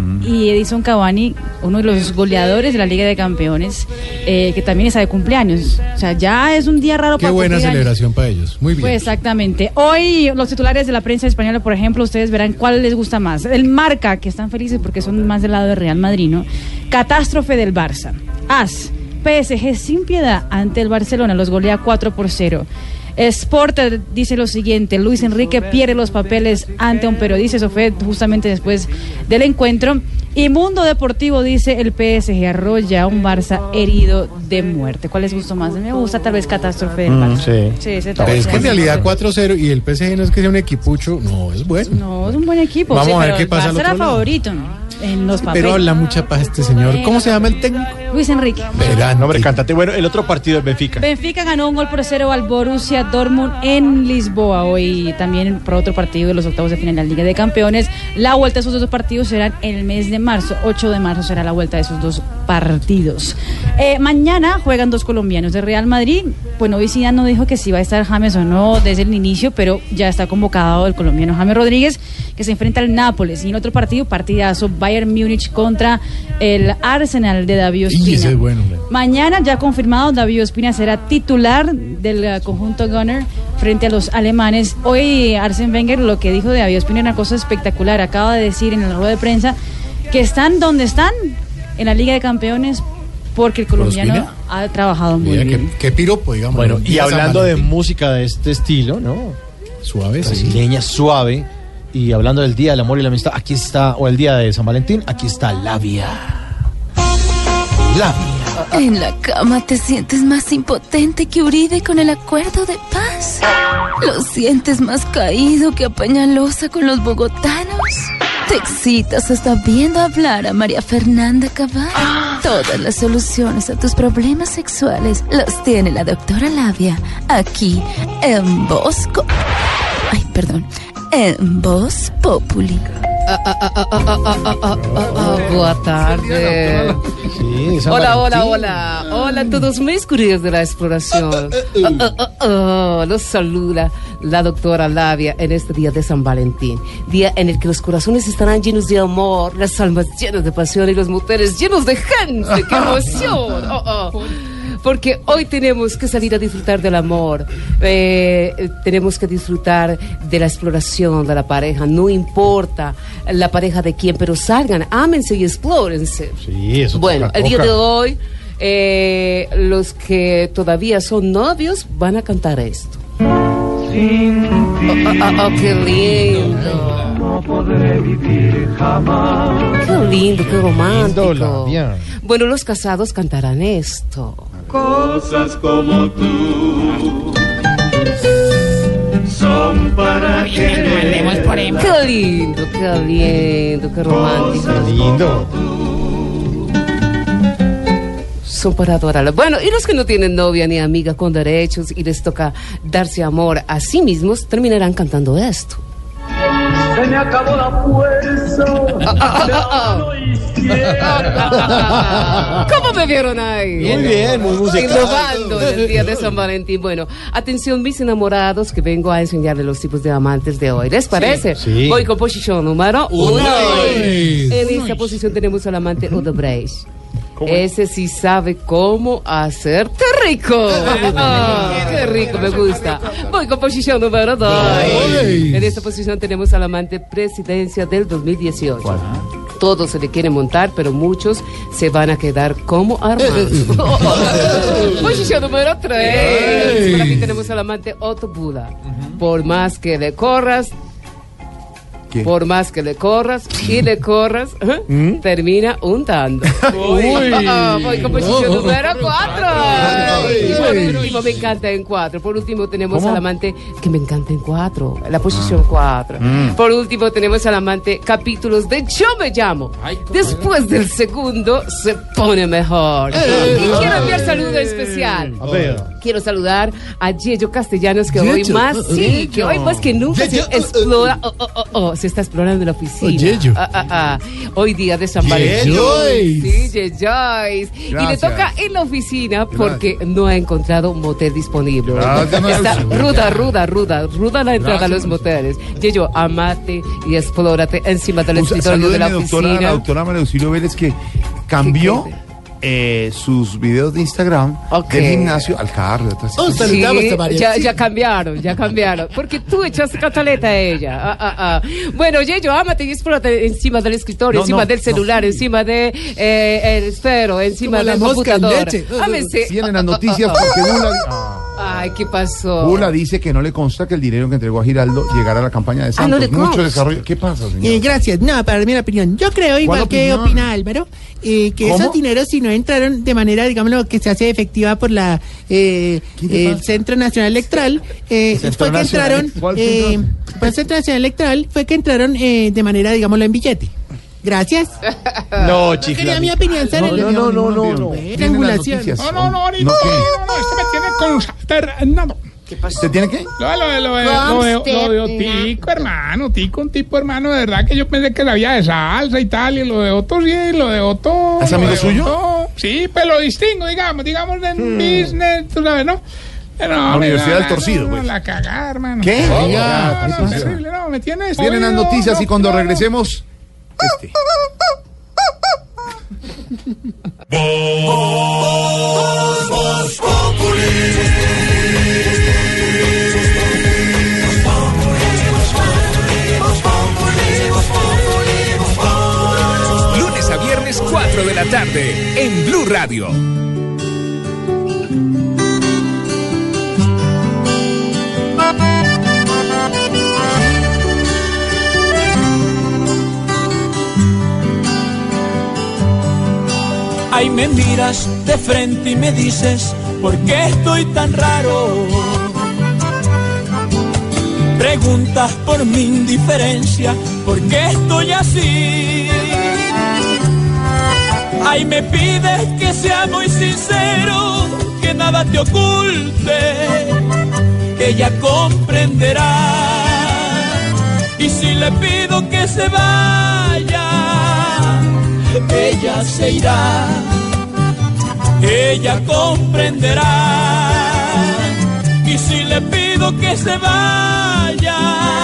Speaker 3: y Edison Cavani, uno de los goleadores de la Liga de Campeones, eh, que también está de cumpleaños. O sea, ya es un día raro
Speaker 2: Qué
Speaker 3: para
Speaker 2: buena
Speaker 3: cumplir años.
Speaker 2: celebración para ellos. Muy bien.
Speaker 3: Pues exactamente. Hoy los titulares de la prensa española, por ejemplo, ustedes verán cuál les gusta más. El Marca, que están felices porque son más del lado de Real Madrid, ¿no? Catástrofe del Barça. As, P S G sin piedad ante el Barcelona, los golea cuatro por cero. Sport eh, dice lo siguiente: Luis Enrique pierde los papeles ante un periodista. Eso fue justamente después del encuentro. Y Mundo Deportivo dice: el P S G arrolla a un Barça herido de muerte. ¿Cuál les gustó más? A mí me gusta tal vez Catástrofe del
Speaker 6: Mm,
Speaker 3: Barça.
Speaker 6: sí.
Speaker 3: Sí, ese
Speaker 2: Pero
Speaker 3: tal
Speaker 2: es
Speaker 3: vez.
Speaker 2: que en realidad cuatro cero y el P S G no es que sea un equipucho, no, es bueno.
Speaker 3: No, es un buen equipo.
Speaker 2: Vamos
Speaker 3: sí,
Speaker 2: a ver
Speaker 3: pero
Speaker 2: qué pasa
Speaker 3: el
Speaker 2: al
Speaker 3: Barça era
Speaker 2: otro lado.
Speaker 3: favorito, ¿no? En los papeles.
Speaker 2: Pero habla mucha paz este señor. ¿Cómo se llama el técnico?
Speaker 3: Luis Enrique.
Speaker 2: Pedante.
Speaker 6: Nombre de cantante. Bueno, el otro partido es Benfica.
Speaker 3: Benfica ganó un gol por cero al Borussia Dortmund en Lisboa. Hoy también por otro partido de los octavos de final de la Liga de Campeones. La vuelta de esos dos partidos serán en el mes de marzo. ocho de marzo será la vuelta de esos dos partidos. Eh, mañana juegan dos colombianos de Real Madrid. Bueno, hoy Zidane no dijo que si va a estar James o no desde el inicio, pero ya está convocado el colombiano James Rodríguez, que se enfrenta al Nápoles. Y en otro partido, partidazo, Bayern Múnich contra el Arsenal de David Ospina.
Speaker 2: Y ese es bueno, hombre.
Speaker 3: Mañana ya confirmado, David Ospina será titular del uh, conjunto Gunner frente a los alemanes. Hoy Arsène Wenger lo que dijo de David Ospina es una cosa espectacular. Acaba de decir en la rueda de prensa que están donde están en la Liga de Campeones porque el colombiano
Speaker 2: Ospina?
Speaker 3: ha trabajado muy
Speaker 2: Mira,
Speaker 3: bien.
Speaker 2: qué, qué piropo, digamos.
Speaker 6: Bueno,
Speaker 2: el
Speaker 6: y
Speaker 2: día San
Speaker 6: hablando de
Speaker 2: Valentín.
Speaker 6: música de este estilo, ¿no?
Speaker 2: Suave, sí.
Speaker 6: Brasileña, suave. Y hablando del Día del Amor y la Amistad, aquí está, o el Día de San Valentín, aquí está Labia. Labia.
Speaker 21: En la cama te sientes más impotente que Uribe con el acuerdo de paz. Lo sientes más caído que Peñalosa con los bogotanos. Te excitas hasta viendo hablar a María Fernanda Cabal. Todas las soluciones a tus problemas sexuales las tiene la doctora Labia aquí en Bosco. Ay, perdón, en Voz Populi.
Speaker 5: ah, ah, ah, ah, ah, ah, ah, ah, boa tarde.
Speaker 6: Sí, San
Speaker 5: Hola, hola,
Speaker 6: Valentín.
Speaker 5: hola. Hola a todos mis curiosos de la exploración. Ah, ah, ah, ah, los saluda la doctora Labia en este día de San Valentín. Día en el que los corazones estarán llenos de amor, las almas llenas de pasión y los motores llenos de gente. ¡Qué emoción! Oh, oh. Porque hoy tenemos que salir a disfrutar del amor, eh, tenemos que disfrutar de la exploración de la pareja, no importa la pareja de quién, pero salgan, ámense y explórense.
Speaker 6: Sí, eso
Speaker 5: Bueno,
Speaker 6: toca,
Speaker 5: el día
Speaker 6: toca.
Speaker 5: de hoy, eh, los que todavía son novios van a cantar esto. Oh, oh, oh, qué lindo.
Speaker 8: No podré vivir jamás.
Speaker 5: Qué lindo, qué romántico.
Speaker 6: Lindo, Labia.
Speaker 5: Bueno, los casados cantarán esto.
Speaker 8: Cosas como tú son para
Speaker 19: Hablemos por
Speaker 8: querer.
Speaker 19: él.
Speaker 5: Qué lindo, qué lindo, qué romántico.
Speaker 6: Lindo.
Speaker 5: Son para adorarlo. Bueno, y los que no tienen novia ni amiga con derechos y les toca darse amor a sí mismos, terminarán cantando esto.
Speaker 8: Se me acabó la fuerza.
Speaker 5: ¿Cómo me vieron ahí?
Speaker 6: Muy bien, muy musical.
Speaker 5: Innovando en el día de San Valentín. Bueno, atención mis enamorados, que vengo a enseñarles los tipos de amantes de hoy. ¿Les parece?
Speaker 6: Sí, sí.
Speaker 5: Voy con posición número uno.
Speaker 6: Uno.
Speaker 5: En esta posición tenemos al amante Odebrecht. Ese sí sabe cómo hacerte rico. Ah, qué rico, me gusta. Voy con posición número dos. En esta posición tenemos al amante presidencia del dos mil dieciocho. Todos se le quieren montar, pero muchos se van a quedar como Armando. Posición número tres. Por aquí tenemos al amante Otto Bula. Por más que le corras, por más que le corras y le corras, ¿eh?
Speaker 6: ¿Mm?
Speaker 5: termina untando.
Speaker 6: Uy.
Speaker 5: Voy con posición
Speaker 6: Oh.
Speaker 5: número cuatro.
Speaker 6: Ay.
Speaker 5: Y por último, me encanta en cuatro. Por último, tenemos
Speaker 6: ¿Cómo?
Speaker 5: al amante que me encanta en cuatro. La posición cuatro.
Speaker 6: Mm.
Speaker 5: Por último, tenemos al amante capítulos de Yo me llamo. Después del segundo, se pone mejor. Y quiero enviar saludo especial.
Speaker 6: A ver.
Speaker 5: Quiero saludar a Yeyo Castellanos, que hoy
Speaker 6: Yeyo.
Speaker 5: más, sí,
Speaker 6: Yeyo.
Speaker 5: que hoy más que nunca
Speaker 6: Yeyo.
Speaker 5: se explora, oh, oh, oh, oh, se está explorando la oficina.
Speaker 6: Oh, Yeyo.
Speaker 5: Ah, ah, ah. Hoy día de San Valentín.
Speaker 6: Yeyois.
Speaker 5: Sí, Yeyois. Y le
Speaker 6: Gracias.
Speaker 5: toca en la oficina porque no ha encontrado un motel disponible.
Speaker 6: Gracias,
Speaker 5: Está
Speaker 6: Marusa.
Speaker 5: ruda, ruda, ruda, ruda la entrada
Speaker 9: Gracias,
Speaker 5: a los moteles. Yeyo, amate y explórate encima del
Speaker 9: Un sa-
Speaker 5: escritorio de la
Speaker 9: salúdeme, doctora, a
Speaker 5: oficina.
Speaker 9: la doctora María Auxilio Vélez, que cambió eh, sus videos de Instagram
Speaker 5: Ok.
Speaker 9: del gimnasio al carro. otras
Speaker 5: Sí,
Speaker 9: cosas.
Speaker 5: ya, ya cambiaron, ya cambiaron. Porque tú echaste cataleta a ella. Ah, ah, ah. Bueno, Yeyo, ámate y explórate encima del escritorio,
Speaker 9: No,
Speaker 5: encima
Speaker 9: no,
Speaker 5: del celular, encima de eh, el esfero, encima
Speaker 9: Como la
Speaker 5: del
Speaker 9: mosca en
Speaker 5: computador.
Speaker 9: leche.
Speaker 5: Ámense.
Speaker 9: Vienen las noticias porque Bula,
Speaker 5: Ay, ¿qué pasó?
Speaker 9: Bula dice que no le consta que el dinero que entregó a Giraldo llegara a la campaña de
Speaker 5: Ah, no
Speaker 9: Santos.
Speaker 5: le
Speaker 9: Mucho
Speaker 5: consta.
Speaker 9: desarrollo. ¿Qué pasa, señor?
Speaker 10: Eh, gracias. No, para dar mi opinión. Yo creo, igual
Speaker 9: ¿Cuál
Speaker 10: que
Speaker 9: opinión?
Speaker 10: opina Álvaro, eh, que
Speaker 9: ¿Cómo?
Speaker 10: esos dineros, si no entraron de manera, digámoslo, que se hace efectiva por la eh,
Speaker 9: ¿Qué te
Speaker 10: el
Speaker 9: pasa?
Speaker 10: Centro Nacional Electoral, eh,
Speaker 9: Centro
Speaker 10: fue que
Speaker 9: Nacional-
Speaker 10: entraron,
Speaker 9: ¿Cuál
Speaker 10: eh,
Speaker 9: centro?
Speaker 10: por el Centro Nacional Electoral, fue que entraron eh, de manera, digámoslo, en billete. Gracias.
Speaker 6: No,
Speaker 10: Quería mi opinión, ser
Speaker 6: No,
Speaker 10: el-
Speaker 6: no, no, no, no, no.
Speaker 10: Triangulación.
Speaker 15: No, no, no, ahorita.
Speaker 9: ¿No qué?
Speaker 15: No, no, esto me tiene consternado.
Speaker 5: ¿Qué pasó?
Speaker 9: ¿Usted tiene qué?
Speaker 15: Lo, lo, lo, lo, lo, de- lo de Otico, hermano, Tico, un tipo, hermano, de verdad que yo pensé que sabía de salsa y tal, y lo de Otto, sí, lo de Otto.
Speaker 9: ¿Es
Speaker 15: lo
Speaker 9: amigo
Speaker 15: de
Speaker 9: suyo?
Speaker 15: Otto, sí, pero lo distingo, digamos, digamos, en business, tú sabes, ¿no? Pero,
Speaker 9: La
Speaker 15: hombre,
Speaker 9: Universidad
Speaker 15: no,
Speaker 9: del Torcido,
Speaker 15: no,
Speaker 9: pues.
Speaker 15: La cagada, hermano.
Speaker 9: ¿Qué?
Speaker 15: No,
Speaker 9: Oiga,
Speaker 15: no,
Speaker 9: ¿qué
Speaker 15: no,
Speaker 9: pasa?
Speaker 15: terrible, no, me tienes.
Speaker 9: Vienen las
Speaker 15: jodido,
Speaker 9: noticias y
Speaker 15: no,
Speaker 9: cuando
Speaker 15: no, no.
Speaker 9: regresemos, este.
Speaker 4: Lunes a viernes, cuatro de la tarde, en Blue Radio.
Speaker 17: Ahí me miras de frente y me dices, ¿por qué estoy tan raro? Preguntas por mi indiferencia, ¿por qué estoy así? Ahí me pides que sea muy sincero, que nada te oculte, que ella comprenderá Y si le pido que se vaya, ella se irá, ella comprenderá. Y si le pido que se vaya,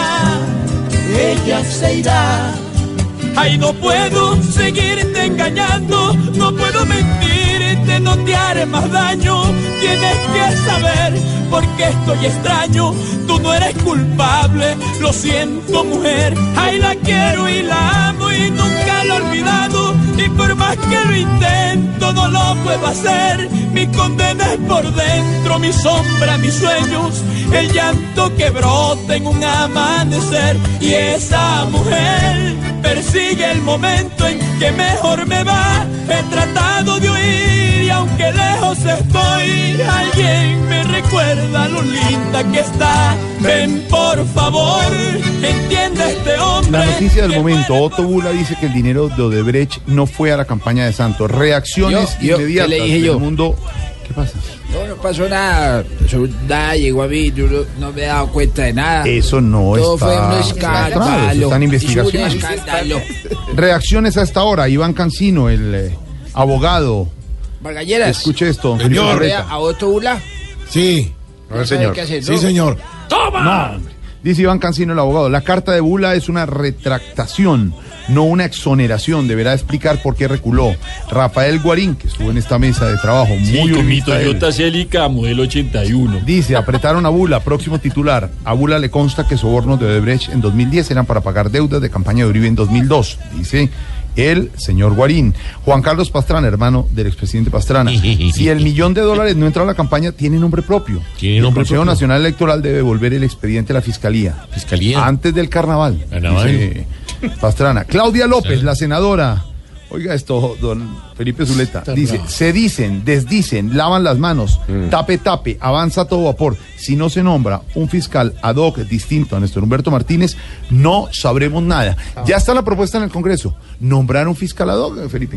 Speaker 17: ella se irá. Ay, no puedo seguirte engañando, no puedo mentirte, no te haré más daño. Tienes que saber por qué estoy extraño. Tú no eres culpable, lo siento, mujer. Ay, la quiero y la amo y nunca la he olvidado. Y por más que lo intento, no lo puedo hacer. Mi condena es por dentro, mi sombra, mis sueños, el llanto que brota en un amanecer. Y esa mujer persigue el momento en que mejor me va. He tratado de huir y aunque lejos estoy, alguien me recuerda lo linda que está. Ven por favor, entiende este hombre.
Speaker 9: La noticia del momento, Otto Bula dice que el dinero de Odebrecht no fue a la campaña de Santos. Reacciones
Speaker 19: Yo, yo,
Speaker 9: inmediatas
Speaker 19: ¿qué le dije
Speaker 9: del
Speaker 19: yo?
Speaker 9: mundo. ¿Qué pasa?
Speaker 19: No, no pasó nada. Eso, nada llegó a mí, yo no, no me he dado cuenta de nada.
Speaker 9: Eso no
Speaker 19: Todo
Speaker 9: está
Speaker 19: fue un
Speaker 9: registrado,
Speaker 19: escándalo.
Speaker 9: eso está en
Speaker 19: Es
Speaker 9: investigación.
Speaker 19: un escándalo.
Speaker 9: Reacciones a esta hora. Iván Cancino, el eh, abogado.
Speaker 19: Vargalleras.
Speaker 9: Escuche esto.
Speaker 19: Señor.
Speaker 9: Felipe
Speaker 19: ¿A Otto Bula?
Speaker 9: Sí.
Speaker 19: A ver, señor. ¿Qué hacer, no?
Speaker 9: Sí, señor.
Speaker 19: ¡Toma!
Speaker 9: No, hombre. Dice Iván Cancino, el abogado, la carta de Bula es una retractación, no una exoneración. Deberá explicar por qué reculó. Rafael Guarín, que estuvo en esta mesa de trabajo,
Speaker 1: Sí,
Speaker 9: muy
Speaker 1: con mi
Speaker 9: unista a él,
Speaker 1: Toyota Celica modelo ochenta y uno.
Speaker 9: dice, apretaron a Bula, próximo titular. A Bula le consta que sobornos de Odebrecht en dos mil diez eran para pagar deudas de campaña de Uribe en dos mil dos, dice el señor Guarín. Juan Carlos Pastrana, hermano del expresidente Pastrana. Si el millón de dólares no entra a la campaña, tiene nombre propio.
Speaker 1: Tiene
Speaker 9: el
Speaker 1: nombre
Speaker 9: Consejo
Speaker 1: propio.
Speaker 9: Nacional Electoral debe devolver el expediente a la Fiscalía.
Speaker 1: Fiscalía.
Speaker 9: Antes del carnaval.
Speaker 1: Carnaval.
Speaker 9: Dice Pastrana. Claudia López,
Speaker 1: Sí.
Speaker 9: la senadora. Oiga esto, don Felipe Zuleta.
Speaker 1: Está
Speaker 9: Dice,
Speaker 1: bravo.
Speaker 9: se dicen, desdicen, lavan las manos, tape, tape, avanza a todo vapor. Si no se nombra un fiscal ad hoc distinto a Néstor Humberto Martínez, no sabremos nada. Ya está la propuesta en el Congreso. Nombrar un fiscal ad hoc, Felipe.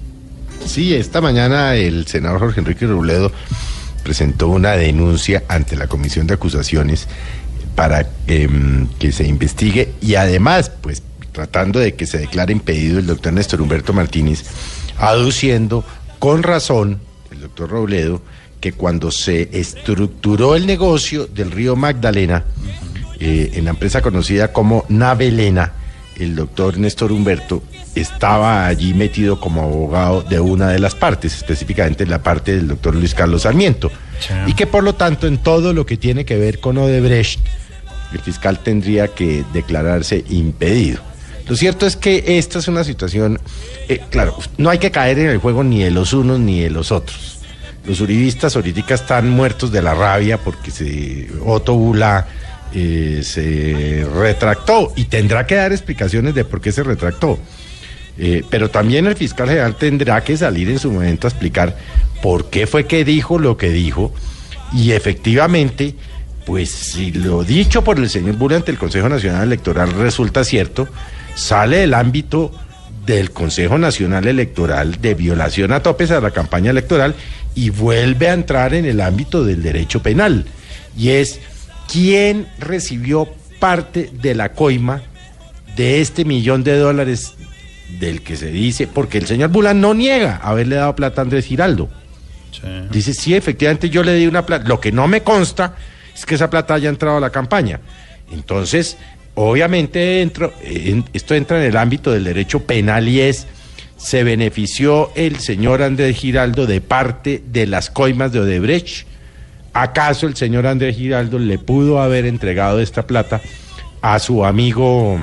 Speaker 11: Sí, esta mañana el senador Jorge Enrique Robledo presentó una denuncia ante la Comisión de Acusaciones para eh, que se investigue y además, pues, tratando de que se declare impedido el doctor Néstor Humberto Martínez, aduciendo con razón el doctor Robledo que cuando se estructuró el negocio del río Magdalena, eh, en la empresa conocida como Navelena, el doctor Néstor Humberto estaba allí metido como abogado de una de las partes, específicamente la parte del doctor Luis Carlos Sarmiento, y que por lo tanto en todo lo que tiene que ver con Odebrecht, el fiscal tendría que declararse impedido. Lo cierto es que esta es una situación, eh, claro, no hay que caer en el juego ni de los unos ni de los otros. Los uribistas ahorita están muertos de la rabia porque se, Otto Bula eh, se retractó y tendrá que dar explicaciones de por qué se retractó. Eh, pero también el fiscal general tendrá que salir en su momento a explicar por qué fue que dijo lo que dijo y efectivamente, pues si lo dicho por el señor Bula ante el Consejo Nacional Electoral resulta cierto, sale del ámbito del Consejo Nacional Electoral de violación a topes a la campaña electoral y vuelve a entrar en el ámbito del derecho penal. Y es quién recibió parte de la coima de este millón de dólares del que se dice, porque el señor Bula no niega haberle dado plata a Andrés Giraldo. Sí. Dice, sí, efectivamente yo le di una plata. Lo que no me consta es que esa plata haya entrado a la campaña. Entonces, obviamente entro, en, esto entra en el ámbito del derecho penal y es, ¿se benefició el señor Andrés Giraldo de parte de las coimas de Odebrecht? ¿Acaso el señor Andrés Giraldo le pudo haber entregado esta plata a su amigo,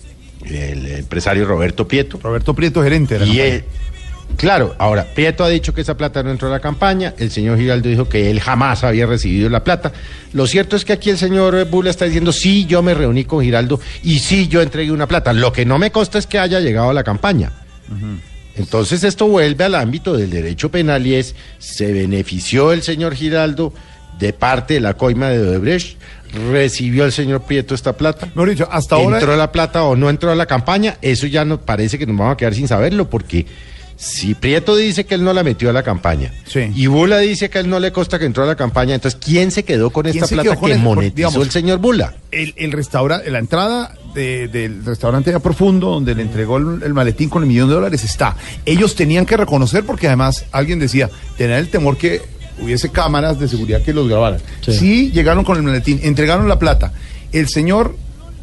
Speaker 11: el empresario Roberto Prieto?
Speaker 9: Roberto Prieto, gerente de la
Speaker 11: y
Speaker 9: campaña.
Speaker 11: él, claro, ahora, Prieto ha dicho que esa plata no entró a la campaña, el señor Giraldo dijo que él jamás había recibido la plata. Lo cierto es que aquí el señor Bula está diciendo, sí, yo me reuní con Giraldo y sí, yo entregué una plata. Lo que no me consta es que haya llegado a la campaña. Uh-huh. Entonces esto vuelve al ámbito del derecho penal y es, ¿se benefició el señor Giraldo de parte de la coima de Odebrecht? ¿Recibió el señor Prieto esta plata?
Speaker 9: Mejor dicho, hasta ahora...
Speaker 11: ¿Entró la plata o no entró a la campaña? Eso ya nos parece que nos vamos a quedar sin saberlo porque... Si Prieto dice que él no la metió a la campaña, sí. y Bula dice que él no le consta que entró a la campaña, entonces ¿quién se quedó con esta plata con que el, monetizó digamos, el señor Bula?
Speaker 9: El, el restaurante, la entrada de, del restaurante ya profundo, donde le entregó el, el maletín con el millón de dólares, está. Ellos tenían que reconocer, porque además alguien decía, tenían el temor que hubiese cámaras de seguridad que los grabaran. Sí, sí llegaron con el maletín, entregaron la plata. El señor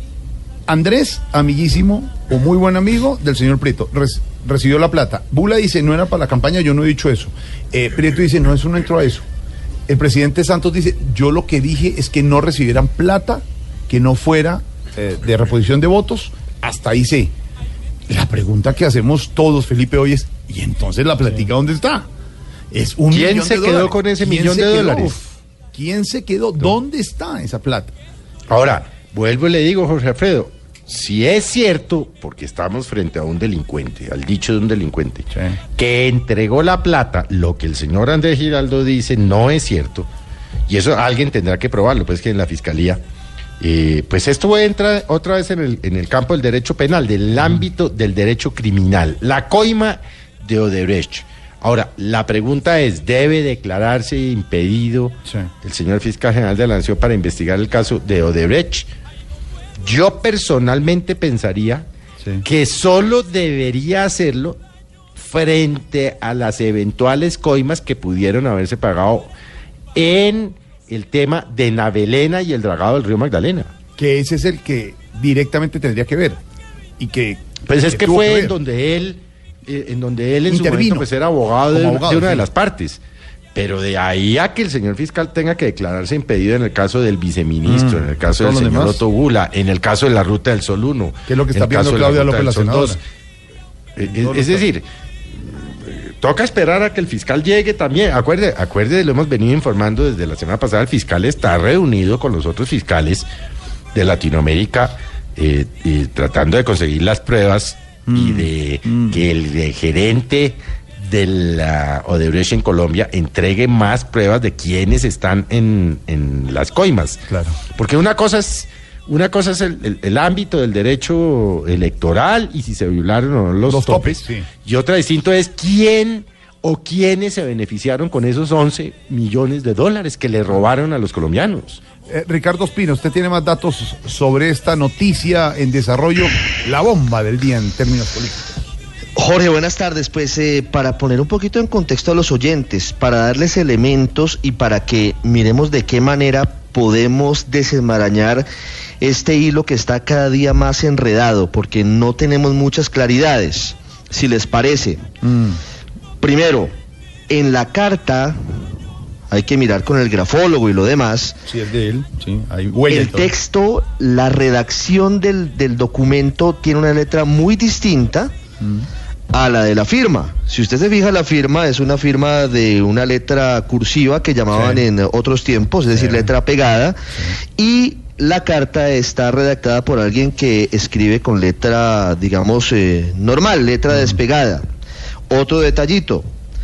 Speaker 9: Andrés, amiguísimo o muy buen amigo del señor Prieto, res, recibió la plata. Bula dice, no era para la campaña, yo no he dicho eso. Eh, Prieto dice, no, eso no entró a eso. El presidente Santos dice, yo lo que dije es que no recibieran plata, que no fuera eh, de reposición de votos, hasta ahí sé. La pregunta que hacemos todos, Felipe, hoy es, ¿y entonces la platica dónde está? Es un
Speaker 11: ¿Quién
Speaker 9: millón
Speaker 11: se
Speaker 9: de
Speaker 11: quedó
Speaker 9: dólares.
Speaker 11: con ese millón de dólares?
Speaker 9: Uf, ¿quién se quedó? ¿Dónde está esa plata?
Speaker 11: Ahora, vuelvo y le digo, Jorge Alfredo, si es cierto, porque estamos frente a un delincuente, al dicho de un delincuente, sí. que entregó la plata, lo que el señor Andrés Giraldo dice no es cierto, y eso alguien tendrá que probarlo, pues que en la fiscalía, eh, pues esto entra otra vez en el, en el campo del derecho penal, del mm. ámbito del derecho criminal, la coima de Odebrecht. Ahora, la pregunta es, ¿debe declararse impedido sí. el señor fiscal general de la Nación para investigar el caso de Odebrecht? Yo personalmente pensaría sí. que solo debería hacerlo frente a las eventuales coimas que pudieron haberse pagado en el tema de Navelena y el dragado del río Magdalena.
Speaker 9: Que ese es el que directamente tendría que ver. Y que
Speaker 11: pues es que, que
Speaker 9: fue
Speaker 11: que
Speaker 9: en
Speaker 11: donde él, eh, en donde él en Intervino. su momento pues era abogado de, abogado, de una sí. de las partes. Pero de ahí a que el señor fiscal tenga que declararse impedido en el caso del viceministro, mm, en el caso del señor demás? Otto Bula, en el caso de la Ruta del Sol uno.
Speaker 9: Que es lo que está viendo Claudia López, la senadora.
Speaker 11: Es, es, es decir, toca esperar a que el fiscal llegue también. Acuerde, acuerde, lo hemos venido informando desde la semana pasada, el fiscal está reunido con los otros fiscales de Latinoamérica eh, y tratando de conseguir las pruebas mm, y de mm. que el de gerente de la Odebrecht en Colombia entregue más pruebas de quienes están en, en las coimas.
Speaker 9: Claro.
Speaker 11: Porque una cosa es una cosa es el, el, el ámbito del derecho electoral y si se violaron o no los, los topes, topes sí. y otra distinto es quién o quiénes se beneficiaron con esos once millones de dólares que le robaron a los colombianos.
Speaker 9: Eh, Ricardo Ospina, usted tiene más datos sobre esta noticia en desarrollo, la bomba del día en términos políticos.
Speaker 13: Jorge, buenas tardes. Pues eh, para poner un poquito en contexto a los oyentes, para darles elementos y para que miremos de qué manera podemos desenmarañar este hilo que está cada día más enredado, porque no tenemos muchas claridades, si les parece. Mm. Primero, en la carta, hay que mirar con el grafólogo y lo demás.
Speaker 9: Sí, es de él, sí, hay huella.
Speaker 13: El texto, la redacción del, del documento tiene una letra muy distinta mm. a la de la firma. Si usted se fija, la firma es una firma de una letra cursiva que llamaban sí. en otros tiempos, es sí. decir, letra pegada, sí. y la carta está redactada por alguien que escribe con letra, digamos, eh, normal, letra mm. despegada. Otro detallito,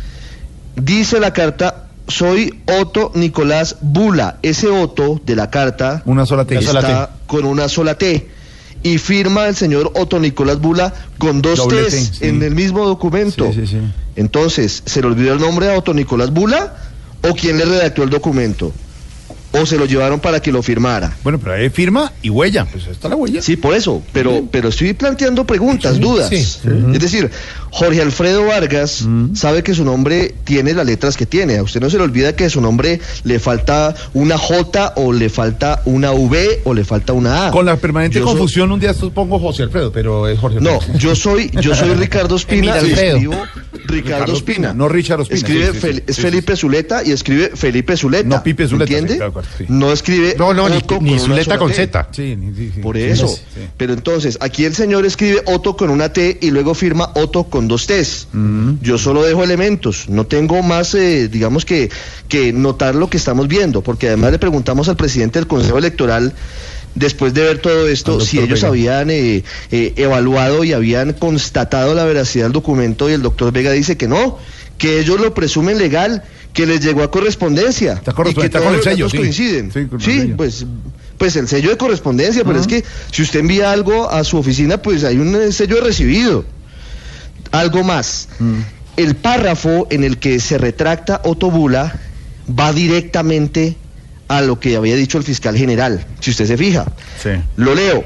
Speaker 13: dice la carta, soy Otto Nicolás Bula. Ese Otto de la carta
Speaker 9: una sola T.
Speaker 13: está
Speaker 9: sola T.
Speaker 13: con una sola T. Y firma el señor Otto Nicolás Bula con dos Doble T's T, sí. en el mismo documento.
Speaker 9: Sí, sí, sí.
Speaker 13: Entonces, ¿se le olvidó el nombre a Otto Nicolás Bula? ¿O quién le redactó el documento? ¿O se lo llevaron para que lo firmara?
Speaker 9: Bueno, pero ahí firma y huella, pues está la huella.
Speaker 13: Sí, por eso, pero, sí. pero estoy planteando preguntas, sí, dudas. Sí. Sí. Es decir, Jorge Alfredo Vargas uh-huh. sabe que su nombre tiene las letras que tiene. A usted no se le olvida que a su nombre le falta una J o le falta una V o le falta una A.
Speaker 9: Con la permanente yo confusión, soy... un día esto pongo José Alfredo, pero es Jorge Alfredo.
Speaker 13: No, yo soy, yo soy Ricardo Ospina y escribo Ricardo,
Speaker 9: Ricardo
Speaker 13: Ospina.
Speaker 9: No Richard Ospina.
Speaker 13: Escribe
Speaker 9: sí, sí,
Speaker 13: Fel,
Speaker 9: sí,
Speaker 13: es
Speaker 9: sí,
Speaker 13: Felipe
Speaker 9: sí.
Speaker 13: Zuleta y escribe Felipe Zuleta.
Speaker 9: No, Pipe Zuleta.
Speaker 13: ¿Entiende?
Speaker 9: Sí, claro, sí.
Speaker 13: No escribe.
Speaker 11: No, no, ni, ni Zuleta con Z.
Speaker 9: Sí, sí, sí.
Speaker 13: Por eso.
Speaker 9: Sí, sí.
Speaker 13: Pero entonces, aquí el señor escribe Otto con una T y luego firma Otto con dos T's. Mm-hmm. Yo solo dejo elementos. No tengo más, eh, digamos que, que notar lo que estamos viendo, porque además le preguntamos al presidente del Consejo Electoral, después de ver todo esto, si ellos Vega. habían eh, eh, evaluado y habían constatado la veracidad del documento, y el doctor Vega dice que no, que ellos lo presumen legal, que les llegó a correspondencia
Speaker 9: está corresp-
Speaker 13: y que
Speaker 9: está
Speaker 13: todos
Speaker 9: con el
Speaker 13: los
Speaker 9: sello,
Speaker 13: datos
Speaker 9: sí.
Speaker 13: coinciden.
Speaker 9: Sí,
Speaker 13: sí pues, pues el sello de correspondencia, uh-huh. pero es que si usted envía algo a su oficina, pues hay un sello de recibido. Algo más. Uh-huh. el párrafo en el que se retracta Otto Bula va directamente a lo que había dicho el fiscal general, si usted se fija.
Speaker 9: Sí.
Speaker 13: Lo leo.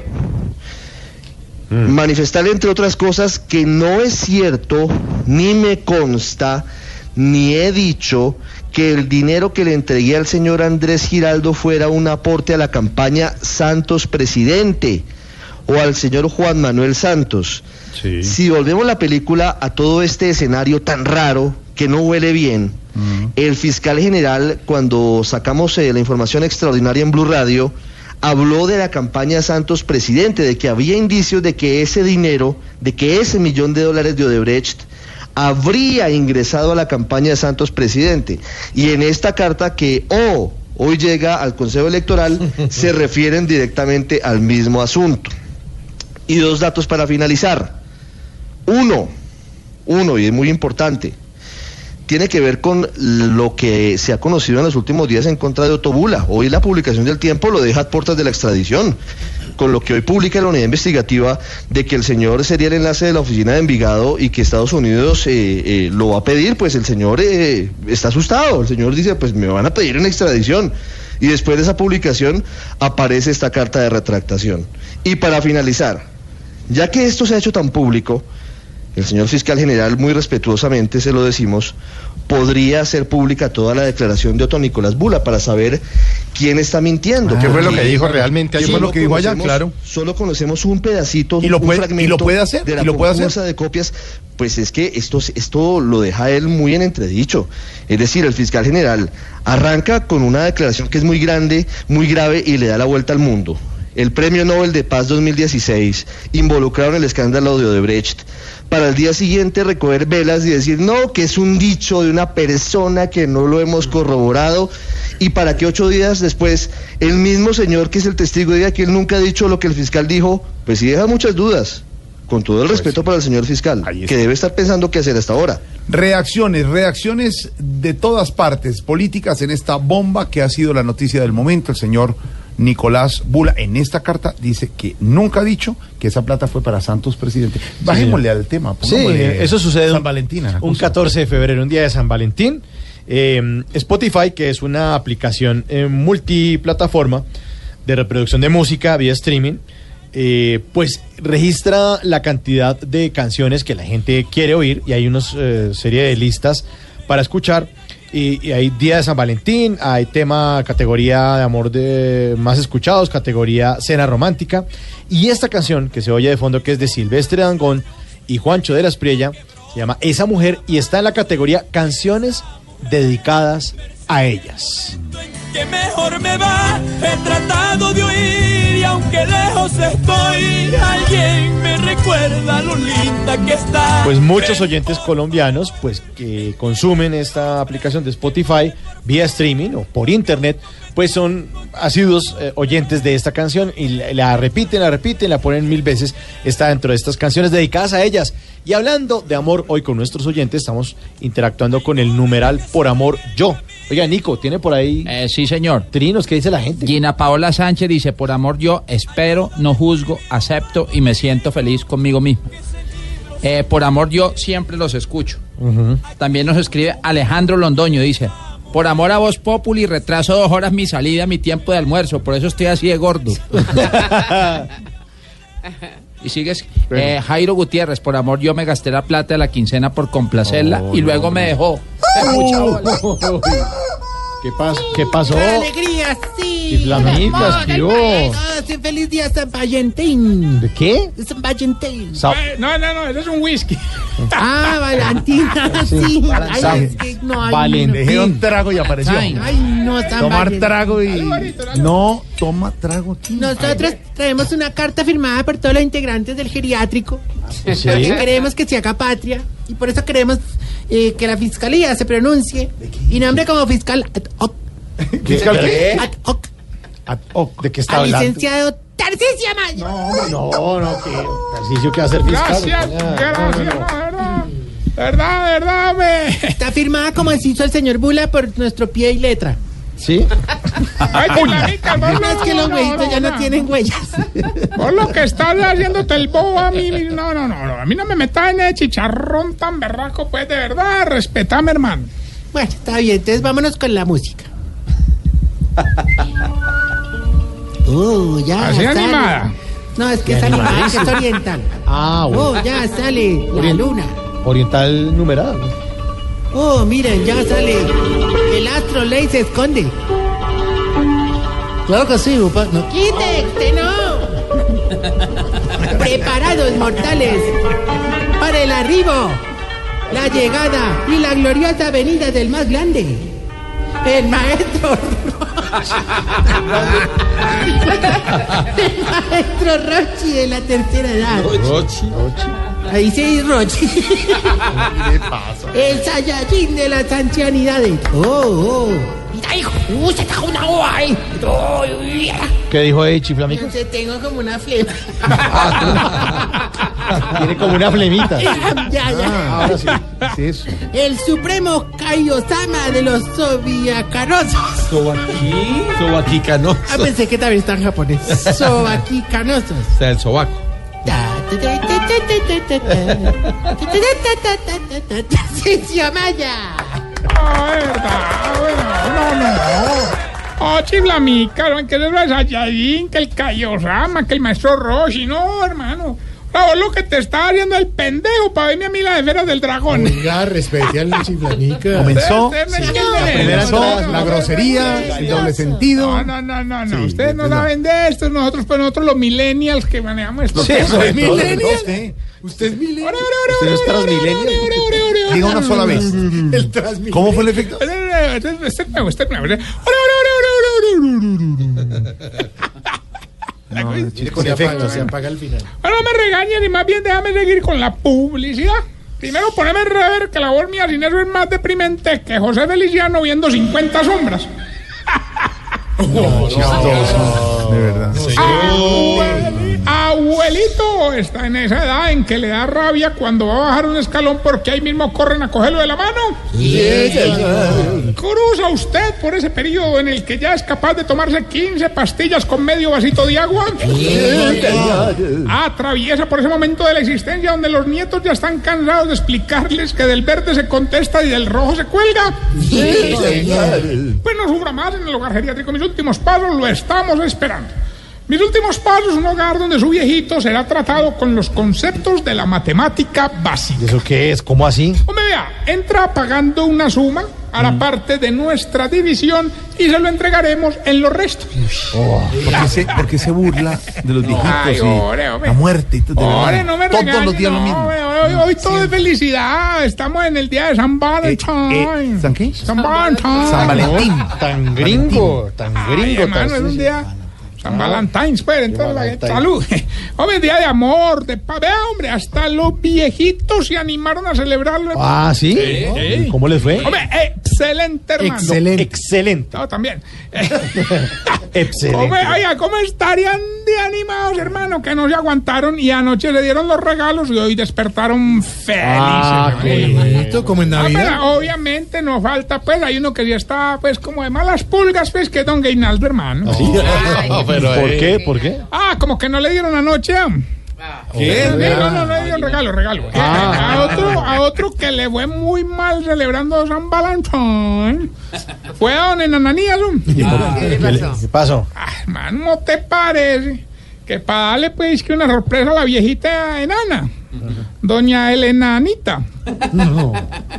Speaker 13: Mm. Manifestar, entre otras cosas, que no es cierto, ni me consta, ni he dicho que el dinero que le entregué al señor Andrés Giraldo fuera un aporte a la campaña Santos Presidente o al señor Juan Manuel Santos. Sí. Si volvemos la película a todo este escenario tan raro que no huele bien, uh-huh. el fiscal general, cuando sacamos eh, la información extraordinaria en Blue Radio, habló de la campaña Santos Presidente, de que había indicios de que ese dinero, de que ese millón de dólares de Odebrecht habría ingresado a la campaña Santos Presidente. Y en esta carta que oh, hoy llega al Consejo Electoral se refieren directamente al mismo asunto. Y dos datos para finalizar. Uno, uno, y es muy importante, tiene que ver con lo que se ha conocido en los últimos días en contra de Otto Bula. Hoy la publicación del Tiempo lo deja a puertas de la extradición, con lo que hoy publica la unidad investigativa de que el señor sería el enlace de la oficina de Envigado y que Estados Unidos eh, eh, lo va a pedir. Pues el señor eh, está asustado, el señor dice, pues me van a pedir en extradición. Y después de esa publicación aparece esta carta de retractación. Y para finalizar, ya que esto se ha hecho tan público, el señor fiscal general, muy respetuosamente se lo decimos, podría hacer pública toda la declaración de Otto Nicolás Bula para saber quién está mintiendo.
Speaker 11: Ah, ¿Qué fue lo que dijo realmente?
Speaker 13: ¿Qué fue lo que dijo allá? Claro. Solo conocemos un pedacito,
Speaker 9: ¿Y lo
Speaker 13: un
Speaker 9: puede,
Speaker 13: fragmento
Speaker 9: ¿y lo puede hacer?
Speaker 13: de la
Speaker 9: ¿Y lo puede hacer?
Speaker 13: de copias. Pues es que esto, esto lo deja él muy en entredicho. Es decir, el fiscal general arranca con una declaración que es muy grande, muy grave y le da la vuelta al mundo. El Premio Nobel de Paz dos mil dieciséis, involucrado en el escándalo de Odebrecht, para el día siguiente recoger velas y decir, no, que es un dicho de una persona que no lo hemos corroborado, y para que ocho días después el mismo señor que es el testigo diga que él nunca ha dicho lo que el fiscal dijo, pues sí deja muchas dudas. Con todo el pues respeto sí. para el señor fiscal, que debe estar pensando qué hacer hasta ahora.
Speaker 9: Reacciones, reacciones de todas partes políticas en esta bomba que ha sido la noticia del momento. El señor Nicolás Bula en esta carta dice que nunca ha dicho que esa plata fue para Santos Presidente. Bajémosle sí, al tema.
Speaker 6: Sí, eso sucede
Speaker 9: San
Speaker 6: un,
Speaker 9: Valentín,
Speaker 6: un catorce de febrero, un día de San Valentín. Eh, Spotify, que es una aplicación eh, multiplataforma de reproducción de música vía streaming, eh, pues registra la cantidad de canciones que la gente quiere oír, y hay una eh, serie de listas para escuchar. Y, y hay día de San Valentín, hay tema categoría de amor de más escuchados, categoría cena romántica, y esta canción que se oye de fondo, que es de Silvestre Dangond y Juancho de la Espriella, se llama Esa Mujer y está en la categoría canciones dedicadas a ellas.
Speaker 17: Que mejor me va, he tratado de oír, y aunque lejos estoy, alguien me recuerda lo linda que está.
Speaker 6: Pues muchos oyentes colombianos, pues que consumen esta aplicación de Spotify vía streaming o por internet, pues son asiduos eh, oyentes de esta canción y la, la repiten, la repiten, la ponen mil veces. Está dentro de estas canciones dedicadas a ellas. Y hablando de amor, hoy con nuestros oyentes estamos interactuando con el numeral Por Amor Yo. Oiga, Nico, ¿tiene por ahí?
Speaker 16: Eh, sí, señor.
Speaker 6: Trinos, ¿qué dice la gente?
Speaker 16: Gina Paola Sánchez dice, por amor yo espero, no juzgo, acepto y me siento feliz conmigo mismo. Eh, por amor yo siempre los escucho. Uh-huh. También nos escribe Alejandro Londoño, dice, por amor a Voz Populi retraso dos horas mi salida, mi tiempo de almuerzo, por eso estoy así de gordo. Y sigues, eh, Jairo Gutiérrez, por amor yo me gasté la plata de la quincena por complacerla oh, y luego no, me dejó.
Speaker 6: Oh, ¿Qué pasó? ¿Qué pasó?
Speaker 10: ¡Qué alegría, sí!
Speaker 6: ¡Y flamitas, tío!
Speaker 10: ¡Feliz día San Valentín!
Speaker 6: ¿De qué?
Speaker 10: De San Valentín.
Speaker 15: Sa no, no, no, eso es un whisky.
Speaker 10: Ah, Valentina, sí. sí. Ay,
Speaker 6: San
Speaker 10: es que no hay.
Speaker 6: Valentín. Dejé un trago y apareció.
Speaker 10: Ay, ay no, San
Speaker 6: Tomar
Speaker 10: Valentín.
Speaker 6: trago y... No, toma trago aquí.
Speaker 10: Nosotros traemos una carta firmada por todos los integrantes del geriátrico. ¿Sí? Porque queremos que se haga patria. Y por eso queremos eh, que la fiscalía se pronuncie y nombre como fiscal ad hoc.
Speaker 6: ¿Fiscal qué?
Speaker 10: Ad hoc.
Speaker 6: Ad hoc. ¿De qué está
Speaker 10: Al
Speaker 6: hablando?
Speaker 10: licenciado Tarcisio Maya.
Speaker 6: No, no, no, que Tarcisio que va a ser fiscal.
Speaker 15: Gracias,
Speaker 6: Ah,
Speaker 15: gracias,
Speaker 6: no, no, no.
Speaker 15: no, verdad. Verdad, verdad, me.
Speaker 10: Está firmada como se hizo el señor Bula por nuestro pie y letra.
Speaker 6: ¿Sí?
Speaker 10: Ay, Chiflamica, vos no, es que los huevitos ya no, no tienen huellas.
Speaker 20: Por lo que estás haciéndote el bobo a mí, no, no, no, no, a mí no me metas en el chicharrón tan berraco, pues de verdad, respetame, hermano.
Speaker 10: Bueno, está bien, entonces vámonos con la música. Uh, ya
Speaker 20: Así
Speaker 10: sale.
Speaker 20: Animada.
Speaker 10: No, es que es animada, que es oriental.
Speaker 6: Ah, bueno.
Speaker 10: Oh, ya sale la
Speaker 6: Orient-
Speaker 10: luna.
Speaker 6: Oriental numerado.
Speaker 10: Oh, miren, ya sale. El astro ley se esconde. Claro que sí, upa. No quite, usted no. Preparados, mortales, para el arribo, la llegada y la gloriosa venida del más grande, el maestro el maestro Rochi de la tercera edad.
Speaker 2: Rochi.
Speaker 10: Ahí sí, Rochi.
Speaker 2: ¿Qué le pasa?
Speaker 10: El Saiyajin de las ancianidades. Oh, oh. Mira, hijo. Uh, se tajó una ova ahí. Oh,
Speaker 6: ¿Qué dijo ahí, Chiflamica?
Speaker 10: yo tengo como una flema.
Speaker 6: Tiene como una flemita.
Speaker 10: ya, ya.
Speaker 6: Ah, ahora sí. Sí, eso.
Speaker 10: El supremo Kaiosama de los sobiacanosos.
Speaker 2: ¿Sobaki? Sobakicanoso.
Speaker 10: Ah, pensé que también está en japonés. Sobakicanosos.
Speaker 2: O sea, el sobaco.
Speaker 10: Sensio Maya.
Speaker 20: Ah, verdad, bueno, no, no. Oh, Chiflamica, ¿no? Que es el Saiyajin, que el Kaiosama, que el maestro Roshi, no, hermano. No, lo que te está haciendo el pendejo para verme a mí las esferas del dragón.
Speaker 2: Oiga, respete al Chiflamica.
Speaker 9: Comenzó
Speaker 20: Usted me
Speaker 9: sí,
Speaker 20: quiere.
Speaker 9: la primera
Speaker 20: No,
Speaker 9: entrada,
Speaker 20: no,
Speaker 9: la
Speaker 20: no,
Speaker 9: grosería,
Speaker 20: no,
Speaker 9: el
Speaker 20: no,
Speaker 9: doble sentido.
Speaker 20: No, no, no, no, no.
Speaker 9: Sí,
Speaker 20: Ustedes no
Speaker 9: no.
Speaker 20: saben de esto, nosotros, pues nosotros los millennials que manejamos esto.
Speaker 9: Sí,
Speaker 20: ¿Usted
Speaker 9: sobre
Speaker 20: es
Speaker 9: todo,
Speaker 20: millennial?
Speaker 9: usted.
Speaker 2: ¿Usted es millennial?
Speaker 6: ¿Usted no es transmilenio?
Speaker 9: Diga una sola vez.
Speaker 2: El transmilenio.
Speaker 9: ¿Cómo fue el efecto?
Speaker 20: Este es nuevo, este es nuevo.
Speaker 9: No,
Speaker 2: Se apaga, se apaga al final.
Speaker 20: Bueno, no me regañen y más bien déjame seguir con la publicidad. Primero poneme en rever que la voz mía sin eso es más deprimente que José Feliciano viendo cincuenta sombras.
Speaker 9: No, chistoso, de verdad.
Speaker 20: Abueli- abuelito está en esa edad en que le da rabia cuando va a bajar un escalón porque ahí mismo corren a cogerlo de la mano. Cruza usted por ese periodo en el que ya es capaz de tomarse quince pastillas con medio vasito de agua. Atraviesa por ese momento de la existencia donde los nietos ya están cansados de explicarles que del verde se contesta y del rojo se cuelga. Pues no sufra más en el hogar geriátrico. Mis últimos pasos lo estamos esperando. Mis últimos pasos, un hogar donde su viejito será tratado con los conceptos de la matemática básica.
Speaker 6: ¿Eso qué es? ¿Cómo así?
Speaker 20: Hombre, vea, entra pagando una suma a la parte de nuestra división y se lo entregaremos en los restos.
Speaker 9: Oh, ¿por, qué se, por qué se burla de los viejitos
Speaker 20: Ay,
Speaker 9: y
Speaker 20: ore, hombre.
Speaker 9: la muerte y todo? de
Speaker 20: Ore,
Speaker 9: verdad?
Speaker 20: no me
Speaker 9: Todos
Speaker 20: regañe,
Speaker 9: los días
Speaker 20: no,
Speaker 9: lo mismo.
Speaker 20: hombre, hoy, hoy todo es felicidad. Estamos en el día de San Valentín.
Speaker 9: ¿San qué?
Speaker 20: San Valentín.
Speaker 9: San Valentín.
Speaker 6: Tan gringo, tan
Speaker 20: Ay,
Speaker 6: gringo.
Speaker 20: hermano,
Speaker 6: tan
Speaker 20: es un
Speaker 6: sucio.
Speaker 20: día... San Valentine's, pues, entonces, la-
Speaker 6: Valentine.
Speaker 20: salud. Hombre, día de amor, de paz. Vea, hombre, hasta los viejitos se animaron a celebrarlo.
Speaker 6: Ah, ¿sí?
Speaker 20: Sí.
Speaker 6: ¿Cómo les fue?
Speaker 20: Hombre, excelente, hermano.
Speaker 6: Excelente. Excelente.
Speaker 20: No, también.
Speaker 6: Excelente.
Speaker 20: Hombre, oiga, ¿cómo estarían de animados, hermano? Que no se aguantaron y anoche le dieron los regalos y hoy despertaron felices.
Speaker 6: Ah, qué
Speaker 20: hermano.
Speaker 2: bonito, como en
Speaker 20: Ah,
Speaker 2: Navidad.
Speaker 20: pero obviamente nos falta, pues, hay uno que ya está, pues, como de malas pulgas, pues, que es don Gainaldo, hermano.
Speaker 6: ¿Por qué? ¿Por qué?
Speaker 20: Ah, como que no le dieron anoche.
Speaker 2: ¿Qué?
Speaker 20: Sí, no, no, no le dieron regalo, regalo. Eh,
Speaker 6: Ah.
Speaker 20: A otro, a otro que le fue muy mal celebrando San Valentín fue a don Enananías.
Speaker 6: ¿Y por qué? ¿Qué le- ¿Qué pasó?
Speaker 20: Ah, hermano, ¿no te parece que para darle, pues, que una sorpresa a la viejita enana? Doña Elena Anita.
Speaker 6: No.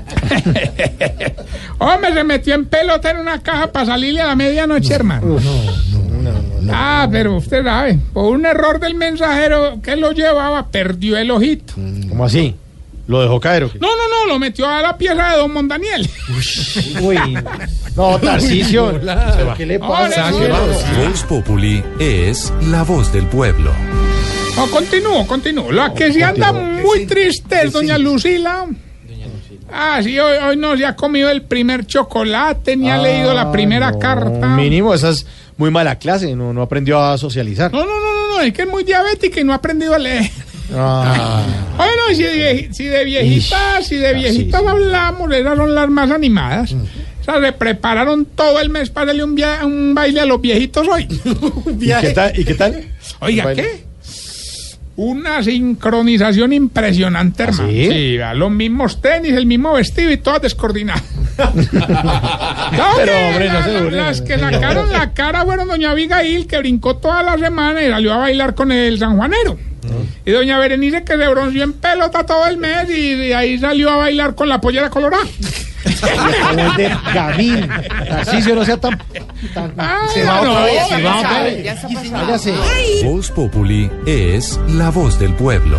Speaker 20: Hombre, se metió en pelota en una caja para salirle a la medianoche, hermano. Ah, pero usted sabe, por un error del mensajero que lo llevaba, perdió el ojito.
Speaker 6: ¿Cómo así? ¿Lo dejó caer o qué?
Speaker 20: No, no, no, lo metió a la pieza de don Mondaniel.
Speaker 6: Uy. No, Tarcisio. ¿Qué le pasa?
Speaker 4: Voz Populi es la voz del pueblo.
Speaker 20: No, continúo, continúo. La que se anda muy triste es doña Lucila. Ah, sí, hoy, hoy no se ha comido el primer chocolate, ni ha leído la primera
Speaker 6: no,
Speaker 20: carta.
Speaker 6: Mínimo, esa es muy mala clase, no, no aprendió a socializar.
Speaker 20: No, no, no, no, no, es que es muy diabética y no ha aprendido a leer.
Speaker 6: Ah.
Speaker 20: Bueno, si de, vieji- si de viejitas, si de viejitas hablamos, esas son las más animadas. O sea, se prepararon todo el mes para darle un, via- un baile a los viejitos hoy.
Speaker 6: ¿Y qué tal? ¿Y qué tal?
Speaker 20: Oiga, ¿qué? Una sincronización impresionante, hermano.
Speaker 6: ¿Sí?
Speaker 20: Sí, a los mismos tenis, el mismo vestido y todas descoordinadas. No,
Speaker 6: Pero,
Speaker 20: que
Speaker 6: hombre, no
Speaker 20: la-
Speaker 6: se burlen.
Speaker 20: las que sacaron la cara fueron doña Abigail, que brincó toda la semana y salió a bailar con el sanjuanero. Y doña Berenice, que se bronceó en pelota todo el mes y de ahí salió a bailar con la pollera colorada.
Speaker 6: Como el de Gavín. Tarcisio, no sea tan... tan- se va otra vez, se va otra vez. Váyase.
Speaker 18: Voz Populi es la voz del pueblo.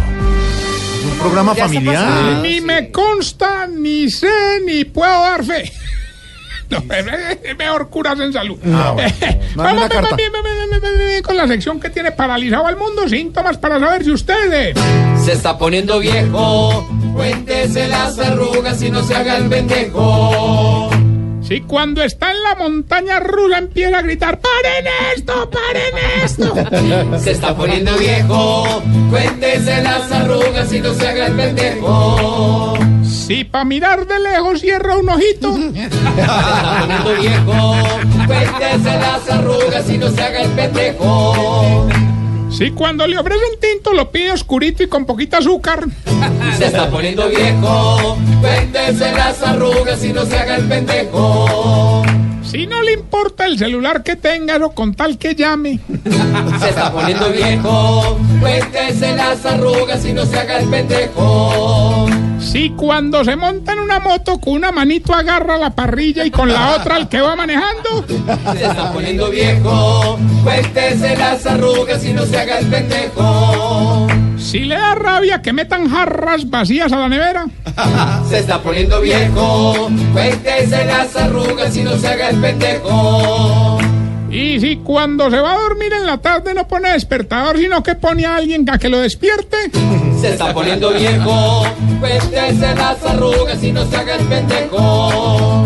Speaker 9: Un programa familiar.
Speaker 20: Ni me consta, ni sé, ni puedo dar fe. No, es es mejor curas en salud.
Speaker 9: Ah, bueno. Mande
Speaker 20: Vamos
Speaker 9: una carta.
Speaker 20: vamos, bien, bien, bien, bien, bien, con la sección que tiene paralizado al mundo. Síntomas para saber si ustedes...
Speaker 17: Se está poniendo viejo, cuéntese las arrugas y no se haga el pendejo.
Speaker 20: Si cuando está en la montaña rusa empieza a gritar ¡paren esto, paren esto!
Speaker 17: Se está poniendo viejo, cuéntese las arrugas y no se haga el pendejo.
Speaker 20: Si para mirar de lejos cierra un ojito.
Speaker 17: Se está poniendo viejo, cuéntese las arrugas y no se haga el pendejo.
Speaker 20: Si cuando le ofrecen tinto lo pide oscurito y con poquita azúcar.
Speaker 17: Se está poniendo viejo, cuéntese las arrugas y no se haga el pendejo.
Speaker 20: Si no le importa el celular que tengas o con tal que llame.
Speaker 17: Se está poniendo viejo, cuéntese las arrugas y no se haga el pendejo.
Speaker 20: Si cuando se monta en una moto con una manito agarra la parrilla y con la otra al que va manejando.
Speaker 17: Se está poniendo viejo, cuéntese las arrugas y no se haga el pendejo.
Speaker 20: Si le da rabia que metan jarras vacías a la nevera.
Speaker 17: Se está poniendo viejo, cuéntese las arrugas y no se haga el pendejo.
Speaker 20: Y si cuando se va a dormir en la tarde no pone despertador, sino que pone a alguien a que lo despierte.
Speaker 17: Se está poniendo viejo, cuéntese las arrugas y no se haga el pendejo.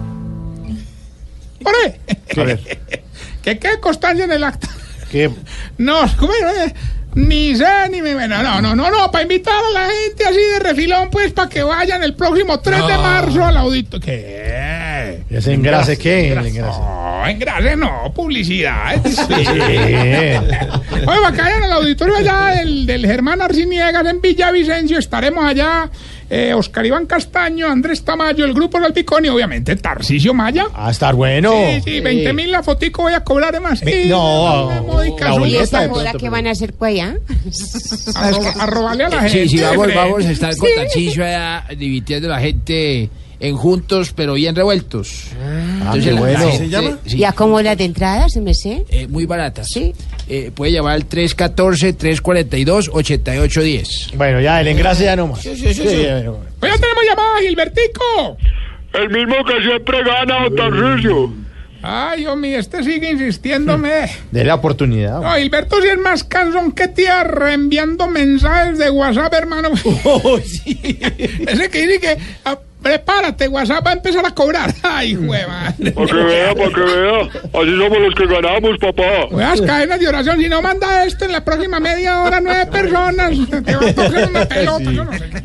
Speaker 20: ¡Ore!
Speaker 6: A ver.
Speaker 20: Que quede constancia en el acta.
Speaker 6: ¿Qué?
Speaker 20: No, ¿cómo era? Ni sé ni me... No, no, no, no, no, para invitar a la gente así de refilón, pues, para que vayan el próximo tres de marzo al audito. ¿Qué?
Speaker 6: ¿Y ese engrase qué? El engrase.
Speaker 20: No, engrase no, publicidad. Sí.
Speaker 6: Bien.
Speaker 20: Oye, para que vayan al auditorio allá del, del Germán Arciniegas en Villavicencio, estaremos allá... Eh, Oscar Iván Castaño, Andrés Tamayo, el grupo Salpicón y obviamente Tarcisio Maya.
Speaker 6: A estar bueno.
Speaker 20: Sí, sí, veinte mil la fotico voy a cobrar además. Sí,
Speaker 6: no,
Speaker 20: una módica
Speaker 6: la
Speaker 20: suma.
Speaker 12: ¿Y
Speaker 6: boleta
Speaker 12: esta
Speaker 6: de
Speaker 12: moda
Speaker 6: pronto,
Speaker 12: que van a hacer pues allá?
Speaker 20: A, roba- a robarle a la gente.
Speaker 19: Sí, sí, vamos,
Speaker 20: hombre.
Speaker 19: vamos a estar con
Speaker 12: Sí.
Speaker 19: Tarcisio allá divirtiendo a la gente en juntos, pero bien revueltos.
Speaker 6: Ah, qué
Speaker 19: la
Speaker 6: bueno.
Speaker 19: gente,
Speaker 6: ¿Se llama?
Speaker 19: sí,
Speaker 12: ¿Y a cómo las de entrada, se me sé?
Speaker 19: eh, muy baratas.
Speaker 12: Sí.
Speaker 19: Eh, puede llamar al tres uno cuatro, tres cuatro dos, ocho ocho uno cero.
Speaker 6: Bueno, ya, el engrase ya no más.
Speaker 19: Sí, sí, sí, sí.
Speaker 6: ya, bueno.
Speaker 20: Pues ya tenemos llamada, Gilbertico.
Speaker 8: El mismo que siempre gana, don Tarcisio.
Speaker 20: Ay, hombre, este sigue insistiéndome.
Speaker 6: De la oportunidad.
Speaker 20: No, Gilberto sí es más cansón que tierra enviando mensajes de WhatsApp, hermano.
Speaker 6: Oh, sí.
Speaker 20: Ese que dice que ah, prepárate, WhatsApp va a empezar a cobrar. Ay, jueva.
Speaker 8: Para que vea, para que vea. Así somos los que ganamos, papá.
Speaker 20: Las cadenas de oración, si no manda esto en la próxima media hora, nueve personas, te va a tocar una pelota,
Speaker 6: Sí.
Speaker 20: yo no sé.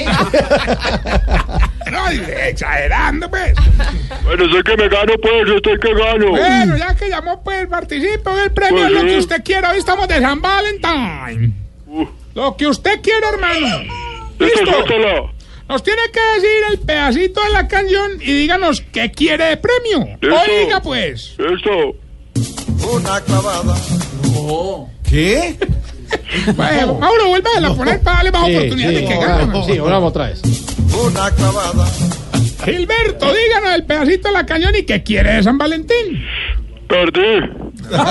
Speaker 20: No, exagerando, pues.
Speaker 8: Bueno, sé que me gano, pues, estoy que gano.
Speaker 20: Bueno, ya que llamó, pues, participe del premio,
Speaker 8: Pues
Speaker 20: es lo
Speaker 8: sí.
Speaker 20: que usted quiera. Hoy estamos de San Valentín.
Speaker 8: Uh,
Speaker 20: Lo que usted quiera, hermano.
Speaker 8: Esto,
Speaker 20: ¿Listo?
Speaker 8: suéltala.
Speaker 20: Nos tiene que decir el pedacito de la canción y díganos qué quiere de premio.
Speaker 8: Listo.
Speaker 20: Oiga, pues.
Speaker 8: Esto.
Speaker 9: Una clavada. ¿Qué?
Speaker 20: Bueno, Mauro, vuelve a poner para darle más
Speaker 6: Sí,
Speaker 20: oportunidad
Speaker 6: sí,
Speaker 20: de que
Speaker 6: ahora-
Speaker 20: gane.
Speaker 6: sí, ahora vamos otra vez.
Speaker 9: Una clavada.
Speaker 20: Gilberto, díganos el pedacito de la canción y qué quiere de San Valentín.
Speaker 8: Perdí.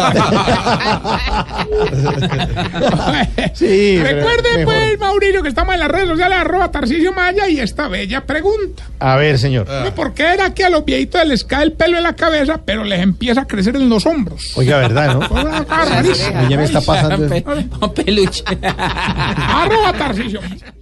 Speaker 6: Sí, pero
Speaker 20: Recuerde,
Speaker 6: mejor.
Speaker 20: pues, Mauricio, que estamos en las redes sociales, arroba Tarcisio Maya, y esta bella pregunta.
Speaker 6: A ver, señor.
Speaker 20: No, ¿por qué era que a los viejitos les cae el pelo en la cabeza, pero les empieza a crecer en los hombros?
Speaker 6: Oiga, ¿verdad, no?
Speaker 20: Una cosa rarísima.
Speaker 6: Ya me está pasando.
Speaker 19: Pe- un peluche.
Speaker 20: Arroba Tarcisio Maya.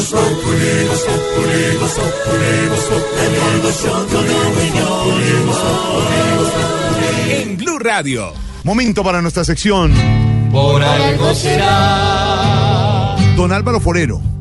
Speaker 4: En Blue Radio.
Speaker 9: Momento para nuestra sección.
Speaker 17: Por algo será.
Speaker 9: Don Álvaro Forero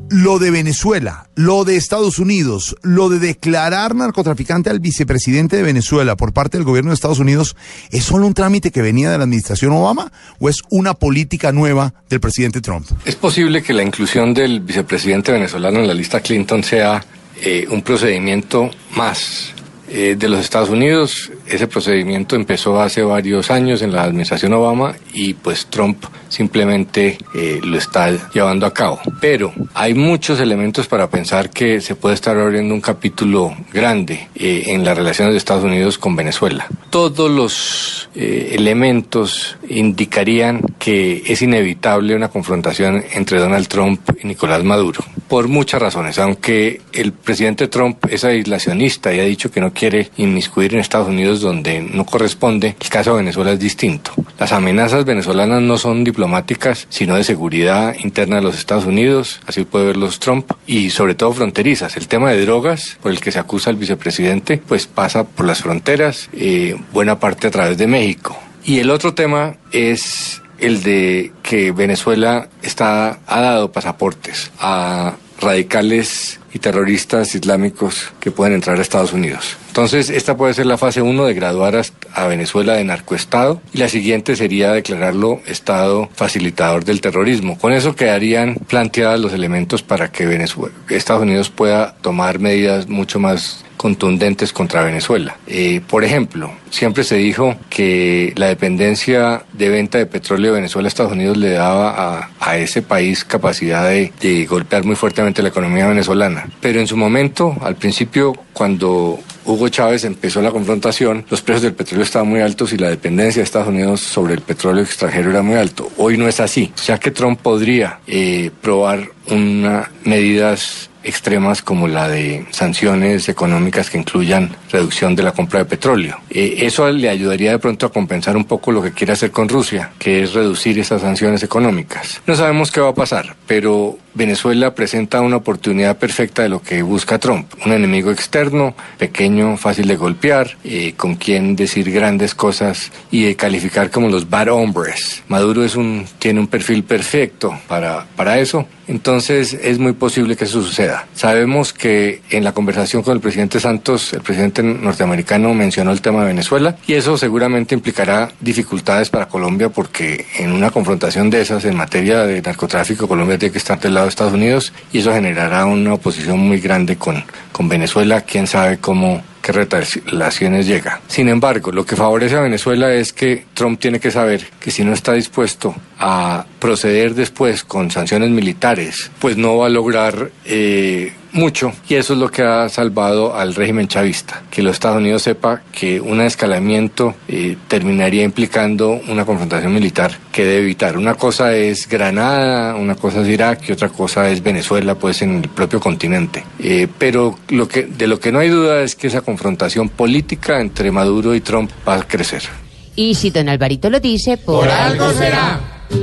Speaker 9: lo de Venezuela, lo de Estados Unidos, lo de declarar narcotraficante al vicepresidente de Venezuela por parte del gobierno de Estados Unidos, ¿es solo un trámite que venía de la administración Obama o es una política nueva del presidente Trump?
Speaker 7: Es posible que la inclusión del vicepresidente venezolano en la lista Clinton sea eh, un procedimiento más eh, de los Estados Unidos. Ese procedimiento empezó hace varios años en la administración Obama y pues Trump simplemente eh, lo está llevando a cabo. Pero hay muchos elementos para pensar que se puede estar abriendo un capítulo grande eh, en las relaciones de Estados Unidos con Venezuela. Todos los eh, elementos indicarían que es inevitable una confrontación entre Donald Trump y Nicolás Maduro, por muchas razones. Aunque el presidente Trump es aislacionista y ha dicho que no quiere inmiscuir en Estados Unidos donde no corresponde, el caso de Venezuela es distinto. Las amenazas venezolanas no son diplomáticas, sino de seguridad interna de los Estados Unidos, así puede verlos Trump, y sobre todo fronterizas. El tema de drogas, por el que se acusa al vicepresidente, pues pasa por las fronteras, eh, buena parte a través de México. Y el otro tema es el de que Venezuela está, ha dado pasaportes a radicales y terroristas islámicos que pueden entrar a Estados Unidos. Entonces, esta puede ser la fase uno de graduar a Venezuela de narcoestado, y la siguiente sería declararlo estado facilitador del terrorismo. Con eso quedarían planteados los elementos para que Venezuela, Estados Unidos pueda tomar medidas mucho más contundentes contra Venezuela. Eh, por ejemplo, siempre se dijo que la dependencia de venta de petróleo de Venezuela a Estados Unidos le daba a, a ese país capacidad de, de golpear muy fuertemente la economía venezolana. Pero en su momento, al principio, cuando Hugo Chávez empezó la confrontación, los precios del petróleo estaban muy altos y la dependencia de Estados Unidos sobre el petróleo extranjero era muy alto. Hoy no es así, ya que Trump podría eh, probar unas medidas extremas como la de sanciones económicas que incluyan reducción de la compra de petróleo. Eh, eso le ayudaría de pronto a compensar un poco lo que quiere hacer con Rusia, que es reducir esas sanciones económicas. No sabemos qué va a pasar, pero Venezuela presenta una oportunidad perfecta de lo que busca Trump. Un enemigo externo, pequeño, fácil de golpear, eh, con quien decir grandes cosas y de calificar como los bad hombres. Maduro es un, tiene un perfil perfecto para, para eso. Entonces es muy posible que eso suceda. Sabemos que en la conversación con el presidente Santos, el presidente norteamericano mencionó el tema de Venezuela, y eso seguramente implicará dificultades para Colombia, porque en una confrontación de esas en materia de narcotráfico, Colombia tiene que estar del lado de Estados Unidos, y eso generará una oposición muy grande con, con Venezuela. Quién sabe cómo, qué relaciones llega. Sin embargo, lo que favorece a Venezuela es que Trump tiene que saber que si no está dispuesto a proceder después con sanciones militares, pues no va a lograr eh, mucho, y eso es lo que ha salvado al régimen chavista, que los Estados Unidos sepa que un escalamiento eh, terminaría implicando una confrontación militar que debe evitar. Una cosa es Granada, una cosa es Irak y otra cosa es Venezuela, pues en el propio continente. Eh, pero lo que, de lo que no hay duda es que esa confrontación política entre Maduro y Trump va a crecer.
Speaker 12: Y si don Alvarito lo dice, por, por algo será.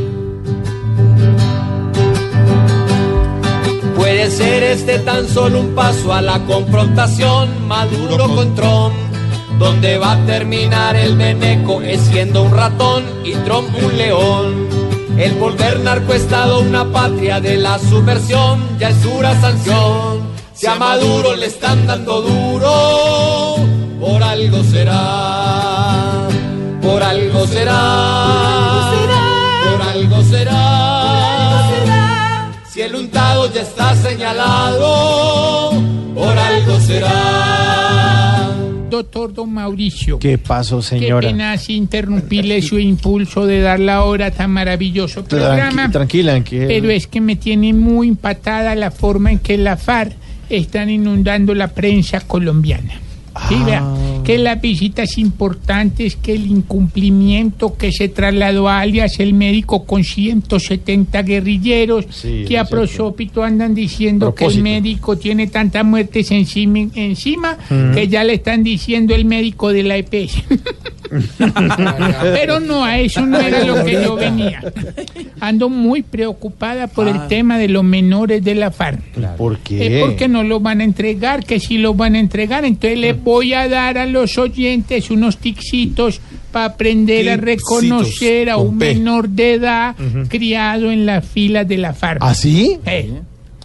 Speaker 17: Puede ser este tan solo un paso a la confrontación, Maduro con Trump. Donde va a terminar el veneco es siendo un ratón y Trump un león. El volver narcoestado una patria de la subversión ya es dura sanción. Si a Maduro le están dando duro, por algo será, por algo será, por algo será. Si el untado ya está señalado, por algo será.
Speaker 20: Doctor don Mauricio.
Speaker 6: ¿Qué pasó, señora?
Speaker 20: Qué pena interrumpirle su impulso de dar la hora tan maravilloso programa.
Speaker 6: Tranqui, tranquila, tranquila.
Speaker 20: Pero es que me tiene muy impactada la forma en que la FARC están inundando la prensa colombiana. Sí,
Speaker 6: Ah.
Speaker 20: vea, que las visitas importantes, que el incumplimiento, que se trasladó a alias el médico con ciento setenta guerrilleros,
Speaker 6: Sí,
Speaker 20: que a
Speaker 6: es cierto.
Speaker 20: prosópito andan diciendo que el
Speaker 6: Propósito.
Speaker 20: médico tiene tantas muertes encima, encima
Speaker 6: Mm.
Speaker 20: que ya le están diciendo el médico de la E P S. Pero no, a eso no era lo que yo venía. Ando muy preocupada por el
Speaker 6: Ah.
Speaker 20: tema de los menores de la FARC.
Speaker 6: ¿Por qué?
Speaker 20: Es porque no los van a entregar, que si los van a entregar, entonces les voy a dar a los oyentes unos ticsitos para aprender a reconocer a
Speaker 6: con
Speaker 20: un
Speaker 6: P.
Speaker 20: menor de edad
Speaker 6: Ujú.
Speaker 20: criado en las filas de la FARC.
Speaker 6: ¿Ah, sí?
Speaker 20: Eh,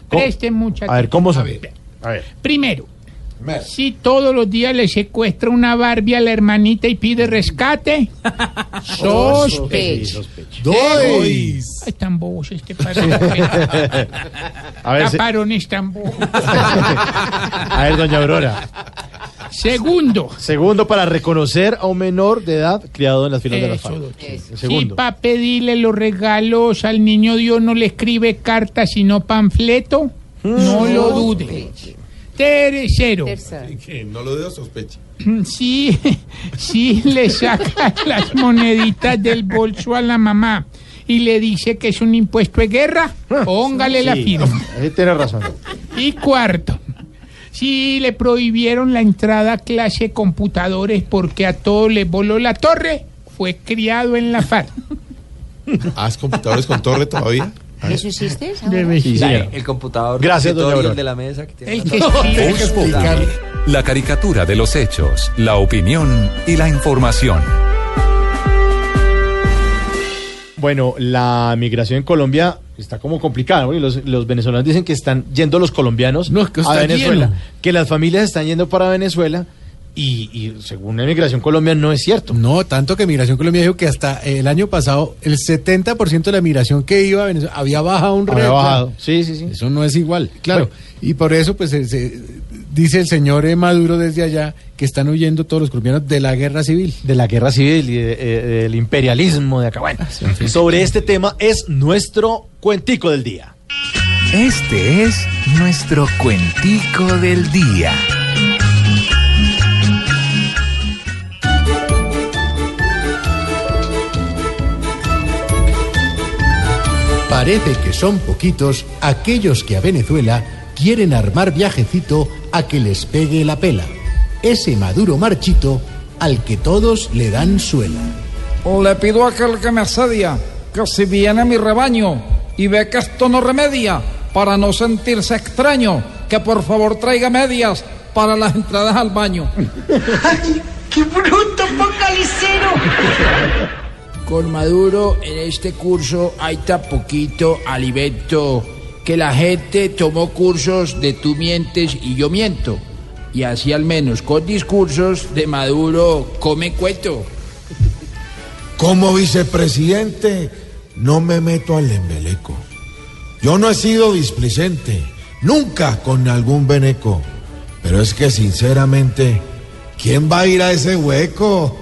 Speaker 20: Presten mucha
Speaker 6: A ver, ¿cómo
Speaker 20: atención.
Speaker 6: sabe? A ver.
Speaker 20: Primero, si todos los días le secuestra una Barbie a la hermanita y pide rescate, sospecha.
Speaker 6: Dos.
Speaker 20: Ay, tan bobos este parón.
Speaker 6: A ver, se-
Speaker 20: Parones tan bobos.
Speaker 6: A ver, doña Aurora.
Speaker 20: Segundo.
Speaker 6: Segundo, para reconocer a un menor de edad criado en las filas de las
Speaker 20: Eso,
Speaker 6: FARC.
Speaker 20: doctor.
Speaker 6: El
Speaker 20: Si
Speaker 6: segundo.
Speaker 20: para pedirle los regalos al niño Dios no le escribe carta sino panfleto, no lo dude. Tercero,
Speaker 2: Que no lo debo sospecha.
Speaker 20: si, si le saca las moneditas del bolso a la mamá y le dice que es un impuesto de guerra, póngale la
Speaker 6: Sí,
Speaker 20: firma.
Speaker 6: ahí tiene razón.
Speaker 20: Y cuarto, si le prohibieron la entrada a clase de computadores porque a todos les voló la torre, fue criado en la FARC.
Speaker 2: ¿Haz computadores con torre todavía?
Speaker 12: ¿Eso existe?
Speaker 20: Debe
Speaker 6: Sí,
Speaker 20: ser.
Speaker 6: señora.
Speaker 14: El computador
Speaker 6: Gracias, doña
Speaker 14: escritorio,
Speaker 6: Aurora.
Speaker 14: el de la mesa que tiene
Speaker 20: El
Speaker 14: la
Speaker 20: que
Speaker 14: torre.
Speaker 20: escribe.
Speaker 18: Voz Populi. La caricatura de los hechos, la opinión y la información.
Speaker 6: Bueno, la migración en Colombia está como complicada, ¿no? Y los, los venezolanos dicen que están yendo los colombianos
Speaker 9: que
Speaker 6: a
Speaker 9: está
Speaker 6: Venezuela,
Speaker 9: lleno.
Speaker 6: que las familias están yendo para Venezuela y, y según la migración Colombia no es cierto.
Speaker 9: No, tanto que Migración Colombia dijo que hasta el año pasado el setenta por ciento de la migración que iba a Venezuela había bajado un
Speaker 6: Había
Speaker 9: récord.
Speaker 6: bajado. Sí, sí, sí.
Speaker 9: Eso no es igual, claro.
Speaker 6: Bueno.
Speaker 9: Y por eso, pues, se, se- dice el señor eh, Maduro desde allá que están huyendo todos los colombianos de la guerra civil.
Speaker 6: De la guerra civil y de- eh, del imperialismo de acá. Bueno, sobre este tema es nuestro cuentico del día.
Speaker 4: Este es nuestro cuentico del día.
Speaker 22: Parece que son poquitos aquellos que a Venezuela quieren armar viajecito a que les pegue la pela. Ese Maduro marchito al que todos le dan suela.
Speaker 23: Le pido a aquel que me asedia que si viene mi rebaño y ve que esto no remedia, para no sentirse extraño, que por favor traiga medias para las entradas al baño.
Speaker 10: ¡Qué bruto, focalicero!
Speaker 19: Con Maduro en este curso hay tan poquito alimento que la gente tomó cursos de tú mientes y yo miento. Y así al menos con discursos de Maduro come cuento.
Speaker 24: Como vicepresidente, no me meto al embeleco. Yo no he sido displicente, nunca con algún beneco. Pero es que sinceramente, ¿quién va a ir a ese hueco?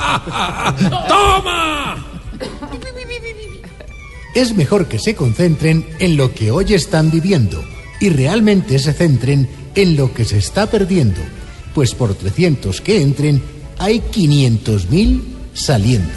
Speaker 19: ¡Toma!
Speaker 22: Es mejor que se concentren en lo que hoy están viviendo y realmente se centren en lo que se está perdiendo, pues por trescientos que entren hay quinientos mil saliendo.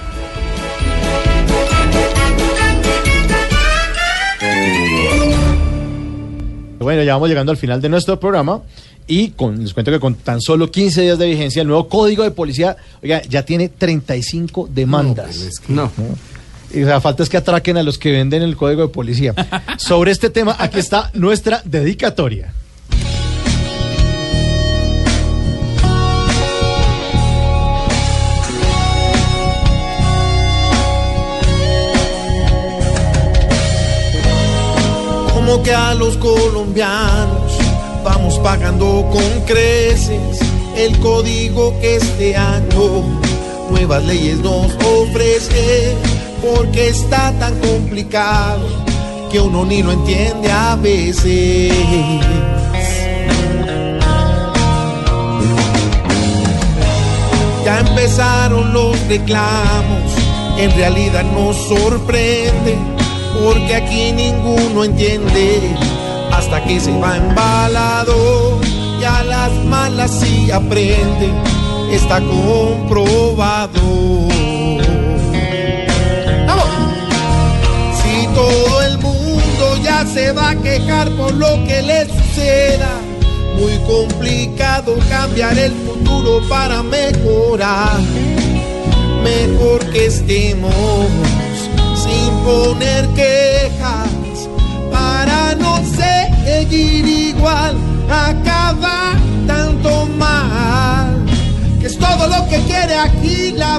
Speaker 6: Bueno, ya vamos llegando al final de nuestro programa y con, les cuento que con tan solo quince días de vigencia el nuevo Código de Policía, oiga, ya tiene treinta y cinco demandas. No, Y la falta es que atraquen a los que venden el Código de Policía. Sobre este tema, aquí está nuestra dedicatoria.
Speaker 2: Como que a los colombianos vamos pagando con creces el código que este año nuevas leyes nos ofrece, porque está tan complicado que uno ni lo entiende a veces. Ya empezaron los reclamos, en realidad nos sorprende, porque aquí ninguno entiende hasta que se va embalado y a las malas sí aprende, está comprobado. ¡Vamos! Si todo el mundo ya se va a quejar por lo que le suceda, muy complicado cambiar el futuro para mejorar. Mejor que estemos sin poner quejas para no seguir igual, acabar tanto mal, que es todo lo que quiere aquí la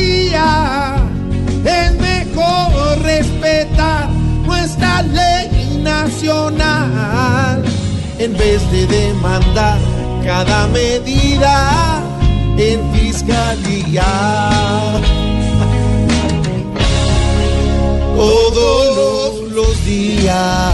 Speaker 2: policía. Es mejor respetar nuestra ley nacional, en vez de demandar cada medida en fiscalía. Todos los días.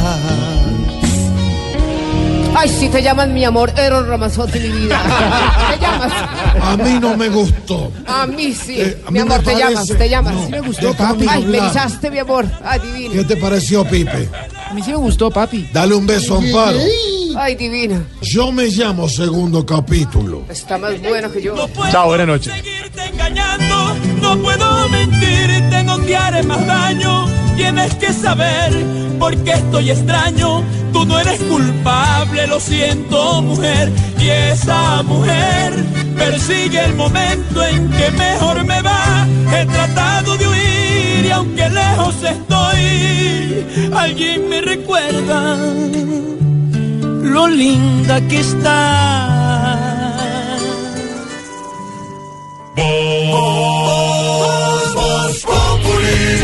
Speaker 12: Ay, si te llaman mi amor, Eros Ramazzotti, mi vida. ¿Te llamas?
Speaker 24: A mí no me gustó.
Speaker 12: A mí sí.
Speaker 24: Eh, a
Speaker 12: mi
Speaker 24: mí
Speaker 12: amor,
Speaker 24: me
Speaker 12: te
Speaker 24: parece-
Speaker 12: llamas, te llamas.
Speaker 24: No.
Speaker 12: Sí me gustó,
Speaker 24: papi.
Speaker 12: Ay, me erizaste, mi amor. Ay, divino.
Speaker 24: ¿Qué te pareció, Pipe?
Speaker 19: A mí sí me gustó, papi.
Speaker 24: Dale un beso a Amparo.
Speaker 12: Ay, divino.
Speaker 24: Yo me llamo Segundo Capítulo.
Speaker 12: Está más bueno que yo.
Speaker 6: Chao, buenas noches.
Speaker 17: Engañando, no puedo mentirte, no te haré más daño. Tienes que saber por qué estoy extraño. Tú no eres culpable, lo siento, mujer. Y esa mujer persigue el momento en que mejor me va. He tratado de huir y aunque lejos estoy, alguien me recuerda lo linda que está.
Speaker 3: Voz, Voz Populi.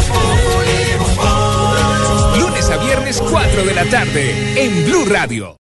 Speaker 4: Lunes a viernes, cuatro de la tarde, en Blue Radio.